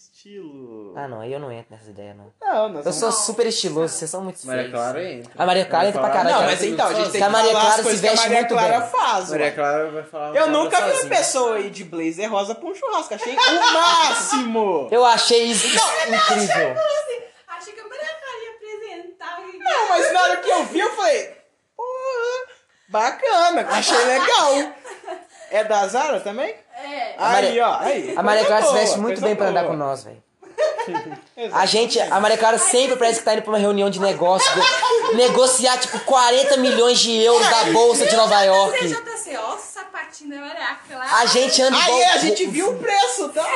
estilo. Ah, não, aí eu não entro nessa ideia, não. Não, nós Eu vamos- sou super estiloso, vocês são muito Maria feios. Clara entra. A Maria Clara Vai entra pra falar- caralho. Não, mas então, a gente tem Se que a Maria falar Clara as coisas se que a veste Maria muito Clara bem. faz, Maria ué. Clara vai falar. Eu uma nunca coisa vi uma sozinha. pessoa aí de blazer rosa pra um churrasco. Achei o máximo. Eu achei isso incrível. Achei que a Maria Clara ia apresentar. Não, mas na hora que eu vi, eu falei, porra, bacana, achei legal. É da Zara também? É. Aí, ó, aí. A Maria coisa Clara se boa, veste muito coisa bem pra andar boa. com nós, velho. Exatamente. A gente, a Maria Clara sempre parece que tá indo pra uma reunião de negócio, do- negociar tipo quarenta milhões de euros da Bolsa de Nova York. Você já tá assim, ó, o sapatinho da Maria Clara. A gente anda igual... Aí a gente viu o preço, tá?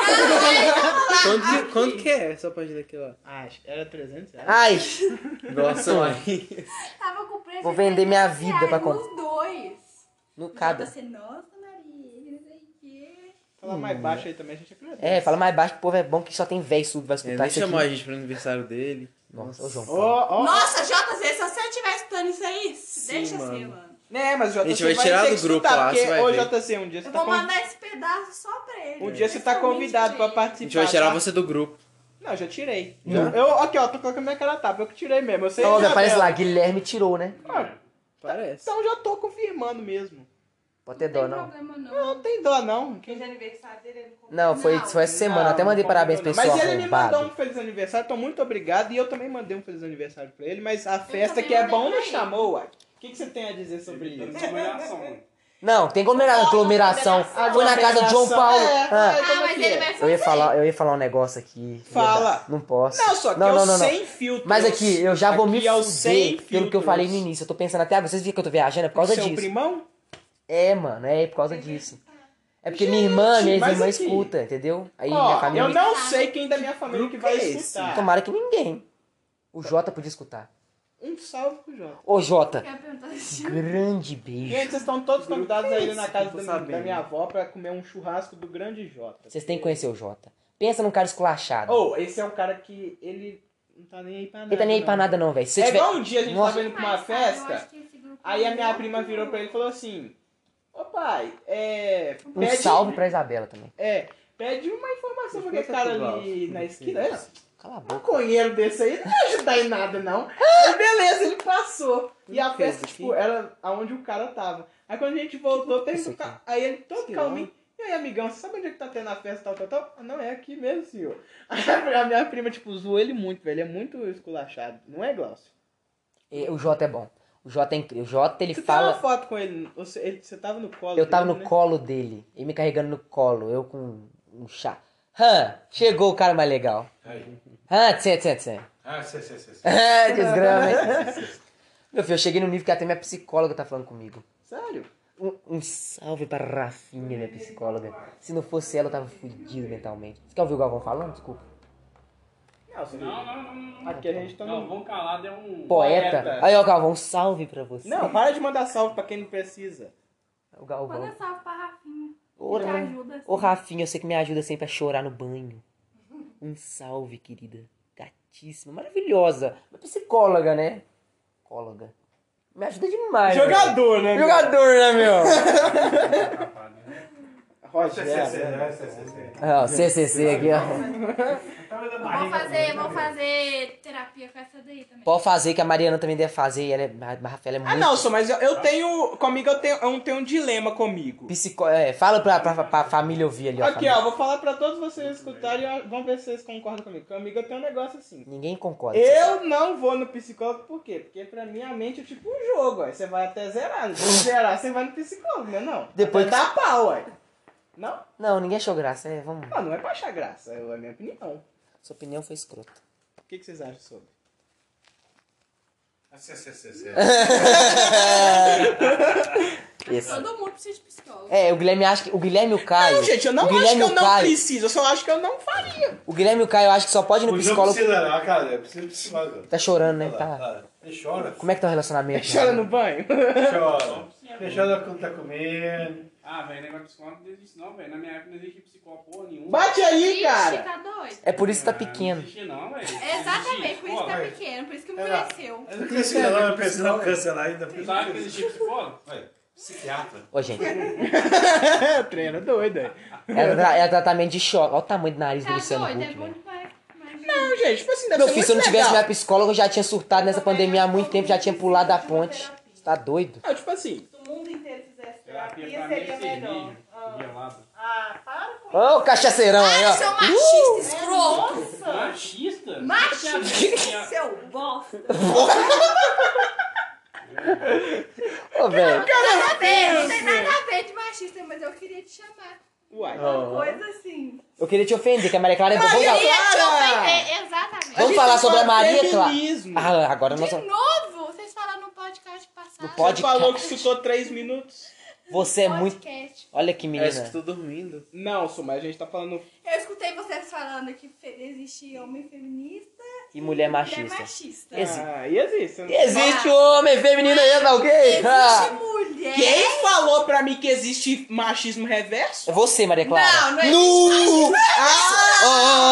Quanto, que- quanto que é essa página aqui, ó? Ah, acho que era trezentos reais. Ai, Nossa, mãe. Tava com preço Vou de vender minha trezentos vida reais pra comprar. nos dois. no cada. Você, nossa, Maria, não sei o quê. Falar mais baixo aí também, a gente acredita. É, fala mais baixo que o povo é bom que só tem véi surdo vai Ele escutar nem isso chamou a aqui. gente pro aniversário dele. Nossa, ô João. Ó, Paulo. ó. Nossa, J Z, se você estiver escutando isso aí, deixa mano. assim, mano. Né, mas o J C A gente vai vai tirar ter do que grupo escutar, lá, porque, você vai ô ver. J C, um dia você Eu tá vou com... mandar esse pedaço só pra ele. Um dia você tá convidado pra participar. A gente vai tirar tá? você do grupo. Não, já tirei. Eu, eu, aqui, ó, tô colocando minha cara tapa, eu que tirei mesmo. Eu sei Ó, já aparece dela. lá, Guilherme tirou, né? Ah, Parece. então já tô confirmando mesmo. Pode ter Não dó, tem não. problema, Não, não. não tem dó, não. Fez aniversário dele, ele comprou. Não, foi, Não. foi essa semana. Não, Até mandei não parabéns pra combinou, esse não. Mas ele me mandou arrombado. um feliz aniversário, tô muito obrigado. E eu também mandei um feliz aniversário pra ele. Mas a festa também que é mandei bom pra não ele. chamou, uai. O que, que você tem a dizer sobre Evitando isso? aglomeração, mano. Não, tem aglomera- aglomeração. Foi na casa de João Paulo. É, Ah, ai, Ah, como é mas que ele é? vai fazer. eu ia falar, eu ia falar um negócio aqui. Fala. Não posso. Não, só que não, eu não, não, não. sem filtro. Mas aqui, eu já vou me Aqui é o sem fuder pelo que eu filtros. falei no início. Eu tô pensando até agora. Vocês viram que eu tô viajando? É por causa Seu disso. primão? É, mano, é por causa disso. É porque minha irmã, minha mas irmã aqui- escuta, entendeu? Aí minha Ó, família. eu não sei quem da minha família que vai que é esse? escutar. Tomara que ninguém. O Jota podia escutar. Um salve pro Jota. Ô, Jota, Quer perguntar assim? grande beijo. Gente, vocês estão todos convidados a ir na casa Tô da, sabendo. da minha avó pra comer um churrasco do grande Jota. Vocês têm que conhecer o Jota. Pensa num cara esculachado. Ou, esse é um cara que ele não tá nem aí pra nada. Ele tá nem aí pra não. nada, não, velho. Se você É tiver. igual um dia a gente Nossa. tava indo pra uma Mas, cara, eu festa, acho que esse grupo aí a minha é prima muito- virou pra ele e falou assim: Ô pai, é. Um pede- salve pra Isabela também. É, pede uma informação pra aquele Explica cara pro ali Glaucio. na esquina. É, Cala a um boca. maconheiro desse aí não vai ajudar em nada, não. Aí beleza, ele passou. E a fez festa, aqui? tipo, era aonde o cara tava. Aí quando a gente voltou, teve isso um aqui? ca... Aí ele todo Que calminho. E aí, amigão, você sabe onde é que tá tendo a festa, tal, tal, tal? Ah, não, é aqui mesmo, senhor. Aí a minha prima, tipo, zoou ele muito, velho. Ele é muito esculachado. Não é, Glaucio? E o Jota é bom. O Jota é incrível. O Jota, ele Você tem uma fala. foto com ele, você, ele, você tava no colo Eu tava dele, no né? colo dele. Ele me carregando no colo. Eu com um chá. Hã, chegou o cara mais legal. Hã, tchê, tchê, tchê. Ah, sei, sei, sei. sei. Ah, desgrama, hein? Meu filho, eu cheguei no nível que até minha psicóloga tá falando comigo. Sério? Um, um salve para Rafinha, minha psicóloga. Se não fosse ela, eu tava fudido mentalmente. Você quer ouvir o Galvão falando? Desculpa. Não, você Não, não, não, não. Aqui a gente tá Não, no... vão calado é um... Poeta. Poeta. Aí, ó, Galvão, um salve pra você. Não, para de mandar salve pra quem não precisa. O Galvão. Manda salve pra Rafinha. Ô, Te Ra- ajuda, assim. Ô, Rafinha, eu sei que me ajuda sempre a chorar no banho. Um salve, querida. Gatíssima, maravilhosa. Minha psicóloga, né? Psicóloga. Me ajuda demais. Jogador, né? meu? Jogador, né, meu? Rogério. Ó, C C C aqui, ó. Vamos fazer, vamos fazer terapia com essa daí também. Pode fazer, que a Mariana também deve fazer. Ela é, a Rafaela é muito... Ah, não, só, mas eu, eu tenho... Comigo eu tenho, eu tenho um dilema comigo. Psicó... É, fala pra, pra, pra família ouvir ali, ó. Aqui, família. ó, vou falar pra todos vocês escutarem e ó, vamos ver se vocês concordam comigo. Comigo eu tenho um negócio assim. Ninguém concorda. Eu não vou no psicólogo, por quê? Porque pra mim a mente é tipo um jogo, ó. Você vai até zerar. Depois de zerar, você vai no psicólogo, né? Não. Depois Até que- dá pau, ué. Não? Não, ninguém achou graça. É, vamos... Não, não é pra achar graça, é a minha opinião. Sua opinião foi escrota. O que, que vocês acham sobre? Esse. Todo mundo precisa de psicólogo. É, o Guilherme acha que. O Guilherme e o Caio. Não, gente, eu não o acho Guilherme que eu e o não Caio, preciso, eu só acho que eu não faria. O Guilherme e o Caio eu acho que só pode ir no O João psicólogo. precisa não, cara. Eu preciso de psicólogo. Tá chorando, né? Olha lá, Tá. olha. Ele chora. Como é que tá o relacionamento? Chora no banho. Chora. Ele chora quando tá comendo. Ah, velho, negócio de psicólogo não existe não, velho. Na minha época não existe psicólogo porra nenhuma. Bate aí, Ixi, cara. tá doido. É por isso que tá Não pequeno. existe não, velho. Exatamente, por isso que tá Vai. pequeno, por isso que me Era. conheceu. Eu não cresci não, eu pensei não cancelar ainda. Você sabe que existe psicólogo? Olha, psiquiatra. Ô, gente. O treino é doido, é. É, tra- é tratamento de choque. Olha o tamanho do nariz do Tá Luciano doido, é Huck, bom velho. demais. Imagina. Não, gente, tipo assim, deve Meu ser filho, se eu não muito tivesse legal. minha psicóloga, eu já tinha surtado nessa pandemia há muito tempo, já tinha pulado da ponte. Você tá doido? Não, tipo assim, Se o mundo inteiro fizesse Terapia terapia, pra mim é seria melhor. cerveja. Ah, Gelada. ah, para com Ô, cachaceirão aí, Ai, seu ó. machista escroto. Nossa! Machista? Machista. Seu bosta! Ô, velho. Nada a ver, não tem nada a ver de machista, mas eu queria te chamar. uai. Coisa assim. Eu queria te ofender, que a Maria Clara é boa. Maria Vamos, Queria te Clara! ofender, exatamente. vamos gente falar tá sobre a falando Maria Clara. feminismo. Ah, agora nós De vamos... novo, vocês falaram no podcast passado. No Você podcast. falou que escutou três minutos. Você é muito... Podcast. Olha que Parece que menina. tô dormindo. Não, Su, mas a gente tá falando... Eu escutei vocês falando que fe- existe homem feminista E mulher e mulher machista. machista. Exi- Ah, e existe. né? Existe homem feminino aí, tá ok? Existe Ah. mulher. Quem falou pra mim que existe machismo reverso? É você, Maria Clara. Não, não existe. Nu! Ah! Oh,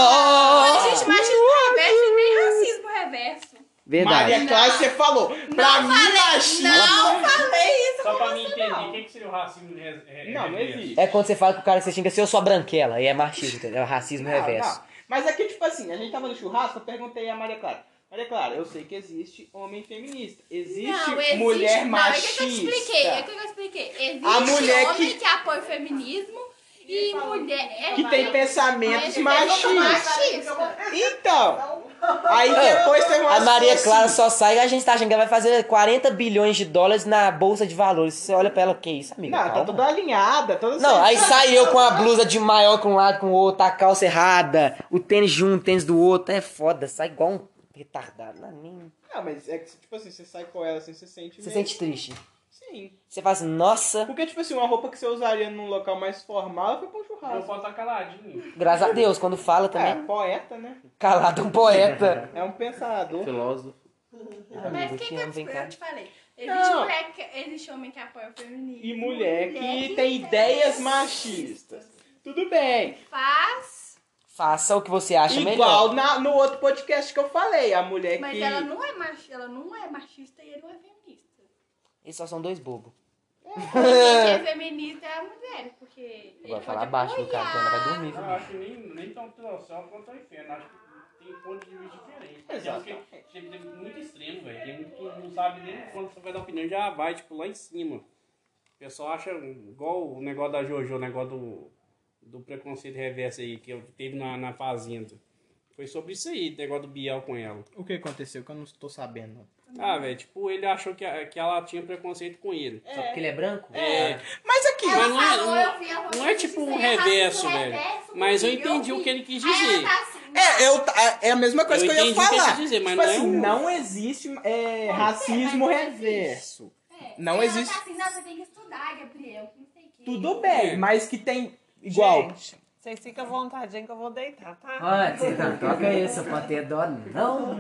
oh, Não oh, oh. existe machismo reverso e nem racismo reverso. Verdade. Maria Clara, você falou. Pra Não mim, falei, machismo... não falei isso. Só com pra mim você, entender, não. o que, que seria o racismo re- re- Não, não reverso? existe. É quando você fala que o cara que você xinga assim, eu sou a branquela. E é machismo, entendeu? É o racismo Não, reverso. não. Mas aqui, tipo assim, a gente tava no churrasco, eu perguntei a Maria Clara. Maria Clara, eu sei que existe homem feminista. Existe, Não, existe mulher não, machista. É o que eu te expliquei, é o que eu expliquei. Existe A mulher homem que- que... apoia o feminismo e mulher... é- Que tem pensamentos é- machistas. machista. Então, aí depois teve uma A Maria situação Clara assim. só sai e a gente tá achando que ela vai fazer quarenta bilhões de dólares na bolsa de valores. Você olha pra ela, que isso, amiga? Não, tá Calma. toda alinhada, toda Não, aí certinha. sai eu com a blusa de maior com um lado, com o outro, a calça errada, o tênis de um, o tênis do outro. É foda, sai igual um retardado. Não, nem... Não, mas é que, tipo assim, você sai com ela assim, você sente Você meio- sente triste. Sim. Você fala assim, nossa, Porque, tipo assim, uma roupa que você usaria num local mais formal, foi pra um Eu churrasco. posso estar caladinho. graças a Deus, quando fala É, também, poeta, né? calado um poeta. É um pensador. Filósofo. Mas Amigo, o que, te que amo, vem eu, cá. eu te falei? Existe, Não. mulher que, existe homem que apoia o feminismo. E mulher que tem ideias machistas. Tudo bem. Faz, Faça o que você acha Igual melhor. na, no outro podcast que eu falei, a mulher mas que... ela não é machista, ela não é machista e ele não é feminista. Eles só são dois bobos. Quem é feminista é a mulher, porque... ele Agora pode falar baixo, meu cara, apoiar. Dona vai dormir, Eu viu? acho que nem, nem tanto ao céu quanto ao inferno. Acho que tem ponto de vista diferente. Exato. Tem uns que chega a ser muito extremo, velho. Tem muito que não sabe nem quando você vai dar opinião, já vai, tipo, lá em cima. O pessoal acha igual o negócio da Jojo, o negócio do, do preconceito reverso aí, que eu teve na, na Fazenda. Foi sobre isso aí, o negócio do Biel com ela. O que aconteceu? Que eu não estou sabendo. não. Ah, velho, tipo, ele achou que, a- que ela tinha preconceito com ele. Só porque ele é branco? É. Mas aqui... Ela Mas não é- falou, não- eu vi, ela falou Não é que tipo isso um aí é reverso, racismo velho. reverso, Mas eu vi, entendi o vi. que ele quis Aí dizer. ela tá assim, É, eu, é a mesma coisa Eu que eu ia entendi o que ele falar. quis dizer, mas tipo não é assim, um- não existe é, racismo mas não reverso. É. Não Aí existe- Ela tá assim, não, você tem que estudar, Gabriel, que não sei o quê. Tudo bem, mas que tem igual. Gente, vocês ficam à vontade, hein, que eu vou deitar, tá? Olha, você não toca isso, pode ter dó não,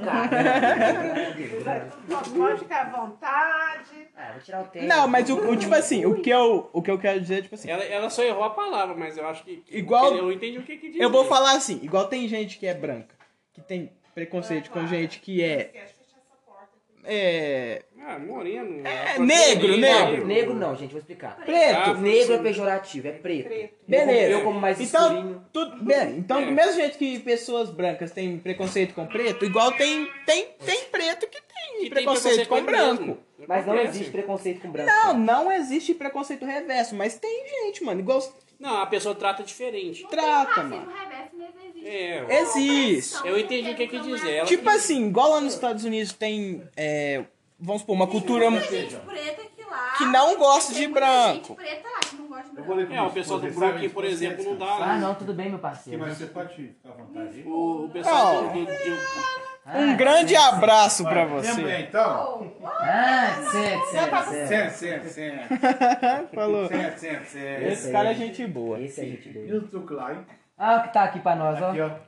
cara. Pode ficar à vontade. Ah, vou tirar o tênis. Não, mas o, o tipo assim, o que eu, o que eu quero dizer, tipo assim, Ela, ela só errou a palavra, mas eu acho que... Igual- Eu entendi o que que dizer. eu vou falar assim, igual tem gente que é branca, que tem preconceito com gente que é Esquece de fechar essa porta. é Ah, moreno. É, a- negro, negro. Negro não, gente, vou explicar. preto. Ah, Negro é pejorativo, é preto. Preto. Beleza. Eu como mais Então, escurinho. tudo bem. Então, É. do mesmo jeito que pessoas brancas têm preconceito com preto, igual tem tem tem preto que tem Que tem preconceito com ele branco. mesmo. Mas não Acontece. existe preconceito com branco. Não, não existe preconceito reverso, mas tem gente, mano, igual Não, a pessoa trata diferente. Não trata, tem um mano. racismo reverso, mas existe. É, Existe. eu entendi o que quis dizer. Ela Tipo quis- assim, igual lá nos Estados Unidos tem, é, vamos supor, uma cultura Tem muita gente preta que lá... que não gosta tem de muita branco. gente preta lá que não gosta de Eu branco. vou ler com É, o minha pessoal do esposa, Brooklyn, sabe? por exemplo, não Ah, dá... não, tudo bem, meu Que parceiro. mais você pode ficar à vontade aí? O, o pessoal Não. do, do, do- Um grande abraço pra você. Lembra então? Ah, certo, certo, certo. Senta, senta, senta. Falou. Senta, senta, senta. Esse cara é gente boa. Esse é gente E boa. o truque lá, hein? Ah, o que tá aqui pra nós, ó. Aqui, ó.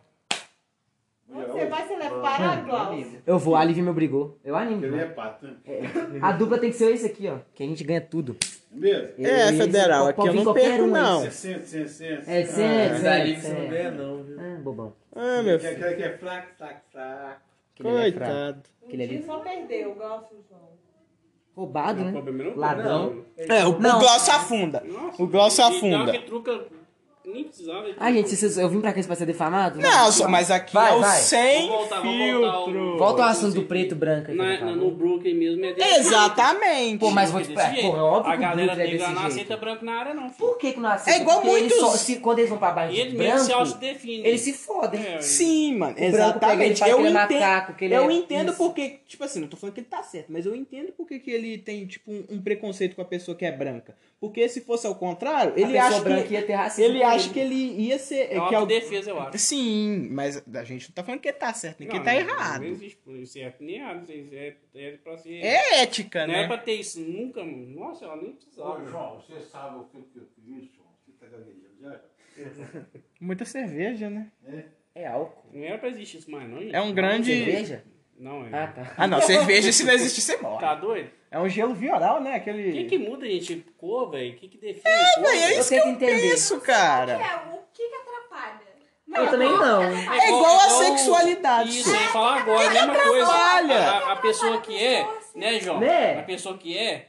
Você vai se levar, Glaucio? Eu vou, a Livinha me obrigou. Eu animo. Ele é mano. pato. A dupla tem que ser esse aqui, ó. Que a gente ganha tudo. Mesmo? Eu- É, eu- federal, pode aqui eu vir não qualquer perco, um aí. não. Senta, senta, senta. É, certo, Mas ali certo, você não certo. ganha não, viu? Ah, bobão. Ah, meu Que é filho. aquele que é fraco, fraco, fraco. Aquele ali é fraco. Coitado. Aquele ali. Só perdeu o Glaucio e o João. Roubado, Não, né? problema não. Ladrão. É, o, Não. o Glaucio afunda. Nossa, O Glaucio e afunda. dá que truca, nem precisava. Ah, gente, vocês- eu vim pra cá pra ser defamado? Não, só, mas aqui Vai, é o vai. sem Vou voltar, vou voltar filtro. ao- Volta ao assunto do preto e branco aqui, Na, por na, favor. no Brooklyn mesmo é desse Exatamente. Pô, mas vou te desse falar, jeito. pô, é óbvio A que o galera Brooklyn é negra desse não jeito. aceita branco na área, não. filho. Por que que não aceita? É igual Porque eles muitos- só- se, quando eles vão pra baixo de Eles mesmo se branco, autodefinem. eles se fodem. É, Sim, mano, branco pega ele exatamente. fala Eu que ele é entendo, macaco, que ele eu é entendo isso. porque, tipo assim, não tô falando que ele tá certo, mas eu entendo porque que ele tem, tipo, um, um preconceito com a pessoa que é branca. Porque se fosse ao contrário, A ele pessoa acha branca que ia ter racismo ele com acha ele. que ele ia ser É que uma al- defesa, eu acho. Sim, mas a gente não tá falando que ele tá certo, nem que ele tá Não, errado. Não existe certo nem errado. Isso é, é pra ser. É ética, Não é né? pra ter isso nunca. Nossa, ela nem precisava. Ô, João, você sabe o que que eu fiz, João? Você tá gaguejando já? Muita cerveja, né? É álcool. Não era pra existir isso mais, não. gente. É um grande Cerveja? Não, é. Ah, tá. Ah, não, cerveja se não existir você morre. Tá doido? É um gelo vioral, né? O que Aquele que muda, gente? Cor, velho? O que que define cor? Véi, é velho? isso que tento eu entender. penso, cara. É, o que que atrapalha? Eu também não. É igual a sexualidade. Isso, eu ia falar agora, a mesma coisa. atrapalha. A, a pessoa que é, né, João? Né? A pessoa que é.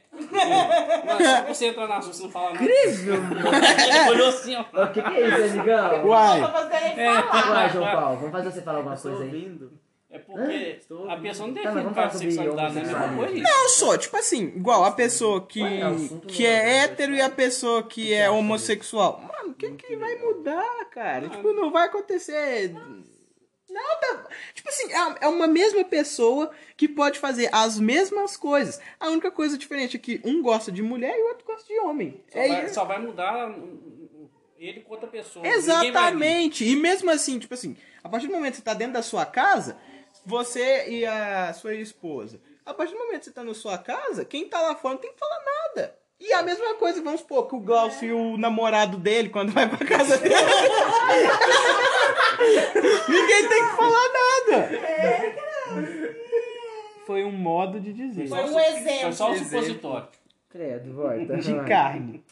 é não, só pra você entrar na sua, você não fala nada. Incrível! Ele olhou assim, ó. O que, que é isso, amigão? Uai. Pra fazer ele falar. Uai, João Paulo, vamos fazer você falar alguma Estou coisa aí. ouvindo. É porque a pessoa não Tá, mas define vamos por causa falar de sobre sexualidade, né? É a mesma coisa isso. Não, só, tipo assim, igual a pessoa que, Ué, é o assunto que não é é hétero e a pessoa que é homossexual. Mano, o que que vai mudar, cara? Tipo, não vai acontecer nada. Tipo assim, é- é uma mesma pessoa que pode fazer as mesmas coisas. A única coisa diferente é que um gosta de mulher e o outro gosta de homem. Só, É vai, isso. só vai mudar ele com outra pessoa. Ninguém vai vir. Exatamente. E mesmo assim, tipo assim, a partir do momento que você tá dentro da sua casa, você e a sua esposa, a partir do momento que você tá na sua casa, quem tá lá fora não tem que falar nada. E a mesma coisa, vamos supor, que o Glaucio e o namorado dele, quando vai pra casa dele, ninguém tem que falar nada. Foi um modo de dizer. Foi um Foi exemplo. só o supositório. Credo, volta. De carne.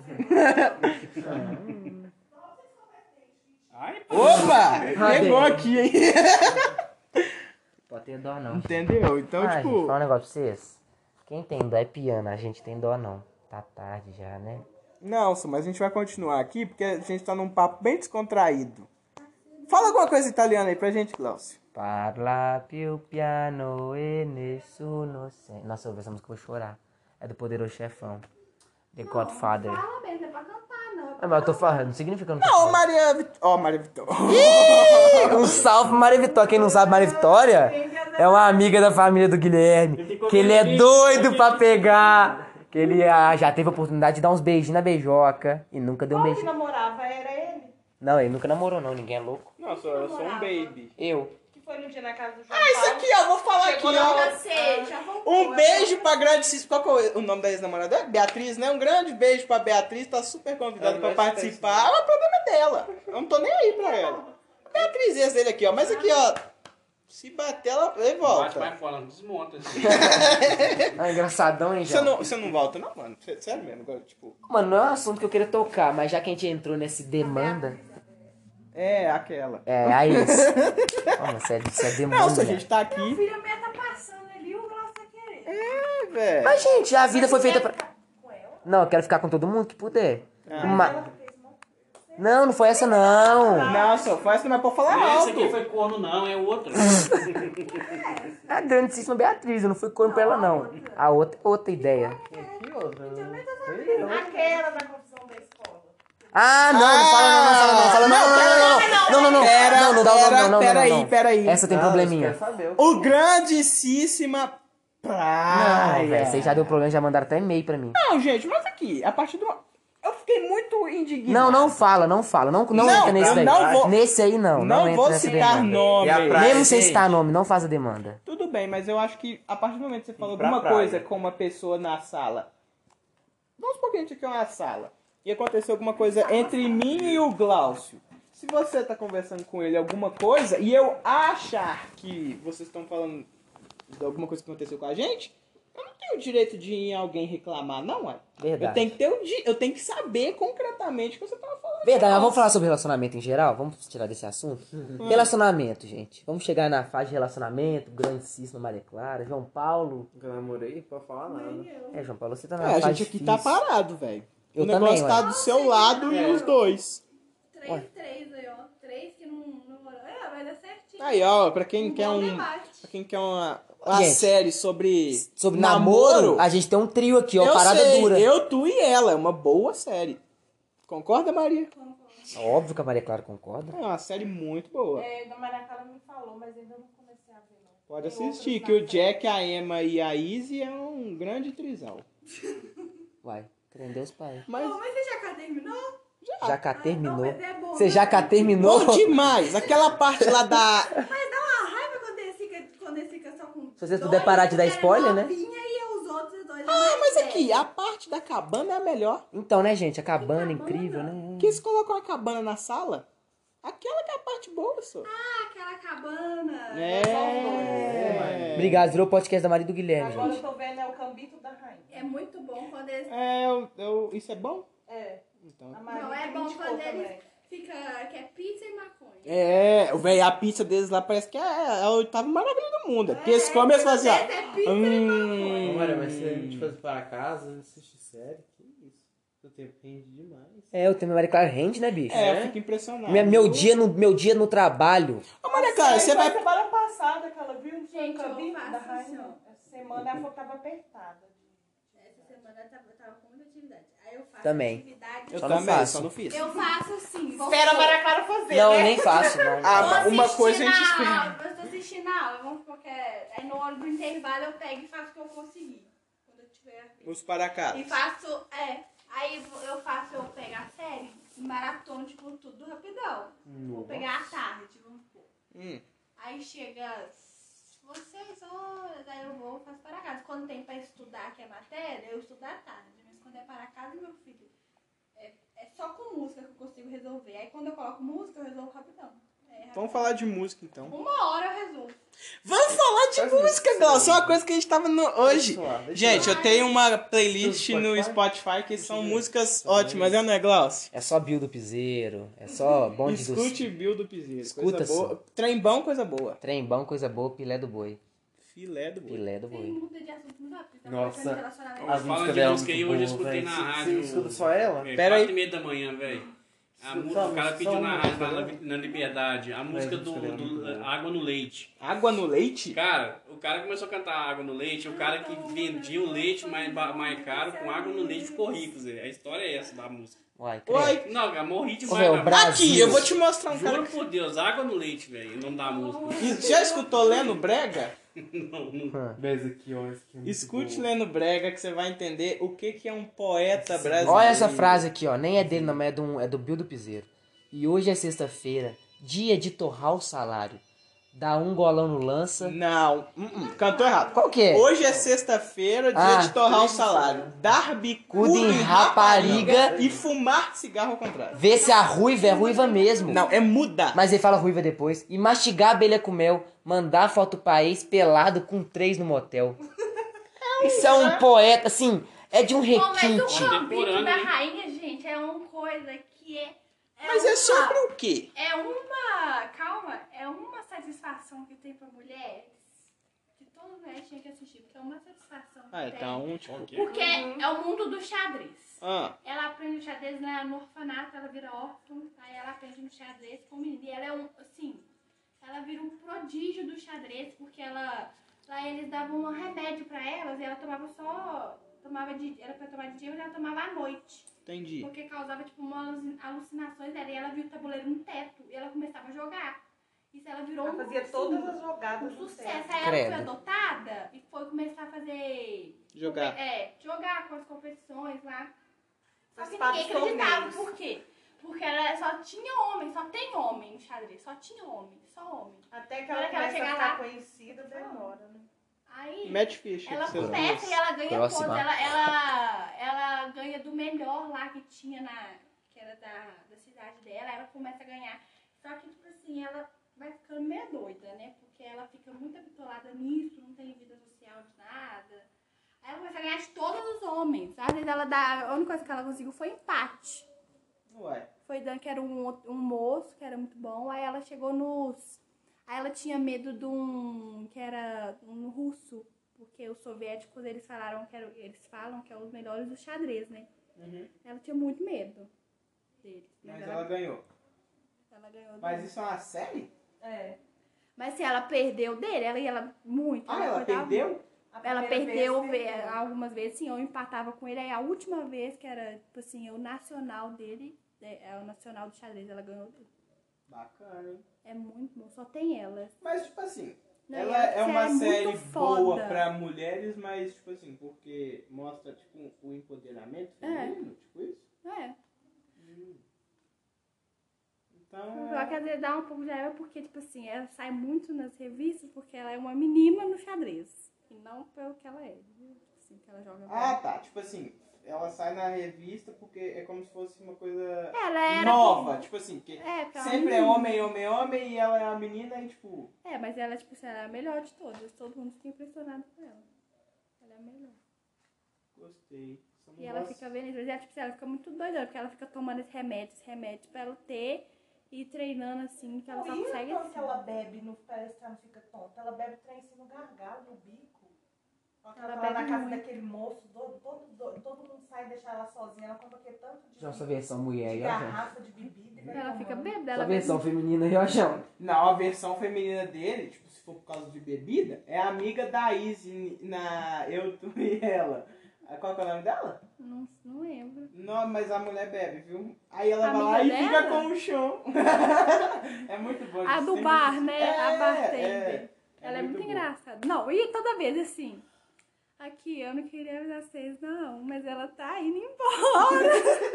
Ai, pô. Opa! Pegou Cadê? aqui, hein? Pode ter dó não. Entendeu? Então, Ah, gente, tipo... falar um negócio pra vocês. Quem tem dó é piano, a gente tem dó não. Tá tarde já, né? Não, só, mas a gente vai continuar aqui porque a gente tá num papo bem descontraído. Fala alguma coisa italiana aí pra gente, Glaucio. Parla più piano e nessuno sente. Nossa, eu ouvi essa música, eu vou chorar. É do Poderoso Chefão. The Godfather. Fala mesmo, não é pra cantar, não. Ah, mas eu tô falando, não significa que eu não tô Não, falando. Maria Vitória. Ó, Maria Vitória. Um salve pra Maria Vitória. Quem não sabe, Maria Vitória é uma amiga da família do Guilherme. Que ele é doido pra pegar. Que ele ah, já teve a oportunidade de dar uns beijinhos na beijoca. E nunca deu um Qual que beijinho. namorava? Era ele? Não, ele nunca namorou, não. Ninguém é louco. Não, só, eu sou um baby. Eu. Que foi no dia na casa do João Ah, isso Paulo. aqui, ó. Vou falar aqui, Chegou ó. Já sei, já voltou. Um beijo pra grandíssima. Qual que é o nome da ex-namorada? É Beatriz, né? Um grande beijo pra Beatriz. Tá super convidada Ah, pra mas participar. Ah, o problema é dela. Eu não tô nem aí pra ela. A Beatriz é esse dele aqui, ó. Mas aqui, ó. Se bater, ela ele Bate volta. mais fora, desmonta. Assim. Ah, engraçadão, hein, Você já. não, você não volta, não, mano? Sé- Sério mesmo, agora, tipo. Mano, não é um assunto que eu queria tocar, mas já que a gente entrou nesse demanda. É, aquela. É, aí isso. Ó, mas isso é, isso é demanda. Não, se a gente tá aqui. Filha minha tá passando ali, o Glaucio tá querendo. É, velho. Mas, gente, a vida foi feita pra. Com ela? Não, eu quero ficar com todo mundo que puder. Ah. Ma- Não, não foi essa, não. Não, só faz que não é pra falar Esse alto. aqui foi corno, não, é outro. A grandíssima Beatriz, eu não fui corno pra ela, não. A outra, outra ideia. Aquela da confusão da escola. Ah, não, não fala não, não fala não, fala não, não, não, não, não, não, não, Pera, não, não dá o nome, pera, não, não, pera não, aí, não. pera aí. Essa tem probleminha. O grandíssima Não, praia. velho, vocês já deu problema, já mandaram até e-mail pra mim. Não, gente, mas aqui, a partir do... Eu fiquei fiquei muito indignado. Não, não fala, não fala. Não, não, Não, entra nesse eu daí. não vou- Nesse aí não. Não, Não entra vou nessa citar demanda. nome. E a praia, Mesmo sem gente? citar nome, não faz a demanda. Tudo bem, mas eu acho que a partir do momento que você falou pra alguma praia. coisa com uma pessoa na sala, vamos supor que a gente aqui é uma sala, e aconteceu alguma coisa entre mim e o Glaucio. Se você tá conversando com ele alguma coisa, e eu achar que vocês estão falando de alguma coisa que aconteceu com a gente, eu não tenho o direito de ir em alguém reclamar, não, é? Verdade. Eu tenho que ter o di- eu tenho que saber concretamente o que você tava falando. Verdade, mas vamos falar sobre relacionamento em geral? Vamos tirar desse assunto? Relacionamento, gente. Vamos chegar na fase de relacionamento, grandíssimo Maria Clara, João Paulo. Nunca namorei, pode falar nada. É, João Paulo, você tá na É, a fase gente aqui difícil. tá parado, velho. Eu O negócio também, tá ué. do seu lado e os dois. Três, Ué. três aí, ó. Três que não namorou. É, vai dar certinho. Aí, ó, pra quem Um quer bom um. debate. Pra quem quer uma, uma Gente, série sobre. Sobre namoro, a gente tem um trio aqui, ó, eu parada sei, dura. Eu, tu e ela. É uma boa série. Concorda, Maria? Óbvio que a Maria Clara concorda. É uma série muito boa. É, da Maria Clara me falou, mas ainda não comecei a ver, não. Pode Tem assistir, outras que o na Jack, a Emma e a Izzy é um grande trisal. Vai, prendeu os pais. Mas Pô, mas você já terminou? Já cá terminou. Não, mas é bom, Você né? já cá terminou? bom demais! Aquela parte lá da. Mas dá uma raiva quando ele fica, quando ele fica só com. Se vocês dois, puderem parar de dar porque spoiler, ela é né? novinha e os outros dois. Ah, mas aqui, a parte da cabana é a melhor. Então, né, gente? A cabana, Que cabana? incrível, né? Que eles colocam a cabana na sala? Aquela que é a parte boa, só. Ah, aquela cabana. É. Obrigado, virou o podcast da Maria e do Guilherme, Agora eu gente. tô vendo é o Cambito da Rainha. É muito bom quando eles. É, eu, eu- isso é bom? É. Então. A Maria Não, é que bom indicou quando também. eles fica que é pizza e maconha. É, velho, a pizza deles lá parece que é a oitava maravilha do mundo. É porque eles É, comem e fazem assim, esse é ó. pizza e Hum. Olha, mas se a gente fosse para casa, assistir série, que isso? O tempo rende demais. É, o tema Maria Clara rende, né, bicho? É, eu fico impressionado. Minha- meu, dia no, meu dia no trabalho. Ô, Maria Clara, você Foi vai. semana passada que ela viu Gente, o eu Cambito faço da assim, Rainha. ó. Essa semana ela falou que tava apertada. Essa semana eu tava, eu tava com muita atividade. Aí eu faço Também. atividade. Eu Só não também, faço. só não fiz. Eu faço assim. vou- Espera a Maria Clara fazer, Não, né? eu nem faço, não. Ah, Tô mas uma assistindo coisa a gente a espera. aula, eu tô assistindo a aula, vamos supor que é, aí no hora do intervalo eu pego e faço o que eu conseguir. Quando eu tiver. Os para cá. E faço, é, aí eu faço, eu pego a série e maratono, tipo, tudo rapidão. Vou pegar à tarde, vamos supor. Hum. Aí chega tipo, seis horas, aí eu vou faço para casa. Quando tem pra estudar, que é matéria, eu estudo à tarde. Mas quando é para casa, meu filho, é, é só com música que eu consigo resolver. Aí quando eu coloco música, eu resolvo rapidão. É, rapidão. Vamos falar de música então. Uma hora eu resolvo. Vamos falar de música, Glaucio. É uma coisa que a gente tava no... hoje. Deixa eu lá, deixa eu Gente, lá. eu tenho uma playlist No no Spotify? Spotify que são eu ver. músicas Deixa eu ver. ótimas, é, não é, Glaucio? É só Bill do Piseiro, é só bonde do... Escute Bill do Piseiro. Escuta Coisa boa. só. Trem bom, coisa boa. Trem bom, coisa boa, pilé do boi. Filé do boi. Pilé do Tem boi. muda de assunto muito rápido. Tá Nossa. conversando de relacionamento. As Fala músicas de dela música aí, muito hoje eu boas, escutei velho. na Você- rádio. Você escuta só ela? É, Pera aí. quatro e meia da manhã, velho. A Só- música, o cara só pediu uma na música rádio, na, dela? na Liberdade, a música do, música dela é muito do boa. Água no Leite. Água no leite? Cara, o cara começou a cantar Água no Leite, o cara que vendia o leite mais, ba- mais caro com água no leite ficou rico, Zé. A história é essa da música. Uai, credo. Oi. Não, cara, morri Ô, demais. velho, o na Brasil- Aqui, eu vou te mostrar um cara Juro por Deus, Água no Leite, velho, o nome da música. que... Já escutou Leno Brega? Não, não. Mas aqui, ó, esse aqui é muito Escute bom. Leno Brega que você vai entender o que, que é um poeta brasileiro. Olha essa frase aqui, ó. Nem é dele, não, mas é do, é do Bill do Piseiro. E hoje é sexta-feira, dia de torrar o salário. Dá um golão no lança. Não, uh -uh, cantou errado. Qual que é? Hoje é sexta-feira, dia Ah. de torrar o salário. Dar bicudo Cudo em em rapariga. rapariga e fumar cigarro ao contrário. Vê se a ruiva é ruiva mesmo. Não, é mudar. Mas ele fala ruiva depois. E mastigar abelha com mel. Mandar foto pra ex pelado com três no motel. Isso é um poeta, assim, é de um Bom, mas o requinte. Cambito Contemporâneo, da hein? Rainha, gente, é uma coisa que é... é Mas é uma- sobre o quê? É uma... Calma, é uma satisfação que tem pra mulheres que toda mulher tinha que assistir, porque é uma satisfação que Ah, tem. então, tipo... Porque é o mundo do xadrez. Ah, Ela aprende o xadrez né, no orfanato, ela vira órfã, aí ela aprende no xadrez com o menino. E ela é um, assim, ela vira um prodígio do xadrez, porque ela, lá eles davam um remédio pra elas e ela tomava só, tomava de, era pra tomar de dia, mas ela tomava à noite. entendi. Porque causava, tipo, umas alucinações dela. E ela viu o tabuleiro no teto e ela começava a jogar. Isso ela virou Ela um, fazia assim, todas as jogadas um do sucesso. tempo. Aí ela Credo. foi adotada e foi começar a fazer... Jogar. É, jogar com as competições lá. Só que Para ninguém os acreditava. torneios. Por quê? Porque ela só tinha homem, só tem homem no xadrez. Só tinha homem, só homem. Até que Na ela hora que ela começa a chegar ficar lá- conhecida, demora, né? Aí Match Fish. ela que vocês começa e ela ganha Próxima. pontos. Ela, ela, ela ganha do melhor lá que tinha na. Que era da, da cidade dela. Ela começa a ganhar. Só que, tipo assim, ela vai ficando meio doida, né? Porque ela fica muito habitolada nisso, não tem vida social de nada. Aí ela começa a ganhar de todos os homens. Às vezes ela dá. A única coisa que ela conseguiu foi empate. Ué. Foi dando que era um, outro- um moço, que era muito bom. Aí ela chegou nos. Aí ela tinha medo de um. Que era um russo. Porque os soviéticos, eles falaram que era, eles falam que é os melhores do xadrez, né? Uhum. Ela tinha muito medo deles. Mas ela ganhou. ela ganhou Mas dele. isso é uma série? É. Mas se ela perdeu dele, ela ia ela muito. Ah, ela cuidava muito. perdeu? A Ela primeira perdeu vez, ve- perdeu. algumas vezes, sim, eu empatava com ele. Aí a última vez, que era, tipo assim, o nacional dele, é, é o nacional do xadrez, ela ganhou dele. Bacana, hein? É muito bom, só tem ela. Mas, tipo assim, Não, ela ela é uma é muito série boa foda. pra mulheres, mas, tipo assim, porque mostra, tipo, o empoderamento feminino, tipo isso. É. Então, Só que às vezes dá um pouco de raiva porque, tipo assim, ela sai muito nas revistas porque ela é uma menina no xadrez. E não pelo que ela é. Tipo assim, que ela joga ah, tá, tipo assim, ela sai na revista porque é como se fosse uma coisa Ela era. nova, tipo assim, que É, porque ela é sempre é menina. homem, homem, homem, e ela é a menina e, tipo, É, mas ela, tipo assim, ela é a melhor de todas. Todo mundo fica impressionado com ela. Ela é a melhor. gostei. Só não E ela gosto- fica vendo, às vezes, ela, tipo, assim, ela fica muito doida, porque ela fica tomando esse remédio, esse remédio pra ela ter e ir treinando assim, que ela só Não, e consegue então assim. que ela bebe, no, parece que ela não fica tonta. Ela bebe trem assim no gargalo, no bico. Ela Ela tá lá na bebe casa muito. daquele moço, todo, todo, todo, todo mundo sai e deixa ela sozinha. Ela compra aquele tanto de, Nossa versão mulher de aí, ó. João. garrafa de bebida. e vai Ela fica tomando. bêbada, Essa ela versão bebe. feminina aí, ó, João. Não, a versão feminina dele, tipo, se for por causa de bebida, é a amiga da Izzy na Eu, Tu e Ela. Ah, qual que é o nome dela? Não, não lembro. Não, mas a mulher bebe, viu? Aí ela A vai lá e amiga fica dela? com o chão. é muito bom. A isso do sempre- bar, né? É, A bartender. é. Ela é muito bom. engraçada. Não, e toda vez assim. Aqui, eu não queria avisar vocês, não, mas ela tá indo embora.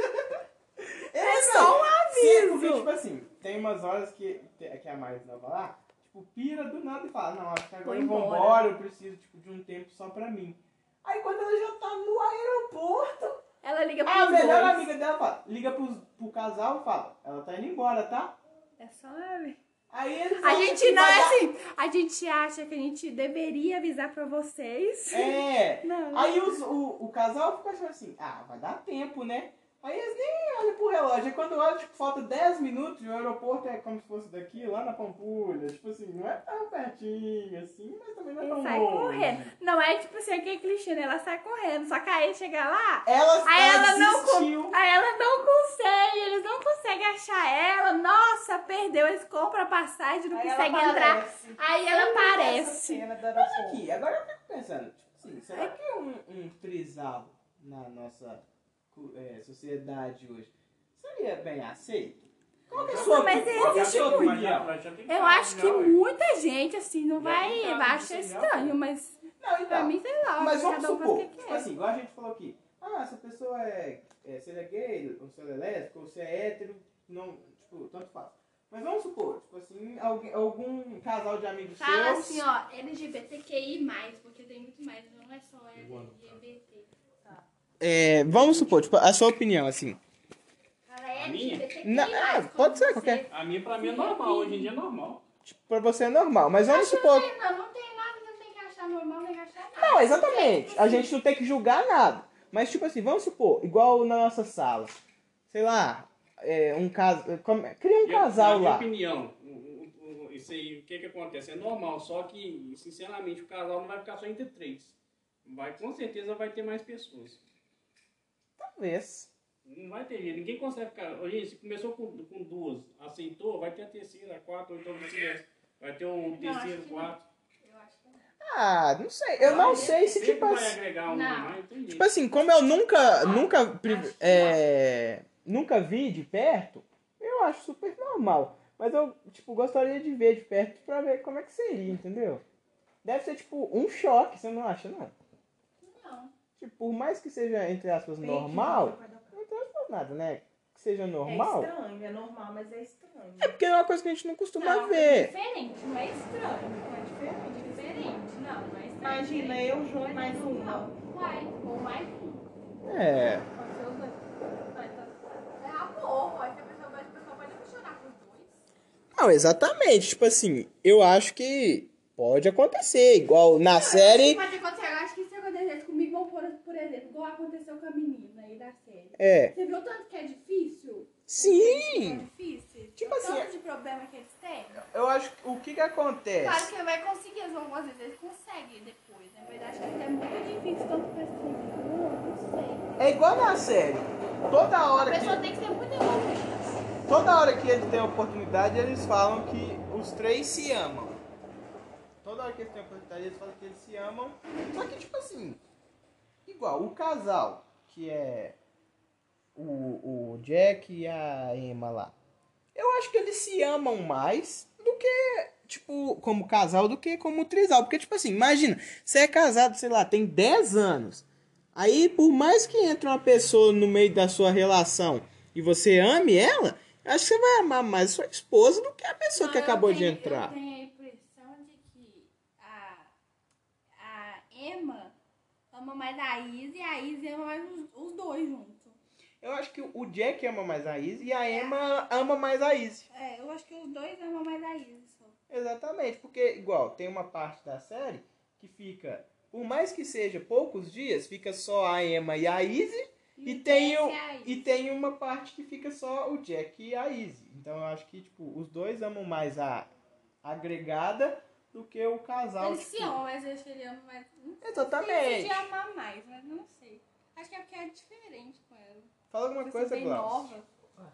É só um Sim, aviso. porque, tipo assim, tem umas horas que, que a mais nova lá, tipo, pira do nada e fala, não, acho que agora Vou eu vou embora. embora, eu preciso, tipo, de um tempo só pra mim. Aí quando ela já tá no aeroporto, Ela liga pros a melhor dois. amiga dela fala, liga pro, pro casal e fala, ela tá indo embora, tá? É só ela. Aí eles A acham gente que não vai é dar- assim. A gente acha que a gente deveria avisar pra vocês. É. Não. Aí os, o, o casal fica achando assim, ah, vai dar tempo, né? Aí eles nem olham pro relógio. Aí quando olham, tipo, falta dez minutos e o aeroporto é como se fosse daqui, lá na Pampulha. Tipo assim, não é tão pertinho assim, mas também não é Ele tão sai longe. correndo. Não é tipo assim, aquele clichê, né? Ela sai correndo. Só que aí chega lá, Ela, aí ela ela, não, desistiu. con- aí ela não consegue, eles não conseguem achar ela. Nossa, perdeu, eles compram a passagem, não Aí ela conseguem entrar. aparece. Aí ela Sempre essa aparece. cena do Mas aeroporto. aqui, agora eu fico pensando, tipo assim, será que um, um trisal na nossa cu- é, sociedade hoje seria bem aceito? Qual que é a sua, Mas qual que é a existe sua muito. opinião? Eu acho que muita gente, assim, não Já vai, tem cara vai de achar sinal, estranho, pô. mas Não, pra então. mim, sei lá, Mas vamos cada um faz o supor, que tipo quer. assim, igual a gente falou aqui, ah, essa pessoa é, é se ele é gay, ou se ela é lésbica, ou se é hétero, não, tipo, tanto faz. Mas vamos supor, tipo assim, alguém, algum casal de amigos Fala seus... assim, ó, L G B T Q I mais, porque tem muito mais, não é só L G B T. É, vamos supor, tipo, a sua opinião, assim. Fala L G minha? B T Q I Não, mais. ah, pode quando ser você- qualquer. A minha, pra mim, é normal. Hoje em dia é normal. Tipo, pra você é normal, mas vamos Acho que supor... não tem, não, não tem nada que não tem que achar normal, nem achar nada. Não, exatamente. A gente não tem que julgar nada. Mas, tipo assim, vamos supor, igual na nossa sala. Sei lá, é, um casal. Cria um Eu- casal na minha lá. opinião, o- o- o- isso aí, o que que acontece? É normal, só que, sinceramente, o casal não vai ficar só entre três. Vai, com certeza vai ter mais pessoas. Talvez. Não vai ter jeito, ninguém consegue ficar. Ô, gente, se começou com, com duas, aceitou, vai ter a terceira, a quarta, ou então vice-versa. Vai ter um terceiro, acho que não. quarto. Eu acho que não. Ah, não sei. Eu não Vai, sei se, sempre tipo vai assim. agregar um Não. a mais, não tem jeito. Tipo assim, como eu nunca, nunca, pri- é, nunca vi de perto, eu acho super normal. Mas eu, tipo, gostaria de ver de perto pra ver como é que seria, entendeu? Deve ser, tipo, um choque, você não acha, não? Não. Tipo, por mais que seja, entre aspas, Fake, normal, vai dar- entre aspas, falo nada, né? Que seja É normal. estranho, é normal, mas é estranho. É porque é uma coisa que a gente não costuma Não, é ver. diferente, não é estranho. É diferente. É diferente, não, não é estranho. Imagina eu, João, Mas mais não, uma. não. Vai, ou mais um. É. Pode ser os dois. Vai, tá. É amor, pode ser a pessoa, a pessoa pode apaixonar por dois. Não, exatamente. Tipo assim, eu acho que pode acontecer. Igual na série. Pode acontecer, eu acho que se acontecesse comigo, vamos por, por exemplo, igual aconteceu com a menina aí da série. É. Você viu o tanto que é difícil? Sim. É difícil? Tipo o assim, tanto de problema que eles têm? Eu acho que o que que acontece? Claro que vai conseguir, eles vão, às vezes eles conseguem depois, né? Mas acho que é muito difícil, tanto pra escrever. Não, não sei. É igual na série. Toda A hora pessoa que, tem que ser muito envolvida. toda hora que eles têm a oportunidade, eles falam que os três se amam. Toda hora que eles têm a oportunidade, eles falam que eles se amam. Só que, tipo assim, igual o casal, que é o, o Jack e a Emma lá. Eu acho que eles se amam mais do que, tipo, como casal, do que como trisal. Porque, tipo assim, imagina, você é casado, sei lá, tem dez anos. Aí, por mais que entre uma pessoa no meio da sua relação e você ame ela, acho que você vai amar mais sua esposa do que a pessoa Não, que eu acabou tenho- de entrar. Eu tenho a impressão de que a, a Emma ama mais a Izzy e a Izzy ama mais os, os dois juntos. Eu acho que o Jack ama mais a Izzy e a Emma ama mais a Izzy. É, eu acho que os dois amam mais a Izzy só. Exatamente, porque, igual, tem uma parte da série que fica, por mais que seja poucos dias, fica só a Emma e a Izzy, e, o tem, Jack o, e a Izzy. e tem uma parte que fica só o Jack e a Izzy. Então eu acho que, tipo, os dois amam mais a agregada do que o casal. Eles tipo, se amam, mas eu acho que ele ama mais. Não sei Exatamente. se de amar mais, mas não sei. Acho que é porque é diferente com ela. Fala alguma Você coisa, bem Glaucio. nova.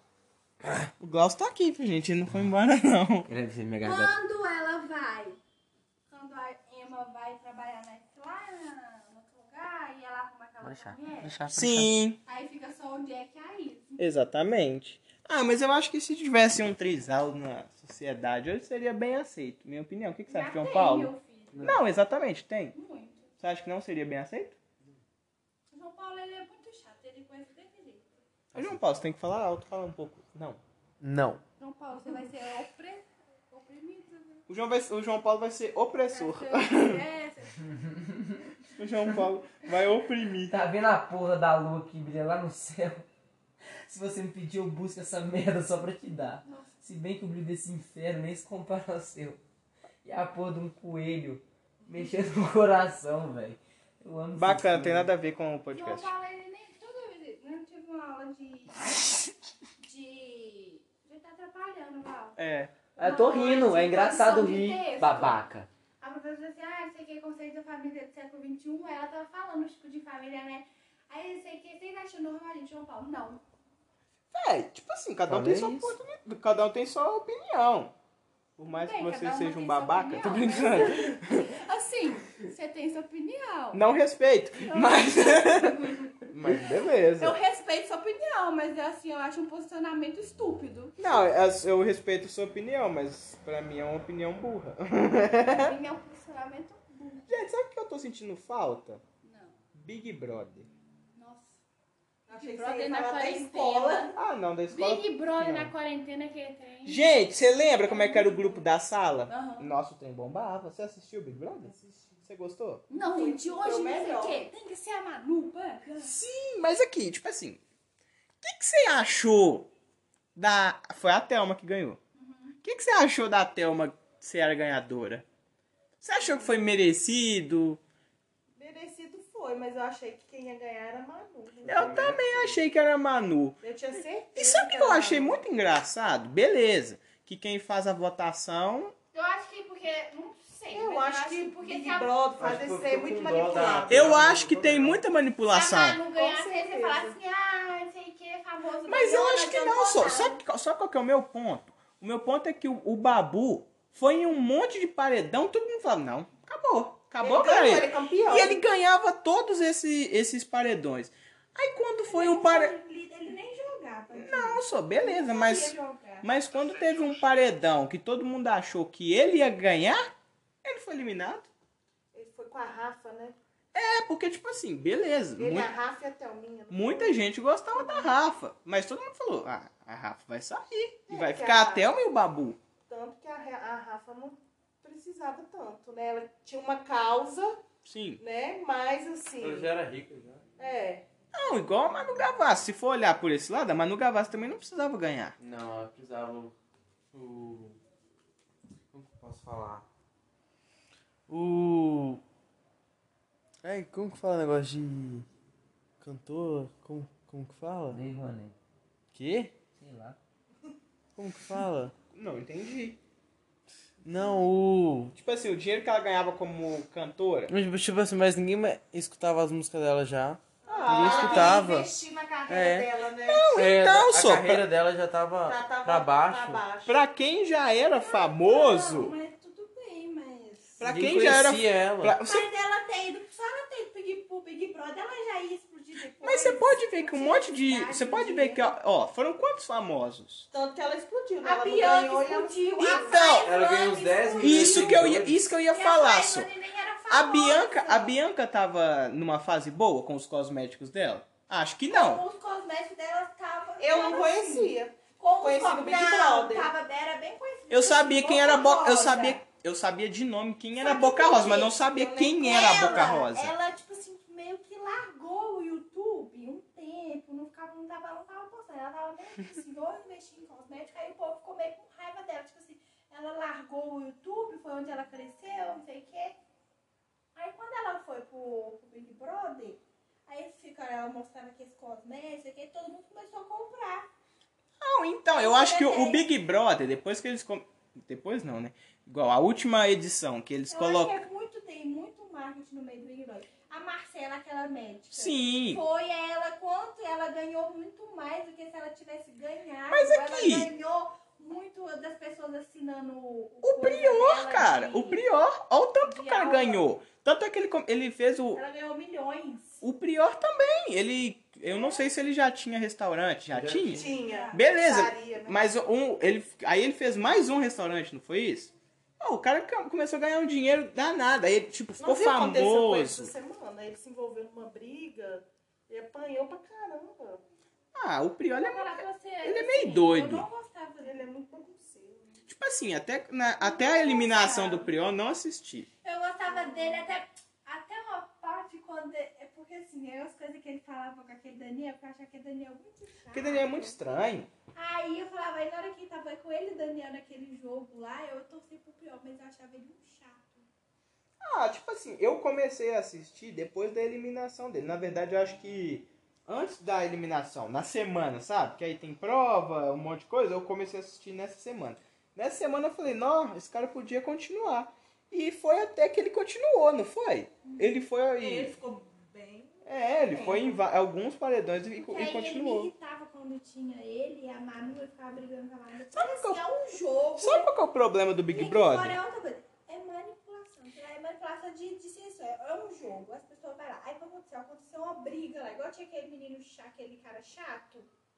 O Glaucio tá aqui, gente, ele não foi embora, não. Ele deve ser minha garganta. Quando ela vai, quando a Emma vai trabalhar na, lá na- no outro lugar e ela arruma aquela Vou deixar, vou mulher, deixar. vou Sim, aí fica só o Jack e a Izzy. exatamente. Ah, mas eu acho que se tivesse um trisal na sociedade, hoje seria bem aceito. Minha opinião. O que, que você acha, Já João tem, Paulo? meu filho. Não, exatamente, tem. Muito. Você acha que não seria bem aceito? O João Paulo, ele é muito chato, ele conhece desse jeito. Ô, João Paulo, você tem que falar alto, fala um pouco. Não. Não. João Paulo, você vai ser opre... oprimido, né? O João, vai, o João Paulo vai ser opressor. Vai ser- é, você- O João Paulo vai oprimir. Tá vendo a porra da lua que brilha lá no céu? Se você me pedir, eu busco essa merda só pra te dar. Se bem que o brilho desse inferno nem se compara ao seu. E a porra de um coelho mexendo no coração, velho. Eu amo Bacana, essas tem coisas. nada a ver com o João podcast. Paulo, ele nem... Toda vez... Não tive uma aula de... de... Ele tá atrapalhando, Val. É. Eu tô rindo, é engraçado Produção de rir, texto. babaca. A professora disse assim, ah, não sei o que, conceito da família do século vinte e um, aí ela tava falando o tipo de família, né? Aí não sei o que, vocês acham normal, gente, João Paulo? Não. É, tipo assim, cada um tem Falei sua isso. oportunidade, cada um tem sua opinião. Por mais Bem, que você cada um seja tem um sua babaca, opinião, tô mas- brincando. Assim, você tem sua opinião. Não respeito, mas. Mas beleza. Eu respeito sua opinião, mas assim, eu acho um posicionamento estúpido. Não, eu eu respeito sua opinião, mas pra mim é uma opinião burra. Pra mim é um posicionamento burro. Gente, sabe o que eu tô sentindo falta? Não. Big Brother. Nossa. Achei Big que você Brother ia na falar da quarentena. escola. Ah, não, da escola. Big Brother não. na quarentena que ele tem. Gente, você lembra como é que era o grupo da sala? Aham. Nossa, o trem bombava. Você assistiu o Big Brother? Você gostou? Não, gente, hoje Foi o não sei melhor. o quê. Tem que ser a Manu, pá. Sim, mas aqui, tipo assim. O que, que você achou da. Foi a Thelma que ganhou. O que, que você achou da Thelma ser a ganhadora? Você achou que foi merecido? Merecido foi, mas eu achei que quem ia ganhar era a Manu. Eu também achei que era a Manu. Eu tinha certeza. E sabe o que era eu a achei Manu. muito engraçado? Beleza. Que quem faz a votação. Eu acho que porque. Não sei. Eu mas acho que porque Big se a- Brother Acho faz que isso ficou ser com muito dó da- manipulado. Eu acho que tem muita Se a manipulação. Manu ganhasse, Com você ia certeza. falar assim, ah, não sei o que, famoso. Mas eu ganhou, acho que adiantou não, só. nada. Sabe, qual- sabe qual que é o meu ponto? O meu ponto é que o, o Babu foi em um monte de paredão, todo mundo fala, não, acabou. Acabou Ele pra ganhou, ele. ele é campeão. E ele ganhava todos esse, esses paredões. Aí quando foi um paredão. Ele, ele nem jogava. Não, só, beleza, mas. Não sabia jogar. Mas quando teve um paredão que todo mundo achou que ele ia ganhar, ele foi eliminado. Ele foi com a Rafa, né? É, porque, tipo assim, beleza. Ele, mu- a Rafa e a Thelminha. não muita foi? gente gostava da Rafa. Mas todo mundo falou, ah, a Rafa vai sair. E É, vai que ficar a- até o meu babu. Tanto que a, Ra- a Rafa não precisava tanto, né? Ela tinha uma causa, Sim. né? Mas assim. Ela já era rica, já. É. Não, igual a Manu Gavassi. Se for olhar por esse lado, a Manu Gavassi também não precisava ganhar. Não, ela precisava o... o- Como que eu posso falar? O... Ai, como que fala o negócio de... Cantor? Como, como que fala? Lei Rouanet. Quê? Sei lá. Como que fala? Não, entendi. Não, o... Tipo assim, o dinheiro que ela ganhava como cantora. Mas, tipo assim, mas ninguém mais escutava as músicas dela já. Ah, Ninguém escutava. investir na carreira É. dela, né? É, então, a só, carreira dela já tava, Já tava pra baixo. Pra baixo. Pra quem já era famoso. Não, mas tudo bem, mas... Pra Ninguém quem já era. conhecia ela. pra- você- Mas ela tem ido, só ela tem ido pro Big, pro Big Brother, ela já ia explodir depois. Mas você pode ver que um monte de. Cidade, Você pode ver que, ó, ó, foram quantos famosos? Tanto que ela explodiu, né? A Ela não Bianca ganhou e ela- explodiu. Então, ela ganhou uns dez milhões. Isso que eu ia, isso que eu ia falar, só. só. A Bianca, a Bianca tava numa fase boa com os cosméticos dela? Acho que não. Com os cosméticos dela tava... Eu não tava conhecia. assim. Com os Conheci cos- no Big não, Brother. Tava, era bem conhecido. Eu sabia quem era Boca Boca, eu Rosa. sabia, eu sabia de nome quem era Sabe Boca por Rosa, quê? mas não sabia Eu quem nem- era a Ela- Boca Rosa. Ela, tipo assim, meio que largou o YouTube um tempo, não, ficava, não, tava, não tava postando. Ela tava meio que assim, vou investir em cosmético, aí o povo ficou meio com raiva dela. Tipo assim, ela largou o YouTube, foi onde ela cresceu, não sei o quê. Aí quando ela foi pro, pro Big Brother, aí fica, ela mostrava aqueles cosméticos, que todo mundo começou a comprar. Não, então, eu acho que o, o Big Brother, depois que eles... com- Depois não, né? Igual a última edição que eles Eu colocam... acho que é muito, tem muito marketing no meio do Big Brother. A Marcela, aquela médica. Sim. Foi ela, quanto ela ganhou muito mais do que se ela tivesse ganhado. Mas aqui- Ela ganhou muito das pessoas assinando o. O coisa Prior, dela cara, de- o Prior, olha o tanto que o de cara aula. ganhou. Tanto é que ele, com- ele fez o... Ela ganhou milhões. O Prior também, ele... Eu não sei se ele já tinha restaurante, já, Já tinha? Tinha. Beleza, Pizzaria, né? mas um, ele, aí ele fez mais um restaurante, não foi isso? Ó, o cara ca- começou a ganhar um dinheiro danado, aí ele, tipo, ficou Não viu o que aconteceu com ele essa famoso. semana? Ele se envolveu numa briga e apanhou pra caramba. Ah, o Prior, ele Vou falar é, pra você, ele é assim, meio doido. Eu não gostava dele. Ele é muito bagunceiro. tipo assim, até, na- até a eliminação do Prior, eu não assisti. Eu gostava dele até, até uma parte quando. É porque assim, é as coisas que ele falava com aquele Daniel, porque eu achava aquele Daniel muito chato. Porque Daniel é muito estranho. Aí eu falava, aí na hora que tava com ele e o Daniel naquele jogo lá, eu torci pro pior, mas eu achava ele um chato. Ah, tipo assim, eu comecei a assistir depois da eliminação dele. Na verdade, eu acho que antes da eliminação, na semana, sabe? Que aí tem prova, um monte de coisa, eu comecei a assistir nessa semana. Nessa semana eu falei, não, esse cara podia continuar. E foi até que ele continuou, não foi? Ele foi Ele e... ficou bem. É, ele foi em va- alguns paredões e, Porque e aí ele me continuou. irritava quando tinha ele e a Manu, eu ficava brigando com a Manu. Sabe Assim, qual- é um jogo. Sabe qual que é o problema do Big E aqui fora Brother? é outra coisa. É manipulação. É manipulação de, de ciência. É um jogo. As pessoas vão lá. Aí o que aconteceu? Aconteceu uma briga lá. Igual tinha aquele menino chato, aquele cara chato.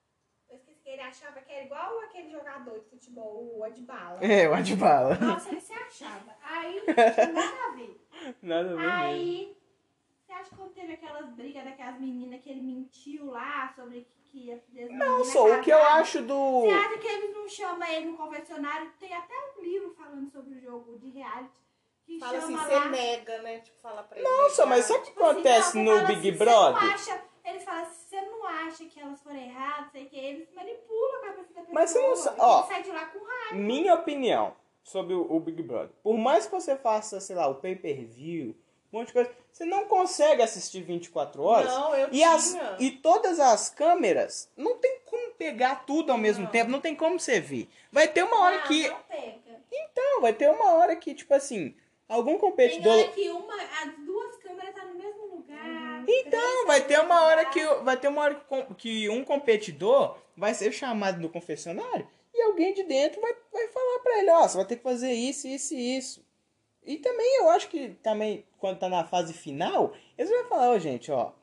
Eu esqueci que ele achava que era igual aquele jogador de futebol, o Adbala. É, o Adbala. Nossa, ele se achava. Aí não tinha nada a ver. Nada a ver mesmo. Aí, você acha que quando teve aquelas brigas daquelas meninas que ele mentiu lá sobre que, que ia fazer as Não, meninas só o que eu casadas? acho do... Você acha que eles não chamam ele no confessionário? Tem até um livro falando sobre o jogo de reality que Fala assim, chama você lá... nega, né? Tipo, fala pra ele. Nossa, mas sabe o que Tipo assim, acontece não, no você fala Big assim, você Brother? não acha, eles falam assim, você não acha que elas foram erradas, sei que eles manipulam a cabeça da pessoa. Mas você não sa- e ó. ele sai de lá com raiva. Minha opinião sobre o, o Big Brother. Por mais que você faça, sei lá, o pay-per-view, um monte de coisa, você não consegue assistir vinte e quatro horas. Não, eu e, tinha. as, e todas as câmeras, não tem como pegar tudo ao mesmo tempo, não tem como você ver. Vai ter uma hora não, que... não pega. Então, vai ter uma hora que, tipo assim, algum Tem competidor... hora que uma, as duas câmeras estão no mesmo lugar. Então, três vai tá ter no uma hora mesmo que lugar. vai ter uma hora que, com- que um competidor vai ser chamado no confessionário e alguém de dentro vai, vai falar pra ele, ó, você vai ter que fazer isso, isso e isso. E também eu acho que também quando tá na fase final, eles vão falar, ó, gente, ó,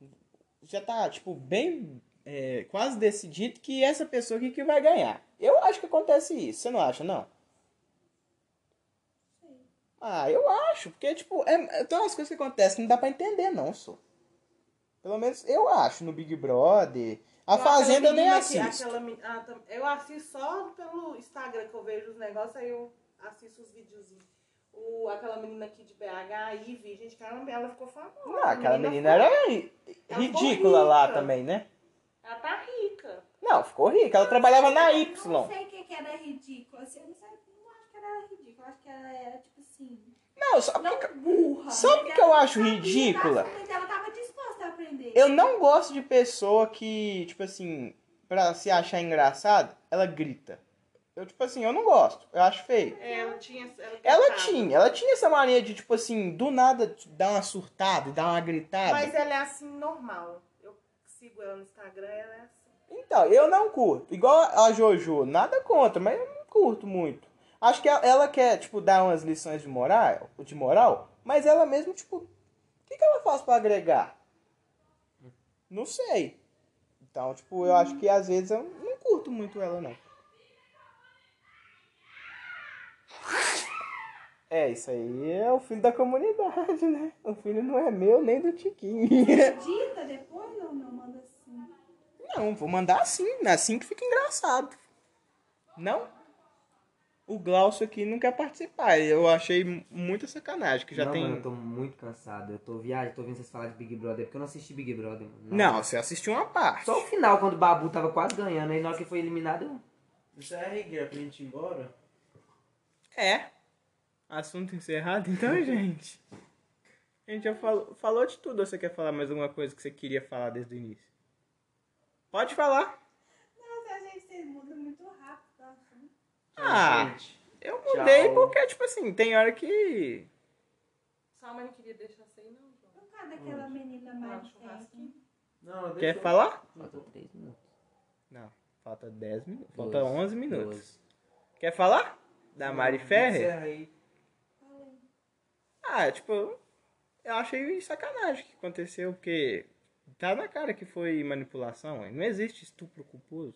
já tá tipo bem é, quase decidido que essa pessoa aqui que vai ganhar. Eu acho que acontece isso, você não acha, não? Ah, eu acho, porque, tipo, é, tem umas coisas que acontecem que não dá pra entender, não, só. Pelo menos eu acho, no Big Brother. A Aquela Fazenda eu nem menina que- assisto. aquela men- ah, tam- eu assisto só pelo Instagram que eu vejo os negócios, aí eu assisto os videozinhos. O, aquela menina aqui de B H, a Ivy, gente, caramba, ela ficou famosa. Não, A aquela menina ficou- era ri- Ela ridícula ficou lá rica. também, né? Ela tá rica. Não, ficou rica. Ela trabalhava na Eu Y. não sei o que, que era ridículo. Assim, eu não, sei, não acho que ela era ridícula. Eu acho que ela era, tipo assim, Não, só não porque... burra. Sabe mas o que eu ela acho sabia ridícula? das coisas, ela tava disposta a aprender. Eu não gosto de pessoa que, tipo assim, pra se achar engraçado, ela grita. Eu, tipo assim, eu não gosto. Eu acho feio. É, ela tinha. Ela, Ela tentava. tinha, ela tinha essa mania de, tipo assim, do nada dar uma surtada, dar uma gritada. Mas ela é assim, normal. Eu sigo ela no Instagram, ela é assim. Então, eu não curto. Igual a Jojo, nada contra, mas eu não curto muito. Acho que ela, ela quer, tipo, dar umas lições de moral, de moral, mas ela mesmo, tipo, o que, que ela faz pra agregar? Não sei. Então, tipo, eu acho que às vezes eu não curto muito ela, não. É, isso aí é o filho da comunidade, né? O filho não é meu nem do Tiquinho. Edita depois ou não? Manda assim. Não, vou mandar assim, assim que fica engraçado. Não? O Glaucio aqui não quer participar. Eu achei muita sacanagem, que já não, tem... mano, eu tô muito cansado. Eu tô viajando, tô ouvindo vocês falar de Big Brother, porque eu não assisti Big Brother, mano. Não, você assistiu uma parte. Só o final, quando o Babu tava quase ganhando, aí na hora que foi eliminado, eu... Isso é regra pra gente ir embora? É. Assunto encerrado, então, gente. A gente já falou, falou de tudo. Ou você quer falar mais alguma coisa que você queria falar desde o início? Pode falar. Nossa, a gente vocês mudam muito rápido, tá? Assim. Ah, Gente, eu mudei tchau. porque, tipo assim, tem hora que... Sua mãe não queria deixar você ir, não, João? Por causa daquela menina Lá no mais churrasquinho. Não, deixa Quer eu- falar? Faltou três minutos. Não, falta dez minutos. Falta Doze, onze minutos. doze. Quer falar? Da Mari Ferrer? Encerra aí. Ah, tipo, eu achei sacanagem o que aconteceu, porque tá na cara que foi manipulação, hein? Não existe estupro culposo.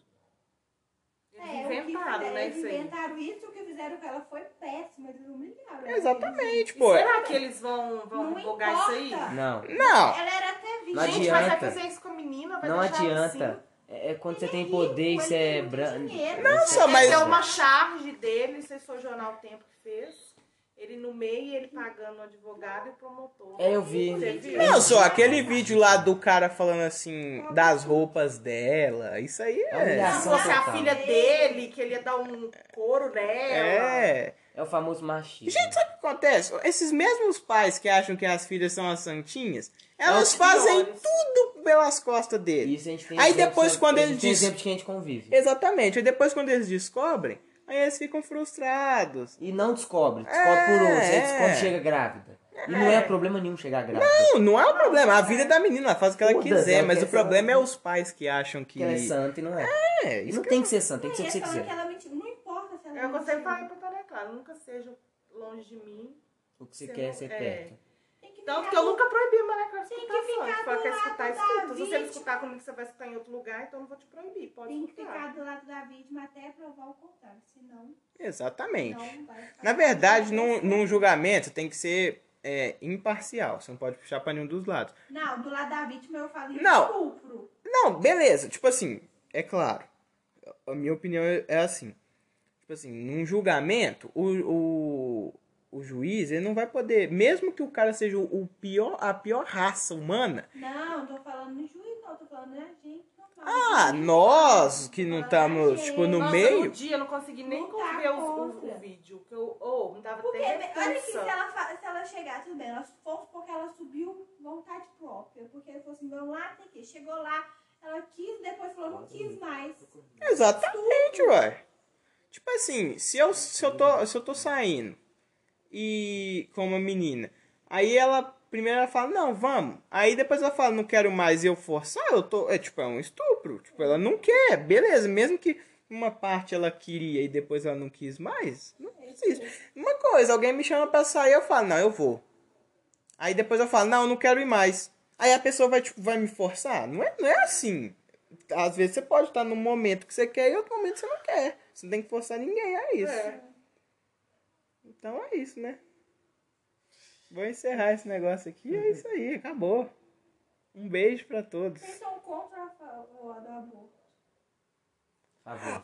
Eles É, o que inventaram, fizeram, né, eles isso aí. inventaram isso, o que fizeram com ela foi péssimo, eles humilharam. ela. Exatamente, E pô. será que eles vão, vão Não revogar isso aí? importa. Não, Não, Ela era até Não vítima. Gente, mas vai adianta. fazer isso com a menina, vai não deixar ela adianta. assim. É é quando você Ele tem é rico, poder e ele você tem é muito branco. dinheiro. Nossa, Essa mas- é uma charge dele, se for jornal o tempo que fez. Ele no meio, ele pagando o advogado e o promotor. É, eu vi. Você viu? não, só aquele vídeo lá do cara falando assim, das roupas dela, isso aí É é... Se humilhação fosse a total. filha dele, que ele ia dar um couro nela. É... É o famoso machismo. Gente, sabe o que acontece? Esses mesmos pais que acham que as filhas são as santinhas, elas os fazem piores. tudo pelas costas dele. Isso a gente tem Aí exemplo depois sobre- quando a ele gente tem diz- exemplo de quem a gente convive. Exatamente, aí depois quando eles descobrem, aí eles ficam frustrados. E não descobre, descobre por outro. Você É. descobre chega grávida. E não é problema nenhum chegar grávida. Não, não é o problema, a vida é da menina, ela faz o que ela Foda-se, quiser, ela mas quer o problema ser- é os pais que acham que... Que ela é santa e não é. É, E isso não que tem que ser santa, tem que ser o que você Eles falam que quiser. ela mentiu. Não importa se ela Eu sempre mentiu. falei pra Tânia, claro, nunca seja longe de mim. O que você Você quer é não- ser é. perto. Tem que Tanto ficar que eu do- nunca proibi a Maria Clara de Tem que escutar ficar funk. Se ela do quer lado escutar, da escuta. Se você vítima. não escutar comigo, você vai escutar em outro lugar, então eu não vou te proibir. Pode Tem que escutar. ficar do lado da vítima até provar o contrário, senão Exatamente. não vai ficar. Na verdade, num, num julgamento tem que ser é, imparcial, você não pode puxar pra nenhum dos lados. Não, do lado da vítima eu falo Não. estupro. Não, beleza, tipo assim, é claro, a minha opinião é assim, tipo assim, num julgamento, o, o, o juiz, ele não vai poder, mesmo que o cara seja o pior, a pior raça humana, Não, tô falando no juiz, não, tô falando na gente. normal. ah, nós que não Tô falando da estamos, tipo, no Nossa, meio, no dia eu não consegui nem Não tá ver o, o, contra. o vídeo. Que eu, oh, me dava Porque, até olha que se repulsa. ela, fa- se ela chegar, tudo bem, ela for porque ela subiu vontade própria. Porque ela falou assim, vamos lá, tem que ir. Chegou lá, ela quis, depois falou, não quis mais. exatamente, ué. Tipo assim, se eu, se eu, tô, se eu tô saindo e com uma menina, aí ela, primeiro ela fala, não, vamos. Aí depois ela fala, não quero mais e eu forçar, eu tô, é tipo, é um estupro. Tipo, ela não quer, beleza, mesmo que uma parte ela queria e depois ela não quis mais, não existe. Uma coisa, alguém me chama pra sair, eu falo, não, eu vou. Aí depois eu falo, não, eu não quero ir mais. Aí a pessoa vai, tipo, vai me forçar? Não é, não é assim. Às vezes você pode estar num momento que você quer e outro momento você não quer. Você não tem que forçar ninguém a isso. É. Então é isso, né? vou encerrar esse negócio aqui. É isso aí, acabou. Um beijo pra todos. Vocês são contra a favor do aborto? Favor.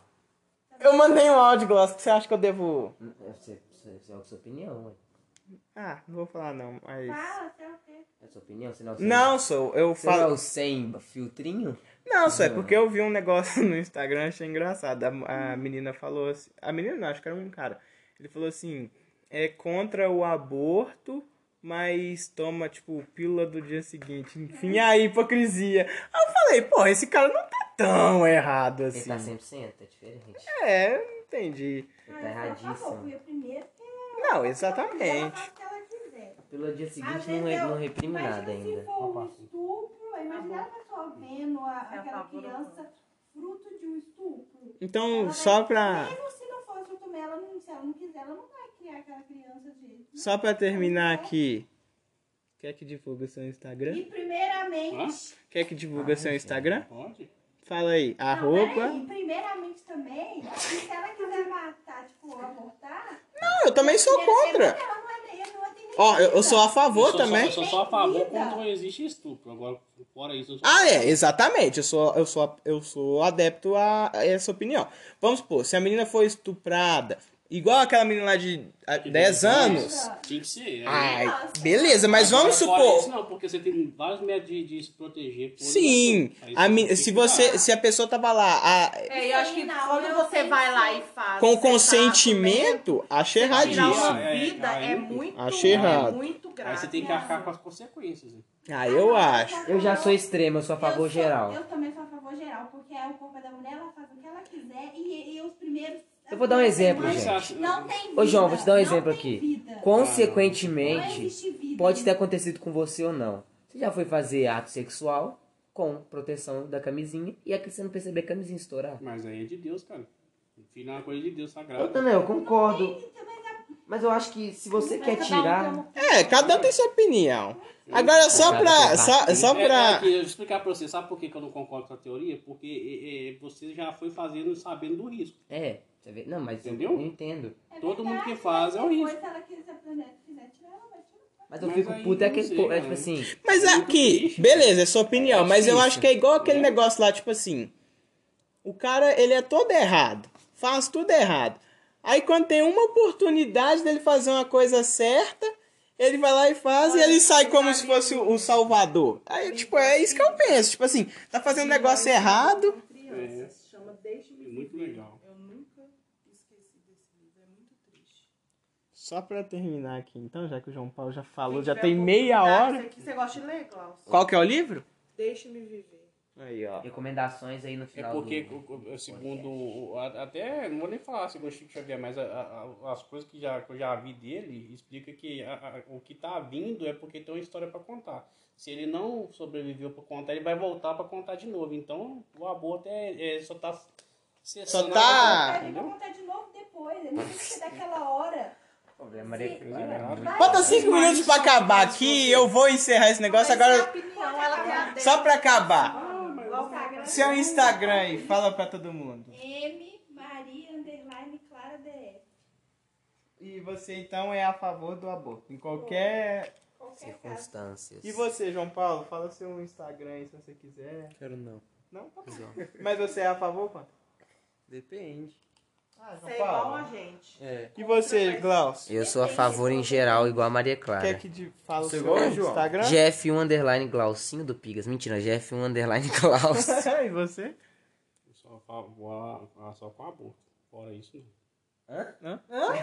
Eu mandei um áudio, Gloss, que você acha que eu devo... É você- você- você é a sua opinião, ué. Ah, não vou falar não, mas... Fala, sei o quê? É a sua opinião? Você não, é o Não, sou, eu Você não é falo... o sem filtrinho? Não, só é porque eu vi um negócio no Instagram, achei engraçado. A, a menina falou assim... A menina não, acho que era um cara. Ele falou assim, é contra o aborto, mas toma, tipo, pílula do dia seguinte. Enfim, a hipocrisia. Aí eu falei, porra, esse cara não tá tão errado Ele assim. tá cem por cento, é diferente. É, não entendi. Ele tá Ah, eu sou a favor, erradíssimo. porque primeiro que Não, ela exatamente. faz o que ela quiser. Pelo dia Às seguinte vezes não, re- eu- não reprime imagina nada se ainda. for um estupro, imagina a pessoa vendo a, É a aquela favor ou criança fruto de um estupro. Então, Ela só vai- pra... Mesmo se não for fruto dela, não- se ela não quiser, ela não vai criar aquela criança de jeito. Só pra terminar aqui. Quer que divulgue seu Instagram? E primeiramente... Quer que divulgue seu Instagram? Pode? Fala aí, Não, arroba... peraí, primeiramente também, se ela quiser matar, tipo, abortar... Não, eu também sou primeira contra. semana ela não é, ela não é tem nem Ó, eu, eu sou a Eu favor sou, também. Só, eu sou só a favor Vida. quando não existe estupro. Agora, fora isso, eu sou Ah, é, exatamente. Eu sou, eu sou, eu sou adepto a a essa opinião. Vamos supor, se a menina for estuprada, igual aquela menina lá de ah, dez anos. Tinha que ser. Ai, beleza, mas Agora, vamos fora isso, supor. não, porque você tem vários métodos de, de se proteger. por Sim, Aí a você mi- tem se que você, cuidar. se a pessoa tava lá a- É, eu acho que Não, quando eu você sei vai que- lá e faz... com você tá consentimento, achei comendo, tirar erradíssimo. uma É, vida aí- é muito, Achei errado. é muito Aí grave. você tem que arcar com as consequências. Né? Ah, eu acho. Eu já sou extremo, eu sou a favor eu sou- geral. Eu também sou a favor geral, porque é o corpo da mulher, ela faz o que ela quiser e, e os primeiros... Eu vou dar um exemplo, Não gente. Não tem vida. Ô, João, vou te dar um não exemplo tem aqui. vida. Não Consequentemente, existe vida. pode ter acontecido com você ou não. Você já foi fazer ato sexual com proteção da camisinha e aqui você não perceber a camisinha estourar. Mas aí é de Deus, cara. O filho é uma coisa de Deus sagrado. Eu também, eu concordo. Mas eu acho que se você quer tirar... É, cada um tem sua opinião. Agora, só pra. Só, só É, é pra. que eu vou explicar pra você. Sabe por que que eu não concordo com a teoria? Porque é, é, você já foi fazendo sabendo do risco. É, você vê? Não, mas eu, Entendeu? eu entendo. É Todo mundo que verdade, faz é o mas risco. depois, se ela quiser, quiser tirar, ela vai tirar. Mas eu Mas fico aí puto, é não aquele... sei, po- é cara. tipo assim... Mas É muito aqui, triste, beleza, é sua opinião, É mas eu difícil. acho que é igual aquele É. negócio lá, tipo assim. O cara, ele é todo errado. Faz tudo errado. Aí quando tem uma oportunidade dele fazer uma coisa certa, ele vai lá e faz e ele sai como se fosse o o salvador. Aí, tipo, é isso que eu penso. Tipo assim, tá fazendo um negócio errado. Crianças, chama Deixe-me É muito Viver. legal. Eu nunca esqueci desse livro, é muito triste. Só pra terminar aqui, então, já que o João Paulo já falou, Quem já tiver tem meia oportunidade, hora. Você, você gosta de ler, Klaus? Qual que é o livro? Deixe-me Viver. Aí, ó. Recomendações aí no É final porque, do... o- o- segundo, o- a- até, não vou nem falar segundo o Chico Xavier, mas a- a- a- as coisas que, já, que eu já vi dele, explica que a- a- o que tá vindo é porque tem uma história para contar. Se ele não sobreviveu para contar, ele vai voltar para contar de novo. Então, o aborto é, é- só tá... Só tá- Ele vai contar de novo depois, ele não tem que ser daquela hora. Problema é Vai- Falta cinco minutos pra acabar aqui, eu vou encerrar esse negócio Mas é a agora. opinião, ela tem a dela. Só pra acabar. Instagram. Seu Instagram aí, fala pra todo mundo. M Maria underline Clara D F. E você então é a favor do aborto, em qualquer... Qualquer caso. Circunstâncias. E você, João Paulo, fala seu Instagram aí se você quiser. Quero não. Não? Tá bom. Mas você é a favor, quanto? Depende. Ah, Você é igual a gente. É. E você, Glaucio? Eu sou a favor em geral, igual a Maria Clara. Quer que de... fala o Você seu igual, João? Instagram? G F um underline Glaucinho do Pigas. Mentira, G F um underline Glaus. E você? Eu só falo, vou a- a- só com aborto. Fora isso, não.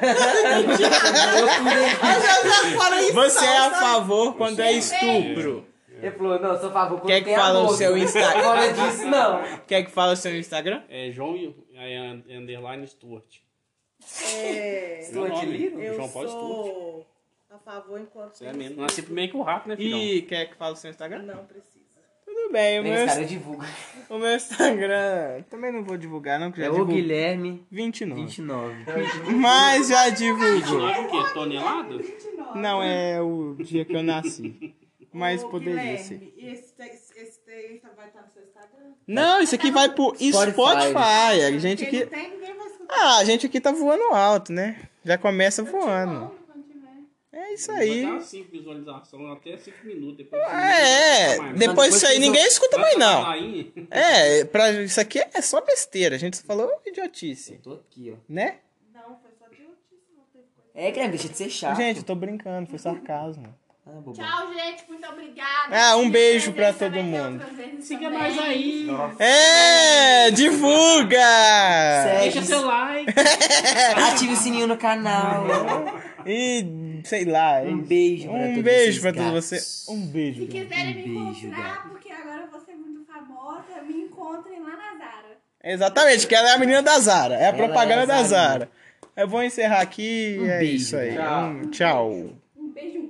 Você é a favor quando é estupro. Ele falou, não, eu sou a favor quando Quer que tem fala o aborto. seu Instagram? Fora disso, não. Quer que fala o seu Instagram? É João e aí é underline Stuart. É, Meu Stuart nome, Little? eu João Paulo Stuart. sou a favor enquanto Você é tem mesmo. Nasci primeiro que o rato, né, filhão? E quer que fale o seu Instagram? Não precisa. Tudo bem, o Tem meu, esse cara, eu divulgo. o meu Instagram também não vou divulgar, não, que já É o divulguei. Guilherme vinte e nove. vinte e nove. Mas já divulgou. Não é o quê? Tonelada? Não, é o dia que eu nasci. Mas Ô, poderia Guilherme, ser. e esse, te- esse texto vai estar no seu Instagram? Não, isso aqui vai pro Spotify. Spotify. A gente Porque aqui... não tem, ninguém vai escutar. Ah, a gente aqui tá voando alto, né? Já começa voando. Quando tiver. É isso Vai aí. dar cinco visualizações, até cinco minutos. Depois É, Não, depois disso aí ninguém escuta mais não. Aí, É, pra, isso aqui é só besteira, a gente só falou idiotice, Eu tô aqui, ó. né? Não, foi só de notícia, não teve coisa. É, Guilherme, deixa de ser chato. Gente, eu tô brincando, foi sarcasmo. Ah, bobão. Tchau, gente. Muito obrigada. Ah, um Me beijo presente pra todo também tem mundo. outras vezes siga também. nós aí. É, divulga! Segue. Deixa seu like. Ative o sininho no canal. E, sei lá. Um beijo pra Um todos beijo vocês, pra todos gatos. vocês. Um beijo. Se gato. quiserem me Um beijo, encontrar, gato. porque agora eu vou ser muito famosa, me encontrem lá na Zara. Exatamente, que ela é a menina da Zara. É a Ela propaganda é a da Zarinha. Zara. Eu vou encerrar aqui e Um é beijo, isso aí. tchau. Um, tchau. Um beijo, um